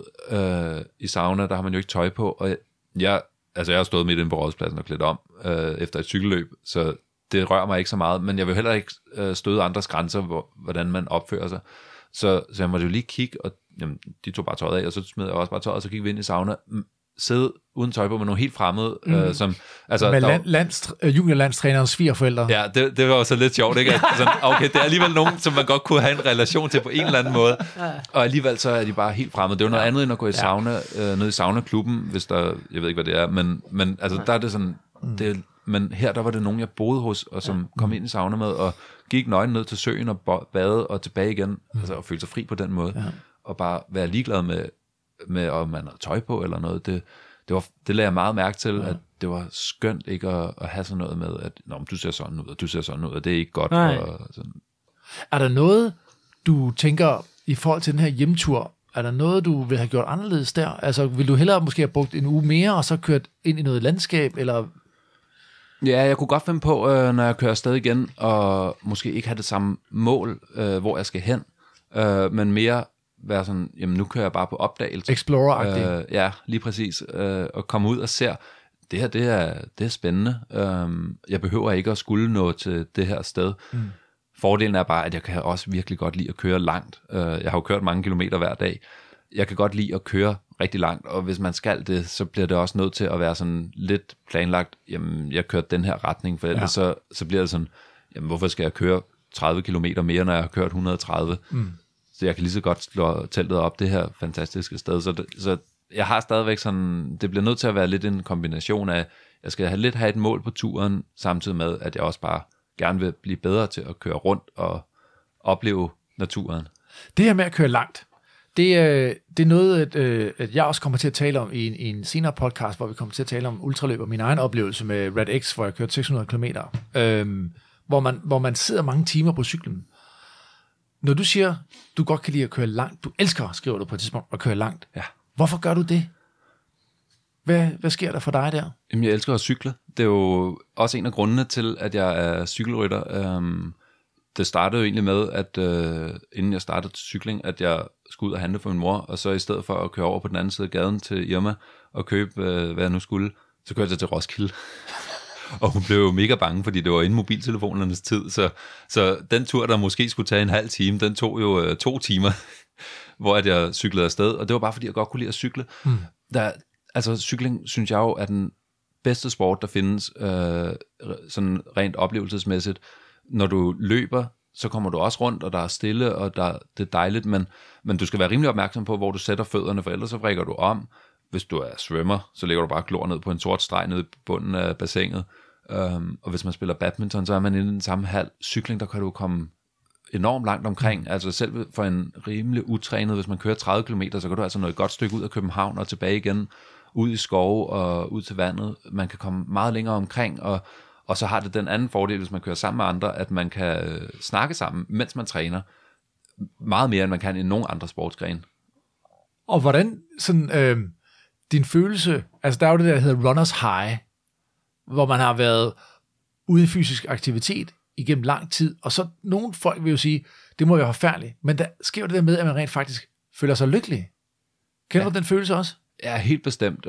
i sauna, der har man jo ikke tøj på, og jeg har stået midt inde på Rådhuspladsen og klædt om efter et cykelløb, så det rører mig ikke så meget, men jeg vil heller ikke støde andres grænser, hvordan man opfører sig. Så jeg måtte jo lige kigge, og jamen, de tog bare tøjet af, og så smed jeg også bare tøjet, og så gik vi ind i sauna, sidde uden tøj på med nogle helt fremmede, som... Altså, med juniorlandstrænerens svigerforældre. Ja, det var jo så lidt sjovt, ikke? Altså, okay, det er alligevel nogen, som man godt kunne have en relation til på en eller anden måde, og alligevel så er de bare helt fremmede. Det er jo noget andet, end at gå i sauna, ned i saunaklubben, hvis der... Jeg ved ikke, hvad det er, men altså, der er det sådan... Men her, der var det nogen, jeg boede hos, og som kom ind i sauna med, og gik nøgen ned til søen og badede og tilbage igen, altså, og følte sig fri på den måde, og bare være ligeglad med om man havde tøj på eller noget. Det lagde jeg meget mærke til, at det var skønt ikke at have sådan noget med, at du ser sådan ud, og du ser sådan ud, og det er ikke godt. Og sådan. Er der noget, du tænker i forhold til den her hjemtur, er der noget, du vil have gjort anderledes der? Altså, vil du hellere måske have brugt en uge mere, og så kørt ind i noget landskab, eller... Ja, jeg kunne godt finde på, når jeg kører afsted igen, og måske ikke have det samme mål, hvor jeg skal hen, men mere være sådan, jamen nu kører jeg bare på opdagelse. Explorer-agtigt. Ja, lige præcis. Og komme ud og ser, det her, det er spændende. Jeg behøver ikke at skulle nå til det her sted. Fordelen er bare, at jeg kan også virkelig godt lide at køre langt. Jeg har jo kørt mange kilometer hver dag. Jeg kan godt lide at køre rigtig langt, og hvis man skal det, så bliver det også nødt til at være sådan lidt planlagt, jamen jeg kørte den her retning, for ellers så bliver det sådan, jamen hvorfor skal jeg køre 30 kilometer mere, når jeg har kørt 130? Så jeg kan lige så godt slå teltet op det her fantastiske sted, så jeg har stadigvæk sådan, det bliver nødt til at være lidt en kombination af, jeg skal have et mål på turen, samtidig med, at jeg også bare gerne vil blive bedre til at køre rundt og opleve naturen. Det her med at køre langt, det er noget, at jeg også kommer til at tale om i en senere podcast, hvor vi kommer til at tale om ultraløb og min egen oplevelse med Red X, hvor jeg kørte 600 km, hvor man sidder mange timer på cyklen. Når du siger, du godt kan lide at køre langt, du elsker, skriver du på et tidspunkt, at køre langt. Ja. Hvorfor gør du det? Hvad sker der for dig der? Jamen, jeg elsker at cykle. Det er jo også en af grundene til, at jeg er cykelrytter. Det startede jo egentlig med, at inden jeg startede cykling, at jeg skulle ud og handle for min mor, og så i stedet for at køre over på den anden side af gaden til Irma og købe, hvad jeg nu skulle, så kørte jeg til Roskilde. Og hun blev jo mega bange, fordi det var inden mobiltelefonernes tid, så den tur, der måske skulle tage en halv time, den tog jo 2 timer, hvor at jeg cyklede afsted, og det var bare fordi, jeg godt kunne lide at cykle. Altså cykling, synes jeg jo, er den bedste sport, der findes, sådan rent oplevelsesmæssigt. Når du løber, så kommer du også rundt, og der er stille, og det er dejligt, men du skal være rimelig opmærksom på, hvor du sætter fødderne, for ellers så vrikker du om. Hvis du er svømmer, så lægger du bare glor ned på en sort streg nede i bunden af bassinet. Og hvis man spiller badminton, så er man inde i den samme hal. Cykling, der kan du komme enormt langt omkring. Altså selv for en rimelig utrænet, hvis man kører 30 km, så kan du altså nå et godt stykke ud af København og tilbage igen, ud i skove og ud til vandet. Man kan komme meget længere omkring, og så har det den anden fordel, hvis man kører sammen med andre, at man kan snakke sammen, mens man træner. Meget mere, end man kan i nogen andre sportsgren. Og hvordan sådan, din følelse, altså der er jo det der hedder runners high, hvor man har været ude i fysisk aktivitet igennem lang tid, og så nogle folk vil jo sige, det må være forfærdeligt, men der sker jo det der med, at man rent faktisk føler sig lykkelig. Kender du den følelse også? Ja, helt bestemt.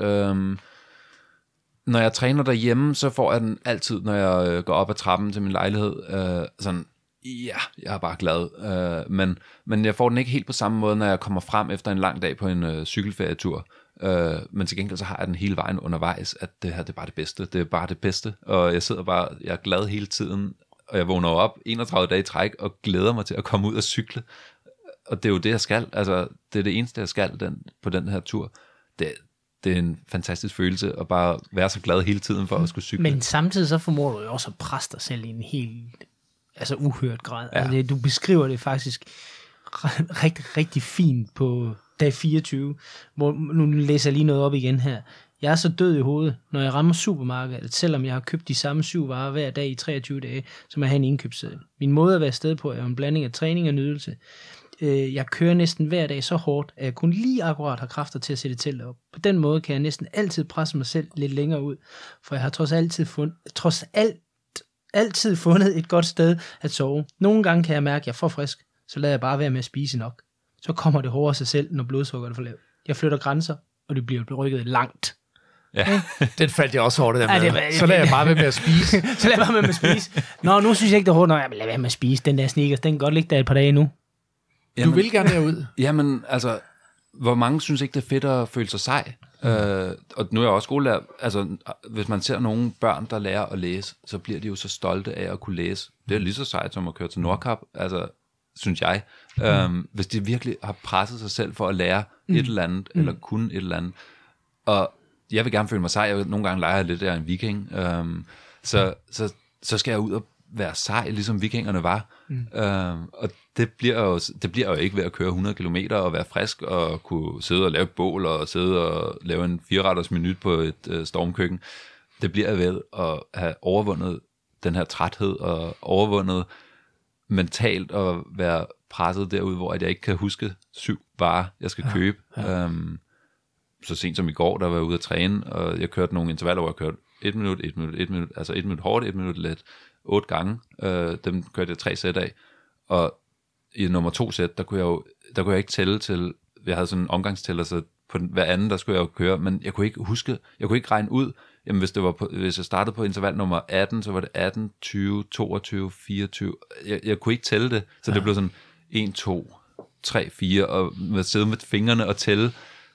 Når jeg træner derhjemme, så får jeg den altid, når jeg går op ad trappen til min lejlighed, sådan, ja, jeg er bare glad. Men jeg får den ikke helt på samme måde, når jeg kommer frem efter en lang dag på en cykelferietur. Men til gengæld så har jeg den hele vejen undervejs, at det her, det er bare det bedste. Det er bare det bedste. Og jeg er glad hele tiden, og jeg vågner op 31 dage i træk, og glæder mig til at komme ud og cykle. Og det er jo det, jeg skal. Altså, det er det eneste, jeg skal på den her tur. Det er en fantastisk følelse at bare være så glad hele tiden for at skulle cykle. Men samtidig så formår du jo også at presse dig selv i en helt uhørt grad. Ja. Altså, du beskriver det faktisk rigtig, rigtig fint på dag 24, hvor nu læser jeg lige noget op igen her. Jeg er så død i hovedet, når jeg rammer supermarkedet, at selvom jeg har købt de samme 7 varer hver dag i 23 dage, så må jeg have en indkøbsseddel. Min måde at være afsted på er en blanding af træning og nydelse. Jeg kører næsten hver dag så hårdt, at jeg kun lige akkurat har kræfter til at sætte teltet op. På den måde kan jeg næsten altid presse mig selv lidt længere ud, for jeg har trods altid fundet et godt sted at sove. Nogle gange kan jeg mærke, at jeg er for frisk, så lader jeg bare være med at spise nok. Så kommer det hårdere af sig selv, når blodsukkeret er for lavt. Jeg flytter grænser, og det bliver rykket langt. Ja. Den faldt jeg også hårdt, så lader jeg bare være med at spise. Så lader jeg bare være med at spise. Nå, nu synes jeg ikke, det er hårdt. Nå, jeg vil lade være med at spise. Den der Snickers, den kan godt ligge der et par dage nu. Du vil gerne derud. Jamen, altså, hvor mange synes ikke, det er fedt at føle sig sej? Og nu er jeg også skolelærer. Altså, hvis man ser nogle børn, der lærer at læse, så bliver de jo så stolte af at kunne læse. Det er lige så sejt som at køre til Nordkap, altså, synes jeg. Hvis de virkelig har presset sig selv for at lære et eller andet, eller kunne et eller andet. Og jeg vil gerne føle mig sej. Nogle gange leger jeg lidt af en viking. Så skal jeg ud og være sej, ligesom vikingerne var. Og det bliver jo ikke ved at køre 100 kilometer og være frisk og kunne sidde og lave et bål og sidde og lave en 4-retters menu på et stormkøkken. Det bliver ved at have overvundet den her træthed og overvundet mentalt at være presset derude, hvor jeg ikke kan huske 7 varer, jeg skal købe. Så sent som i går, der var jeg ude at træne, og jeg kørte nogle intervaller, hvor jeg kørte 1 minut, altså 1 minut hårdt, 1 minut let, 8 gange. Dem kørte jeg 3 sæt af, og i nummer 2 sæt, der kunne jeg ikke tælle til, jeg havde sådan en omgangstæller, så på hver anden, der skulle jeg jo køre, men jeg kunne ikke regne ud, jamen hvis jeg startede på interval nummer 18, så var det 18, 20, 22, 24, jeg kunne ikke tælle det, så det blev sådan 1, 2, 3, 4, og med sidde med fingrene og tælle.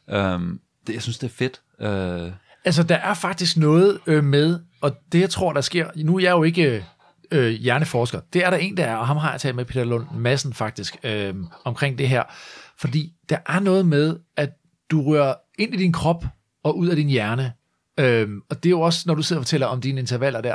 Jeg synes, det er fedt. Altså, der er faktisk noget med, og det jeg tror, der sker, nu er jeg jo ikke hjerneforsker, det er der en, der er, og ham har jeg talt med Peter Lund Madsen faktisk, omkring det her, fordi der er noget med, at du rører ind i din krop og ud af din hjerne, og det er jo også, når du sidder og fortæller om dine intervaller der,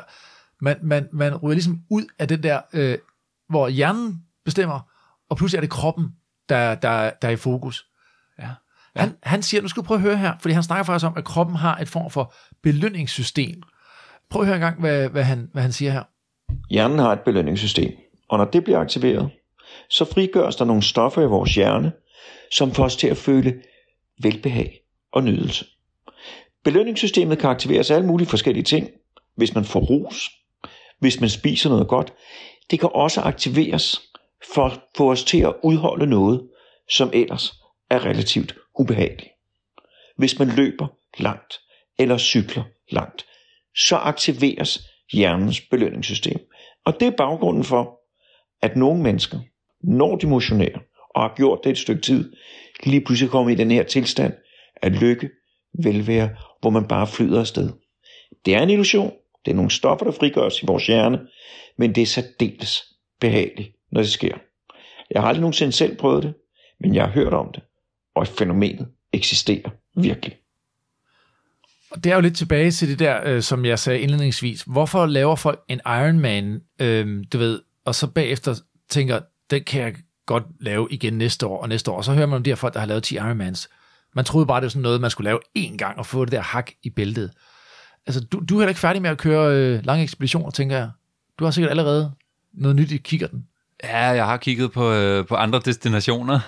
man rører ligesom ud af den der, hvor hjernen bestemmer, og pludselig er det kroppen, der er i fokus. Ja. Han siger, nu skal du prøve at høre her, fordi han snakker faktisk om, at kroppen har et form for belønningssystem. Prøv at høre en gang, hvad han siger her. Hjernen har et belønningssystem, og når det bliver aktiveret, så frigøres der nogle stoffer i vores hjerne, som får os til at føle velbehag og nydelse. Belønningssystemet kan aktiveres af alle mulige forskellige ting, hvis man får ros, hvis man spiser noget godt. Det kan også aktiveres for at få os til at udholde noget, som ellers er relativt ubehageligt. Hvis man løber langt eller cykler langt, så aktiveres hjernens belønningssystem. Og det er baggrunden for, at nogle mennesker, når de motionerer og har gjort det et stykke tid, lige pludselig kommer i den her tilstand af lykke, velvære, hvor man bare flyder afsted. Det er en illusion. Det er nogle stoffer, der frigøres i vores hjerne, men det er særdeles behageligt, når det sker. Jeg har aldrig nogensinde selv prøvet det, men jeg har hørt om det, og fænomenet eksisterer virkelig. Og det er jo lidt tilbage til det der, som jeg sagde indledningsvis. Hvorfor laver folk en Ironman, du ved, og så bagefter tænker, den kan jeg godt lave igen næste år og næste år. Og så hører man om de her folk, der har lavet 10 Ironmans. Man troede bare, det var sådan noget, man skulle lave én gang og få det der hak i bæltet. Altså, du er heller ikke færdig med at køre lange ekspeditioner, tænker jeg. Du har sikkert allerede noget nyt i kikkerten. Ja, jeg har kigget på andre destinationer.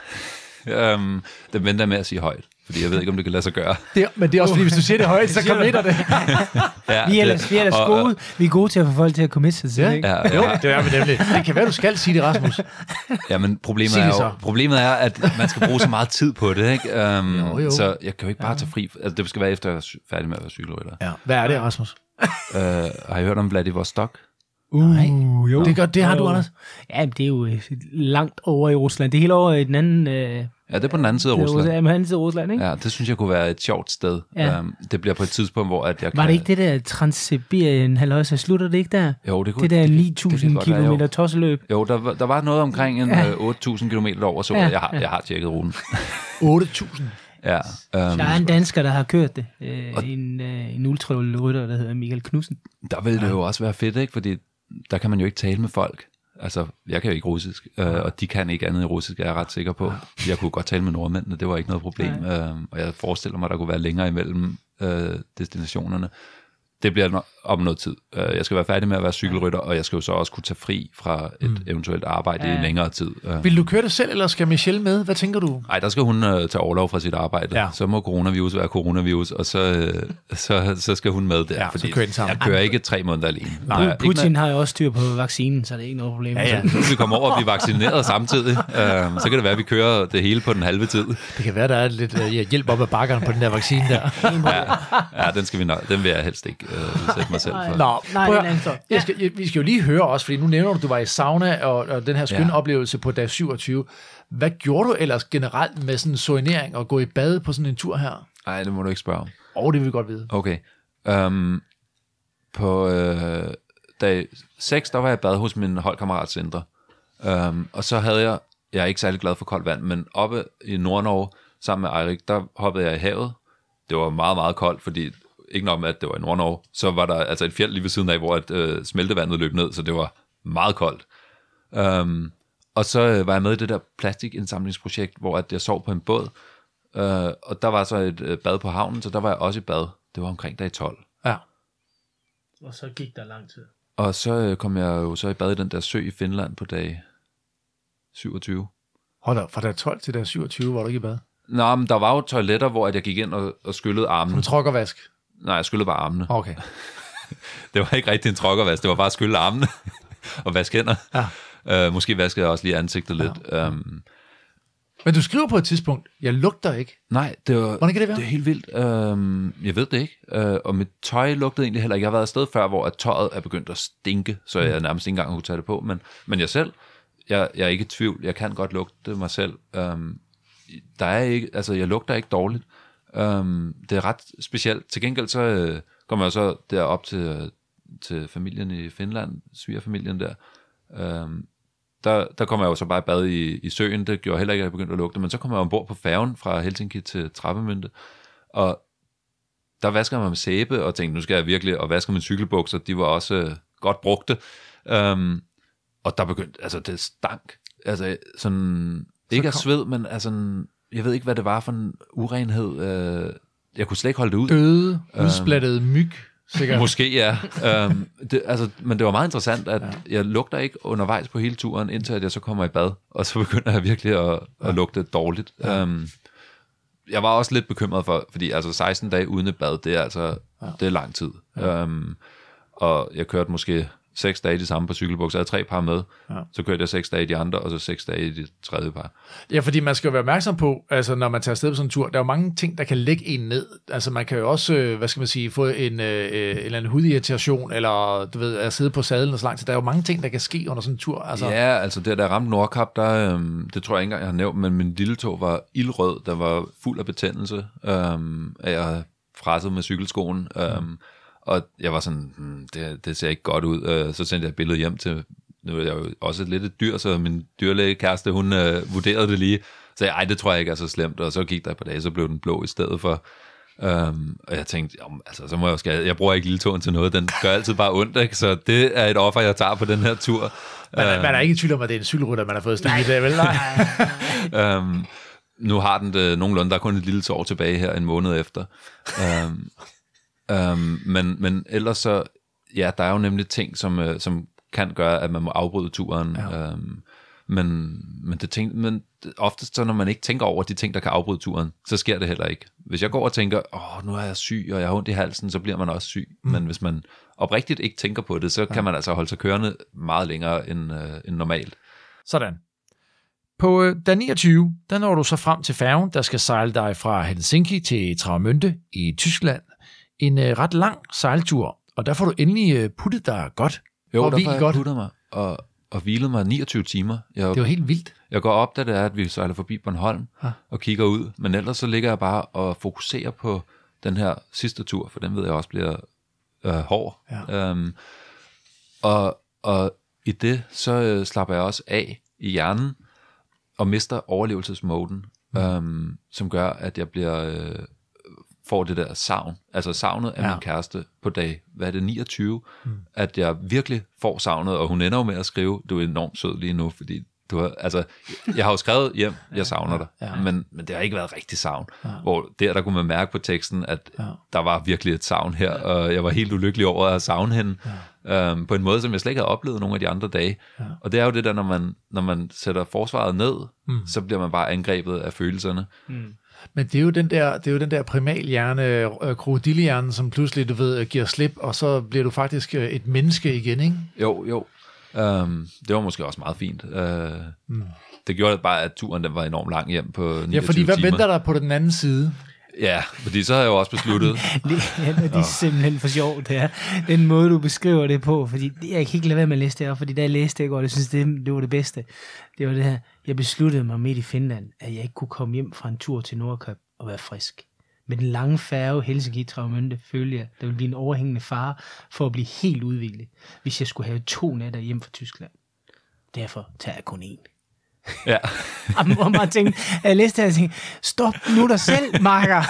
Det venter jeg med at sige højt, fordi jeg ved ikke, om det kan lade sig gøre. Men det er også fordi, hvis du siger det højt, så committer det. Ja, vi er ellers gode. Vi er gode til at få folk til at committe sig til det, ikke? Ja. Jo, det er vi nemlig. Det kan være, du skal sige det, Rasmus. Ja, men problemet er, at man skal bruge så meget tid på det, ikke? Jo. Så jeg kan jo ikke bare tage fri. Altså, det skal være efter, at jeg er færdig med at være cykelrytter. Ja. Hvad er det, Rasmus? Har I hørt om Vladivostok? Jo. Det er godt, det har du, Anders. Ja, det er jo langt over i Rusland. Det er helt over i den anden... Ja, det er på den anden side af Rusland. Ja, på den anden side af Rusland, ikke? Ja, det synes jeg kunne være et sjovt sted. Ja. Det bliver på et tidspunkt, hvor at jeg Var det ikke det der Transsibirien halløjsa? Slutter det ikke der? Jo, det kunne det der det 9.000 kilometer tosseløb. Jo, der var noget omkring en 8.000 kilometer over, så jeg har tjekket ruten. 8.000? Ja. Der er en dansker, der har kørt det. En ultrarytter, der hedder Michael Knudsen. Der ville det jo også være fedt, ikke? Fordi der kan man jo ikke tale med folk. Altså, jeg kan jo ikke russisk, og de kan ikke andet i russisk, er jeg ret sikker på. Jeg kunne godt tale med nordmændene, det var ikke noget problem. Og jeg forestiller mig, at der kunne være længere imellem destinationerne. Det bliver om noget tid. Jeg skal være færdig med at være cykelrytter, og jeg skal jo så også kunne tage fri fra et eventuelt arbejde i længere tid. Vil du køre det selv, eller skal Michelle med? Hvad tænker du? Nej, der skal hun tage overlov fra sit arbejde. Ja. Så må coronavirus være coronavirus, og så skal hun med der. Ja, fordi jeg kører ikke 3 måneder alene. Nej, Putin har jo også styr på vaccinen, så det er ikke noget problem. Ja. Vi kommer over og blive vaccineret samtidig. Så kan det være, at vi kører det hele på den halve tid. Det kan være, der er lidt hjælp op ad bakkerne på den der vaccine der. Ja, den vil jeg helst ikke udsætte mig selv for. Nå, vi skal jo lige høre også, fordi nu nævner du var i sauna og den her skønne oplevelse på dag 27. Hvad gjorde du ellers generelt med sådan en soignering og gå i bad på sådan en tur her? Nej, det må du ikke spørge om. Det vil vi godt vide. Okay. På dag 6, der var jeg i bad hos min holdkammerat Sindre. Og så havde jeg er ikke særlig glad for koldt vand, men oppe i Nord-Norge sammen med Eirik, der hoppede jeg i havet. Det var meget, meget koldt, fordi ikke nok med, at det var i Nord-Norge, så var der altså et fjeld lige ved siden af, hvor smeltevandet løb ned, så det var meget koldt. Og så var jeg med i det der plastikindsamlingsprojekt, hvor at jeg sov på en båd, og der var så et bad på havnen, så der var jeg også i bad. Det var omkring dag 12. Ja. Og så gik der lang tid. Og så kom jeg jo så i bad i den der sø i Finland på dag 27. Hold da, fra dag 12 til dag 27 var du ikke i bad? Nå, men der var jo toiletter, hvor jeg gik ind og skyllede armene. Som tråkkervask? Nej, jeg skyllede bare armene. Okay. Det var ikke rigtig en tråkkervask, det var bare at skylle armene og vaske hænder. Ja. Måske vaskede jeg også lige ansigtet lidt. Ja. Men du skriver på et tidspunkt, jeg lugter ikke. Nej, hvordan kan det være? Det er helt vildt. Jeg ved det ikke. Og mit tøj lugtede egentlig heller ikke. Jeg har været afsted før, hvor at tøjet er begyndt at stinke, så jeg nærmest ikke engang kunne tage det på. Men jeg selv, jeg er ikke i tvivl. Jeg kan godt lugte mig selv. Der er ikke, altså jeg lugter ikke dårligt. Det er ret specielt. Til gengæld så kommer jeg så derop til familien i Finland, svigerfamilien der. Der kommer jeg jo så bare i bad i søen. Det gjorde heller ikke, at jeg begyndte at lugte. Men så kommer jeg ombord på færgen fra Helsinki til Travemünde. Og der vasker jeg mig med sæbe og tænkte, nu skal jeg virkelig, og vasker mine cykelbukser. De var også godt brugte. Og der begyndte, altså det stank. Altså sådan, ikke af sved, men altså, jeg ved ikke, hvad det var for en urenhed. Jeg kunne slet ikke holde det ud. Døde, udsplættede myg. Sikkert. Måske, ja. Men det var meget interessant, at jeg lugter ikke undervejs på hele turen, indtil at jeg så kommer i bad, og så begynder jeg virkelig at lugte dårligt. Ja. Jeg var også lidt bekymret for, fordi altså 16 dage uden et bad, det er altså det er lang tid. Ja. Og jeg kørte måske 6 dage de samme på cykelbukser. Jeg havde 3 par med. Ja. Så kørte jeg 6 dage i de andre, og så 6 dage i de tredje par. Ja, fordi man skal jo være opmærksom på, altså når man tager afsted på sådan en tur, der er jo mange ting, der kan lægge en ned. Altså man kan jo også, hvad skal man sige, få en eller anden hudirritation, eller du ved, at sidde på sadlen og så langt. Der er jo mange ting, der kan ske under sådan en tur. Altså. Ja, altså det der ramte Nordkap, der, det tror jeg ikke engang, jeg har nævnt, men min lille tog var ildrød, der var fuld af betændelse, af at frasset med cykelskoen. Og jeg var sådan, det ser ikke godt ud. Så sendte jeg et billede hjem til, nu er jeg jo også lidt et dyr, så min dyrlægekæreste, hun vurderede det lige. Så ej, det tror jeg ikke er så slemt. Og så gik der et par dage, så blev den blå i stedet for. Og jeg tænkte, altså, så må jeg jo skade. Jeg bruger ikke lilletåen til noget, den gør altid bare ondt, ikke? Så det er et offer, jeg tager på den her tur. Man er ikke i tvivl om, at det er en cykelrytter, man har fået stik i det, vel? Nej. Nu har den det nogenlunde, der er kun et lille sår tilbage her en måned efter. Men ellers så, ja, der er jo nemlig ting, som kan gøre, at man må afbryde turen. Ja. Men oftest så, når man ikke tænker over de ting, der kan afbryde turen, så sker det heller ikke. Hvis jeg går og tænker, nu er jeg syg, og jeg har ondt i halsen, så bliver man også syg. Men hvis man oprigtigt ikke tænker på det, så kan man altså holde sig kørende meget længere end normalt. Sådan. På dag 29, der når du så frem til færgen, der skal sejle dig fra Helsinki til Travemünde i Tyskland. En ret lang sejltur, og der får du endelig puttet dig godt Jo, og derfor hvil godt. puttede mig og hvilede mig 29 timer. Det var helt vildt. Jeg går op, da det er, at vi sejler forbi Bornholm og kigger ud. Men ellers så ligger jeg bare og fokuserer på den her sidste tur, for den ved jeg også bliver hård. Ja. Og i det, så slapper jeg også af i hjernen og mister overlevelsesmoden, som gør, at jeg får det der savn, altså savnet af min kæreste på dag, hvad er det, 29, at jeg virkelig får savnet, og hun ender jo med at skrive, du er enormt sød lige nu, fordi du har, altså, jeg har jo skrevet hjem, jeg savner dig, men det har ikke været rigtig savn, hvor der kunne man mærke på teksten, at der var virkelig et savn her, og jeg var helt ulykkelig over at savne hende, på en måde, som jeg slet ikke har oplevet nogle af de andre dage, og det er jo det der, når man sætter forsvaret ned, så bliver man bare angrebet af følelserne. Men det er jo den der primalhjerne, krokodillehjernen, som pludselig, du ved, giver slip, og så bliver du faktisk et menneske igen, ikke? Jo. Det var måske også meget fint. Det gjorde bare, at turen den var enormt lang hjem på 29 timer. Ja, fordi hvad venter der på den anden side? Ja, fordi så har jeg jo også besluttet. Det er simpelthen for sjovt, det er. Den måde, du beskriver det på, fordi jeg kan ikke lade være med at læse det her, fordi da jeg læste det i går, jeg synes, det var det bedste. Det var det her. Jeg besluttede mig midt i Finland, at jeg ikke kunne komme hjem fra en tur til Nordkap og være frisk. Med den lange færge Helsinki-Travemünde følte jeg, der ville blive en overhængende fare for at blive helt udviklet, hvis jeg skulle have 2 nætter hjem fra Tyskland. Derfor tager jeg kun 1. Ja. Og man tænkte, jeg læste det og tænkte, stop nu dig selv, makker.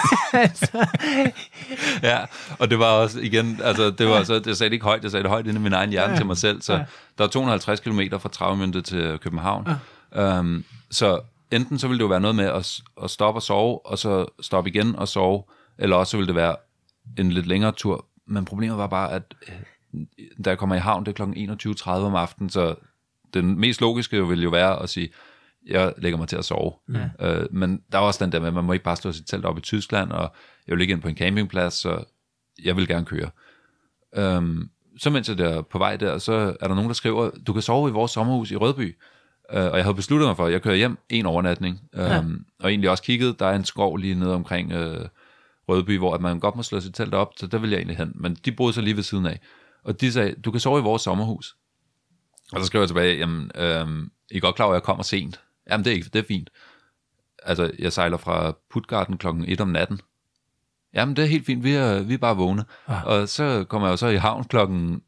Ja, og det var også igen, altså det var så, jeg sagde det ikke højt, jeg sagde det højt inde i min egen hjerne til mig selv, så der er 250 kilometer fra Travemünde til København. Så enten så ville det jo være noget med at stoppe og sove, og så stoppe igen og sove, eller også så ville det være en lidt længere tur. Men problemet var bare, at da jeg kommer i havn, det er kl. 21.30 om aftenen, så den mest logiske ville jo være at sige, jeg lægger mig til at sove. Men der er også den der med, at man må ikke bare slå sit telt op i Tyskland, og jeg vil ikke ind på en campingplads, så jeg vil gerne køre. Så mens jeg der på vej der, så er der nogen, der skriver, du kan sove i vores sommerhus i Rødby. Og jeg havde besluttet mig for, at jeg kører hjem en overnatning, og egentlig også kigget, der er en skov lige nede omkring Rødby, hvor at man godt må slå sit telt op, så der vil jeg egentlig hen. Men de boede så lige ved siden af. Og de sagde, du kan sove i vores sommerhus. Og så skrev jeg tilbage, jamen, I er godt klar over, at jeg kommer sent. Jamen, det er fint. Altså, jeg sejler fra Puttgarden klokken 1 om natten. Jamen, det er helt fint, vi er bare vågne. Og så kommer jeg jo så i havn klokken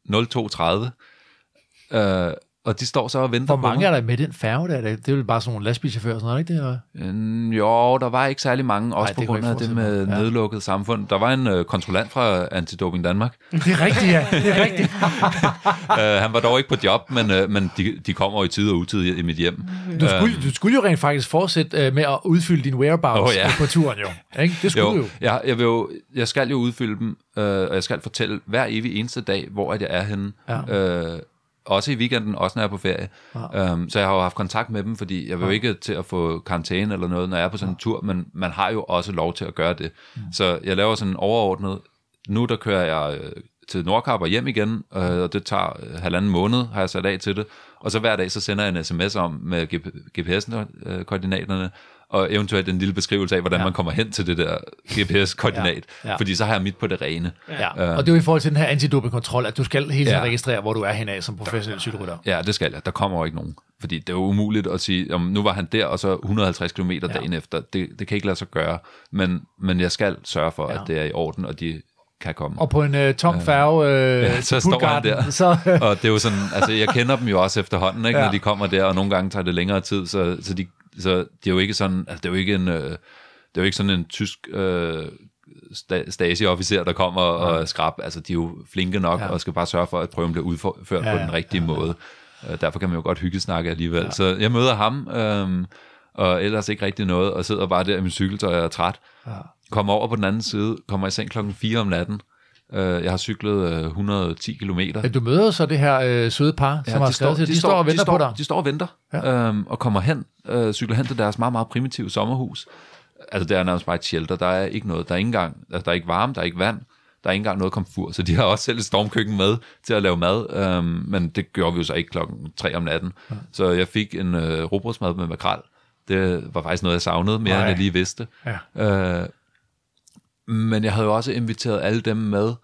02.30. Og de står så og venter på Hvor mange er der med den færge der? Det er vel bare sådan nogle lastbilchauffører og sådan noget, ikke det? Jo, der var ikke særlig mange, også på grund af det med nedlukket samfund. Der var en kontrollant fra Antidoping Danmark. Det er rigtigt, ja. Det er rigtigt. Han var dog ikke på job, men de kommer i tid og utid i mit hjem. Du skulle jo rent faktisk fortsætte med at udfylde din whereabouts på turen, jo. Ikke? Det skulle jo. Jeg skal jo udfylde dem, og jeg skal fortælle hver evig eneste dag, hvor jeg er henne. Ja. Også i weekenden, også når jeg er på ferie. Så jeg har jo haft kontakt med dem, fordi jeg vil jo ikke til at få karantæne eller noget, når jeg er på sådan en tur, men man har jo også lov til at gøre det. Så jeg laver sådan en overordnet, nu der kører jeg til Nordkap og hjem igen, og det tager 1,5 måned, har jeg sat af til det, og så hver dag så sender jeg en sms om med GPS-koordinaterne, og eventuelt en lille beskrivelse af, hvordan man kommer hen til det der GPS-koordinat, fordi så har jeg mit på det rene. Ja. Og det er jo i forhold til den her antidopingkontrol, at du skal hele tiden registrere, hvor du er henad som professionel cykelrytter. Ja, det skal jeg. Der kommer jo ikke nogen. Fordi det er jo umuligt at sige, nu var han der, og så 150 km dagen efter. Det kan ikke lade sig gøre. Men jeg skal sørge for, at det er i orden, og de kan komme. Og på en tom færge så står han der. Og det er jo sådan, altså jeg kender dem jo også efterhånden, ikke, når de kommer der, og nogle gange tager det længere tid, så de er jo ikke sådan, altså det er jo ikke sådan en tysk Stasi-officer, der kommer og skrab, altså de er jo flinke nok, og skal bare sørge for, at prøven bliver udført på den rigtige måde. Derfor kan man jo godt hyggesnakke alligevel. Så jeg møder ham, og ellers ikke rigtig noget, og sidder bare der i min cykeltøj og er træt. Kommer over på den anden side, kommer i seng klokken 4 om natten. Jeg har cyklet 110 kilometer. Ja, du møder så det her søde par, som har skrevet til. De står og venter på dig. De står og venter, og kommer hen, cykler hen til deres meget, meget primitive sommerhus. Altså, det er nærmest bare et shelter. Der er ikke noget. Der er ikke engang, altså, der er ikke varme, der er ikke vand. Der er ikke engang noget komfur. Så de har også selv et stormkøkken med til at lave mad. Men det gjorde vi jo så ikke klokken 3 om natten. Så jeg fik en rugbrødsmad med makrel. Det var faktisk noget, jeg savnede mere, end jeg lige vidste. Men jeg havde jo også inviteret alle dem med,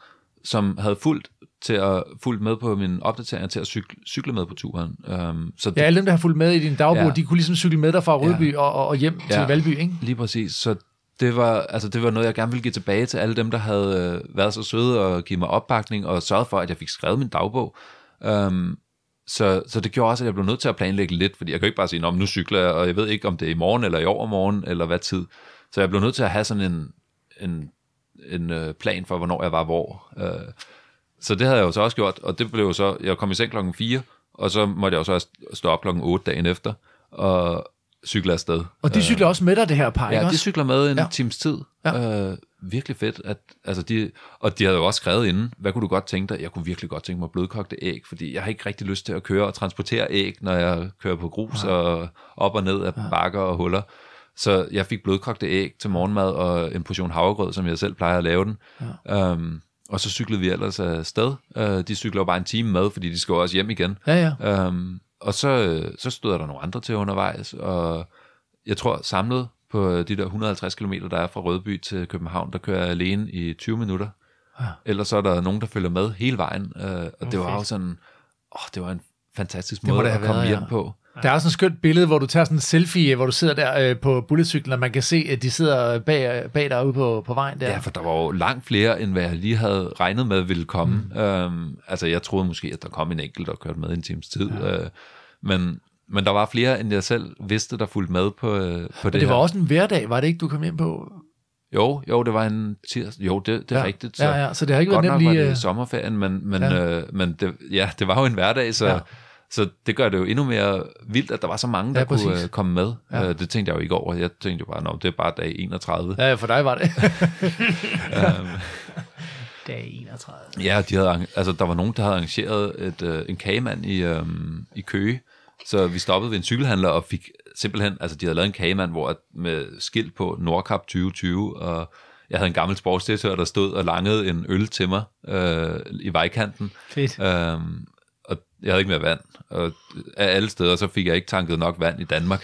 som havde fulgt med på mine opdateringer til at cykle med på turen. Så alle dem, der har fulgt med i din dagbog, de kunne ligesom cykle med dig fra Rødby og hjem til Valby, ikke? Lige præcis. Så det var noget, jeg gerne ville give tilbage til alle dem, der havde været så søde og givet mig opbakning og sørget for, at jeg fik skrevet min dagbog. Så det gjorde også, at jeg blev nødt til at planlægge lidt, fordi jeg kan ikke bare sige, nu cykler jeg, og jeg ved ikke, om det er i morgen eller i overmorgen, eller hvad tid. Så jeg blev nødt til at have sådan en plan for, hvornår jeg var hvor. Så det havde jeg jo så også gjort, og det blev så, jeg kom i seng 4:00, og så måtte jeg jo så stå op 8:00 dagen efter, og cykle afsted. Og de cykler også med dig, det her par, ikke også? Ja, de cykler med en times tid. Ja. Virkelig fedt. De havde jo også skrevet inden, hvad kunne du godt tænke dig? Jeg kunne virkelig godt tænke mig blødkogte æg, fordi jeg har ikke rigtig lyst til at køre og transportere æg, når jeg kører på grus og op og ned af bakker og huller. Så jeg fik blødkogte æg til morgenmad og en portion havregrød, som jeg selv plejer at lave den. Ja. Og så cyklede vi ellers afsted. De cykler jo bare en time med, fordi de skal også hjem igen. Ja. Og så stod der nogle andre til undervejs, og jeg tror samlet på de der 150 km, der er fra Rødby til København, der kører jeg alene i 20 minutter. Ja. Ellers så er der nogen, der følger med hele vejen, og det var jo sådan, det var en fantastisk måde at komme hjem på. Der er også et skønt billede, hvor du tager sådan en selfie, hvor du sidder der på bulletcyklen, og man kan se, at de sidder bag dig ude på vejen der. Ja, for der var jo langt flere, end hvad jeg lige havde regnet med ville komme. Jeg troede måske, at der kom en enkelt, der kørte med en times tid. Men der var flere, end jeg selv vidste, der fulgte med på det her. Det var også en hverdag, var det ikke, du kom hjem på? Jo, det var en tirsdag. Jo, det er rigtigt. Så det har ikke været nemt lige... Godt nok var det sommerferien, men det var jo en hverdag, så det gør det jo endnu mere vildt, at der var så mange, der kunne komme med. Ja. Det tænkte jeg jo ikke over. Jeg tænkte jo bare, det er bare dag 31. Ja, for dig var det. Dag 31. Ja, der var nogen, der havde arrangeret en kagemand i Køge, så vi stoppede ved en cykelhandler og fik simpelthen, de havde lavet en kagemand, hvor med skilt på Nordkap 2020, og jeg havde en gammel sportsdirektør, der stod og langede en øl til mig i vejkanten. Fedt. Og jeg havde ikke mere vand, og af alle steder, så fik jeg ikke tanket nok vand i Danmark.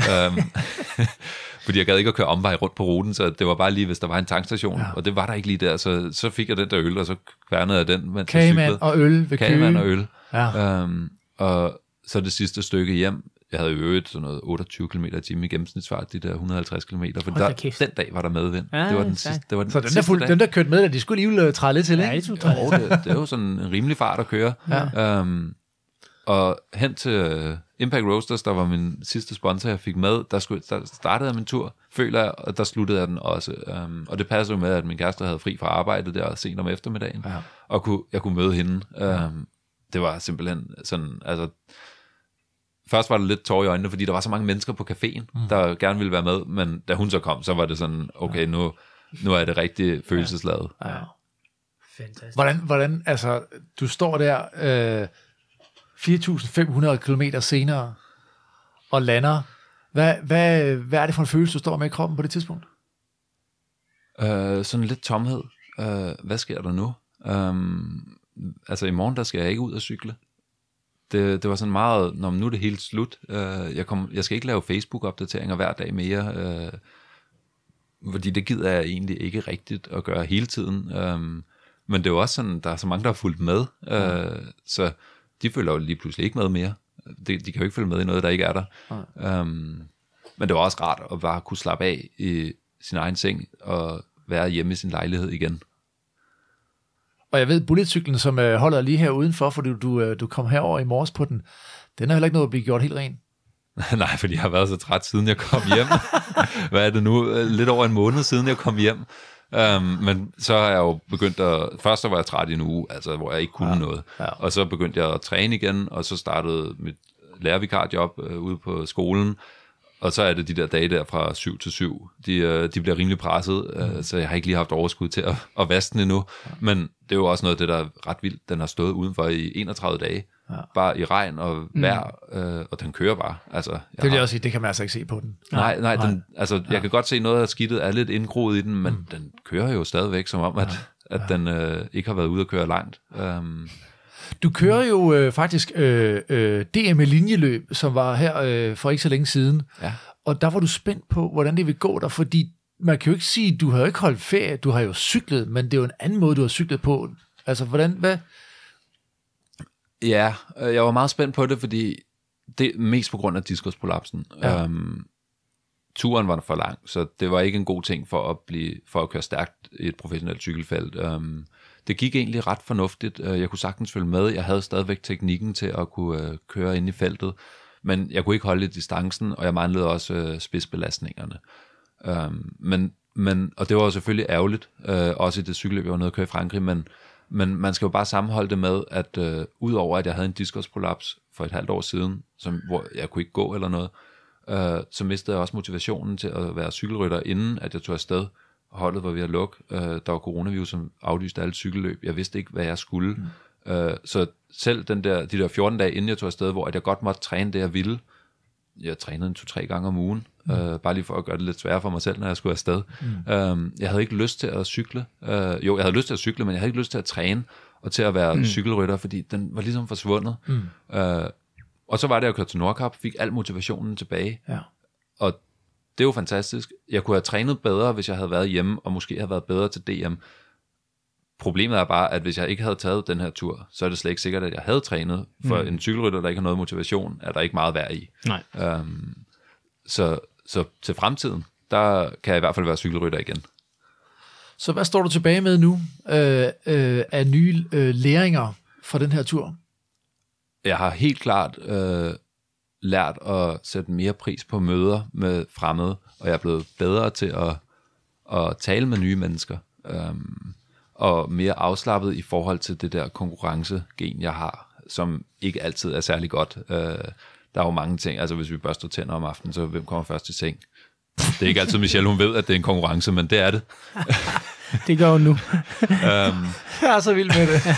Fordi jeg gad ikke at køre omvej rundt på ruten, så det var bare lige, hvis der var en tankstation, og det var der ikke lige der, så fik jeg den der øl, og så kværnede jeg den, mens jeg cyklede. Kagemand og øl ved Køge. Kagemand og øl. Ja. Og så det sidste stykke hjem, jeg havde øvet sådan noget 28 km i timen i gennemsnitsfart, de der 150 km, for den dag var der medvind. Ja, det var den sidste, det var den så sidste dag. dem der kørte med, de skulle alligevel træde lidt til, ikke? Ja, det er jo sådan en rimelig fart at køre. Ja. Og hen til Impact Roasters, der var min sidste sponsor, jeg fik med, der startede jeg min tur, føler jeg, og der sluttede jeg den også. Og det passede jo med, at min kæreste havde fri fra arbejde der sent om eftermiddagen, og jeg kunne møde hende. Det var simpelthen sådan, først var det lidt tår i øjnene, fordi der var så mange mennesker på caféen, der gerne ville være med, men da hun så kom, så var det sådan, okay, nu er det rigtig følelsesladet. Ja. Fantastisk. Hvordan, du står der 4.500 kilometer senere og lander. Hvad er det for en følelse, du står med i kroppen på det tidspunkt? Sådan lidt tomhed. Hvad sker der nu? I morgen, der skal jeg ikke ud og cykle. Det var sådan meget, nu er det helt slut. Jeg skal ikke lave Facebook-opdateringer hver dag mere, fordi det gider jeg egentlig ikke rigtigt at gøre hele tiden. Men det er jo også sådan, der er så mange, der har fulgt med, så de følger jo lige pludselig ikke med mere. De kan jo ikke følge med i noget, der ikke er der. Men det var også rart at bare kunne slappe af i sin egen seng og være hjemme i sin lejlighed igen. Og jeg ved, bulletcyklen, som holder lige her udenfor, fordi du kom herover i morges på den, den er heller ikke noget at blive gjort helt ren. Nej, fordi jeg har været så træt, siden jeg kom hjem. Hvad er det nu? Lidt over en måned siden jeg kom hjem. Men så har jeg jo begyndt først så var jeg træt i en uge, hvor jeg ikke kunne noget. Ja. Og så begyndte jeg at træne igen, og så startede mit lærervikarjob ude på skolen. Og så er det de der dage der fra 7 til 7. De bliver rimelig presset, så jeg har ikke lige haft overskud til at vaske den endnu. Men det er jo også noget af det, der er ret vildt. Den har stået udenfor i 31 dage. Ja. Bare i regn og vejr, og den kører bare. Det vil jeg også sige, det kan man altså ikke se på den. Nej. Jeg kan godt se noget af skidtet er lidt indgroet i den, men den kører jo stadigvæk, som om, at den ikke har været ude at køre langt. Du kører jo faktisk DM linjeløb, som var her for ikke så længe siden. Ja. Og der var du spændt på, hvordan det vil gå der, fordi man kan jo ikke sige, du har jo ikke holdt ferie, du har jo cyklet, men det er jo en anden måde, du har cyklet på. Altså, hvad? Ja, jeg var meget spændt på det, fordi det mest på grund af diskusprolapsen. Ja. Turen var for lang, så det var ikke en god ting for at køre stærkt i et professionelt cykelfelt. Det gik egentlig ret fornuftigt. Jeg kunne sagtens følge med. Jeg havde stadigvæk teknikken til at kunne køre ind i feltet, men jeg kunne ikke holde distancen, og jeg manglede også spidsbelastningerne. Og det var jo selvfølgelig ærgerligt, også i det cykelløb, jeg var nede at køre i Frankrig, men man skal jo bare sammenholde det med, at udover at jeg havde en diskusprolaps for et halvt år siden, hvor jeg kunne ikke gå eller noget, så mistede jeg også motivationen til at være cykelrytter, inden at jeg tog afsted. Holdet var ved at lukke. Der var coronavirus, som aflyste alle cykelløb. Jeg vidste ikke, hvad jeg skulle. Så selv de der 14 dage, inden jeg tog afsted, hvor jeg godt måtte træne det, jeg ville. Jeg trænede 2-3 gange om ugen, bare lige for at gøre det lidt sværere for mig selv, når jeg skulle afsted. Jeg havde ikke lyst til at cykle. Jo, jeg havde lyst til at cykle, men jeg havde ikke lyst til at træne og til at være cykelrytter, fordi den var ligesom forsvundet. Og så var det, at jeg kørte til Nordkap, fik al motivationen tilbage. Ja. Og det er jo fantastisk. Jeg kunne have trænet bedre, hvis jeg havde været hjemme, og måske have været bedre til DM. Problemet er bare, at hvis jeg ikke havde taget den her tur, så er det slet ikke sikkert, at jeg havde trænet. For en cykelrytter, der ikke har noget motivation, er der ikke meget værd i. Nej. Så til fremtiden, der kan jeg i hvert fald være cykelrytter igen. Så hvad står du tilbage med nu af nye læringer fra den her tur? Jeg har helt klart lært at sætte mere pris på møder med fremmede, og jeg er blevet bedre til at tale med nye mennesker, og mere afslappet i forhold til det der konkurrencegen, jeg har, som ikke altid er særlig godt. Der er jo mange ting, altså hvis vi børster tænder om aftenen, så hvem kommer først i seng? Det er ikke altid Michelle, hun ved, at det er en konkurrence, men det er det. Det gør hun nu. Jeg er så vild med det.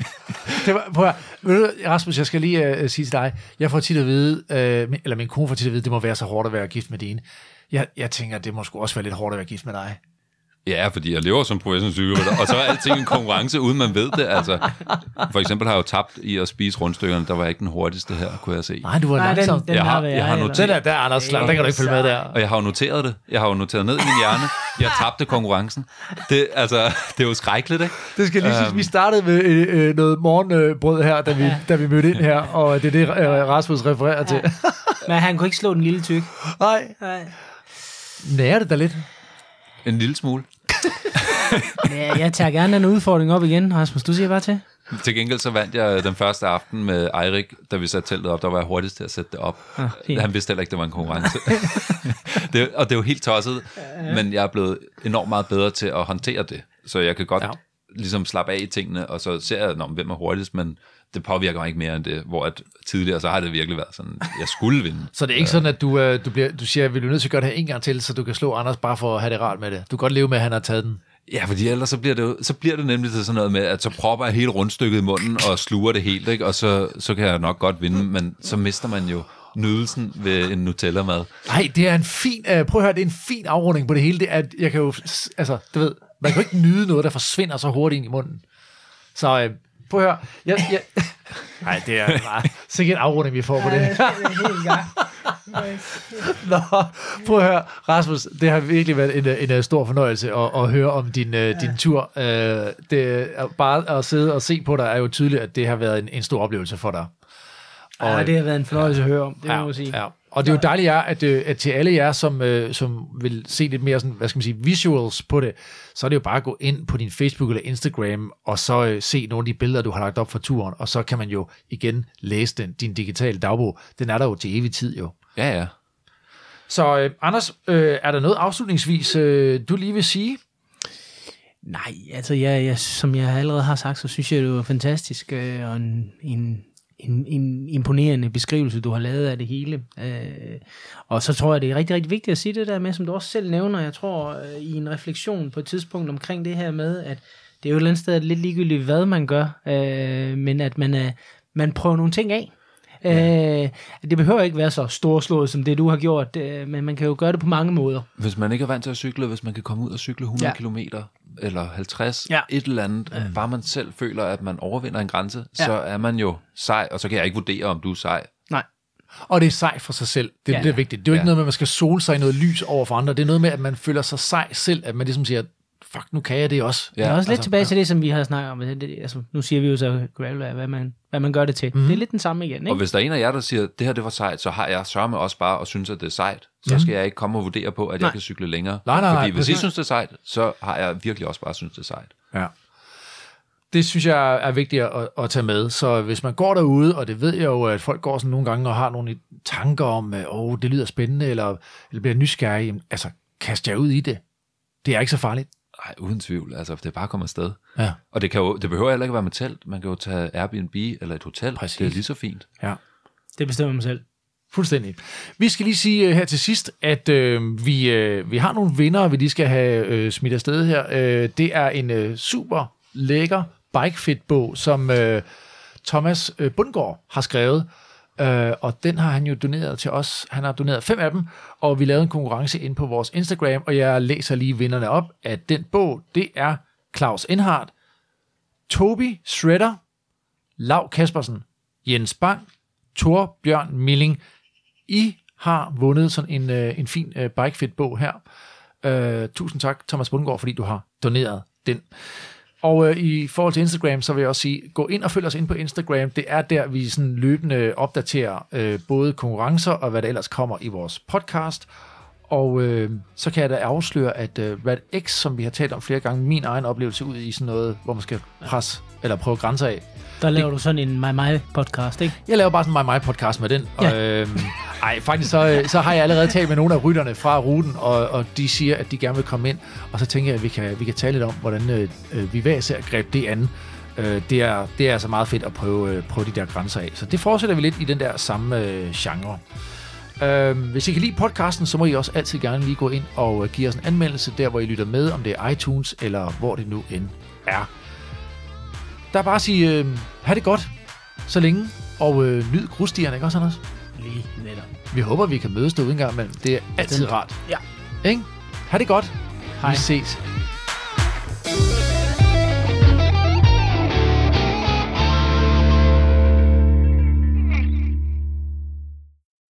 Rasmus, jeg skal lige sige til dig, jeg får tit at vide, eller min kone får tit at vide, det må være så hårdt at være gift med dine. Jeg tænker, det må sgu også være lidt hårdt at være gift med dig. Ja, fordi jeg lever som professionel cykelrytter, og så er alting en konkurrence, uden man ved det. Altså, for eksempel har jeg jo tabt i at spise rundstykkerne, der var jeg ikke den hurtigste her, kunne jeg se. Nej, du var langsom. Jeg har noteret det. Der er Anders Klang, der kan du ikke følge med der. Og jeg har jo noteret det. Jeg har jo noteret ned i min hjerne. Jeg tabte konkurrencen. Det er jo skrækkeligt, ikke? Det skal lige sige, vi startede med noget morgenbrød her, da vi mødte ind her, og det er det, Rasmus refererer til. Men han kunne ikke slå den lille tyk. Nej. Nærer det da lidt? En lille smule. Ja, jeg tager gerne den udfordring op igen, Rasmus. Du siger bare til. Til gengæld så vandt jeg den første aften med Eirik, da vi satte teltet op. Der var jeg hurtigst til at sætte det op. Han vidste heller ikke, det var en konkurrence. Og det er jo helt tosset, men jeg er blevet enormt meget bedre til at håndtere det. Så jeg kan godt ligesom slappe af i tingene, og så ser jeg, hvem er hurtigst, men det påvirker mig ikke mere end det, hvor at tidligere, så har det virkelig været sådan, jeg skulle vinde. Så det er ikke sådan, at du siger, vil du nødt til at gøre det her en gang til, så du kan slå Anders bare for at have det rart med det? Du kan godt leve med, at han har taget den. Ja, fordi ellers så bliver det nemlig til sådan noget med, at så propper jeg hele rundstykket i munden og sluger det helt, ikke? Og så kan jeg nok godt vinde, men så mister man jo nydelsen ved en Nutella-mad. Nej, det er en fin, prøv at høre, det er en fin afrunding på det hele. Det er, jeg kan jo, altså, du ved, man kan jo ikke nyde noget, der forsvinder så hurtigt ind i munden. Så prøv at høre, nej, det er bare sikkert en afrunding, vi får på det. Nå, prøv at høre, Rasmus, det har virkelig været en stor fornøjelse at høre om din tur. Det er bare at sidde og se på dig, er jo tydeligt, at det har været en stor oplevelse for dig. Og det har været en fornøjelse at høre om, det må jeg sige. Ja. Og det er jo dejligt, at til alle jer, som vil se lidt mere sådan, hvad skal man sige, visuals på det, så er det jo bare at gå ind på din Facebook eller Instagram, og så se nogle af de billeder, du har lagt op fra turen, og så kan man jo igen læse din digitale dagbog. Den er der jo til evig tid jo. Ja, ja. Så Anders, er der noget afslutningsvis, du lige vil sige? Nej, altså jeg, som jeg allerede har sagt, så synes jeg, det var fantastisk, og en imponerende beskrivelse, du har lavet af det hele. Og så tror jeg, det er rigtig, rigtig vigtigt at sige det der med, som du også selv nævner, jeg tror i en refleksion på et tidspunkt omkring det her med, at det er jo et eller andet sted lidt ligegyldigt, hvad man gør, men at man prøver nogle ting af. Det behøver ikke være så storslået som det du har gjort, men man kan jo gøre det på mange måder. Hvis man ikke er vant til at cykle, hvis man kan komme ud og cykle 100 kilometer eller 50, et eller andet, bare man selv føler, at man overvinder en grænse, så er man jo sej, og så kan jeg ikke vurdere, om du er sej. Nej. Og det er sej for sig selv. Det er vigtigt. Det er jo ikke noget med, at man skal sole sig i noget lys over for andre. Det er noget med, at man føler sig sej selv, at man ligesom siger, fuck, nu kan jeg det også. Ja, også lidt tilbage til det, som vi har snakket om. Altså, nu siger vi jo så gravel er, hvad man gør det til. Det er lidt den samme igen, ikke? Og hvis der er en af jer, der siger, det her det var sejt, så har jeg sørme også bare og synes, at det er sejt. Så skal jeg ikke komme og vurdere på, at jeg kan cykle længere. Nej, fordi hvis I synes, det er sejt, så har jeg virkelig også bare synes, det er sejt. Ja. Det synes jeg er vigtigt at tage med. Så hvis man går derude, og det ved jeg jo, at folk går sådan nogle gange og har nogle tanker om, det lyder spændende, eller bliver nysgerrig, altså kast jer ud i det. Det er ikke så farligt. Nej, uden tvivl. Altså, det er bare at komme afsted. Ja. Og det behøver heller ikke være med telt. Man kan jo tage Airbnb eller et hotel. Præcis. Det er lige så fint. Ja. Det bestemmer man selv. Fuldstændig. Vi skal lige sige her til sidst, at vi har nogle vindere, vi lige skal have smidt afsted her. Det er en super lækker bikefit-bog, som Thomas Bundgaard har skrevet. Og den har han jo doneret til os. Han har doneret 5 af dem, og vi lavede en konkurrence ind på vores Instagram, og jeg læser lige vinderne op, at den bog, det er Claus Enhardt, Toby Shredder, Lav Kaspersen, Jens Bang, Torbjørn Milling. I har vundet sådan en fin bikefit-bog her. Tusind tak, Thomas Bundgaard, fordi du har doneret den. Og i forhold til Instagram, så vil jeg også sige, gå ind og følg os ind på Instagram. Det er der, vi sådan løbende opdaterer både konkurrencer og hvad der ellers kommer i vores podcast. Og så kan jeg da afsløre, at Rad X, som vi har talt om flere gange, min egen oplevelse ud i sådan noget, hvor man skal presse eller prøve grænser af. Der laver du sådan en My podcast, ikke? Jeg laver bare sådan en My podcast med den. Ja. Og, faktisk så har jeg allerede talt med nogle af rytterne fra ruten, og de siger, at de gerne vil komme ind. Og så tænker jeg, at vi kan tale lidt om, hvordan vi hver især greb det an. Det er altså meget fedt at prøve de der grænser af. Så det fortsætter vi lidt i den der samme genre. Hvis I kan lide podcasten, så må I også altid gerne lige gå ind og give os en anmeldelse, der hvor I lytter med, om det er iTunes, eller hvor det nu end er. Der er bare at sige, ha' det godt, så længe, og nyd grusstierne, ikke også, Anders? Lige netop. Vi håber, vi kan mødes derude en gang imellem. Det er altid rart. Ja. Ikke? Ha' det godt. Hej. Vi ses.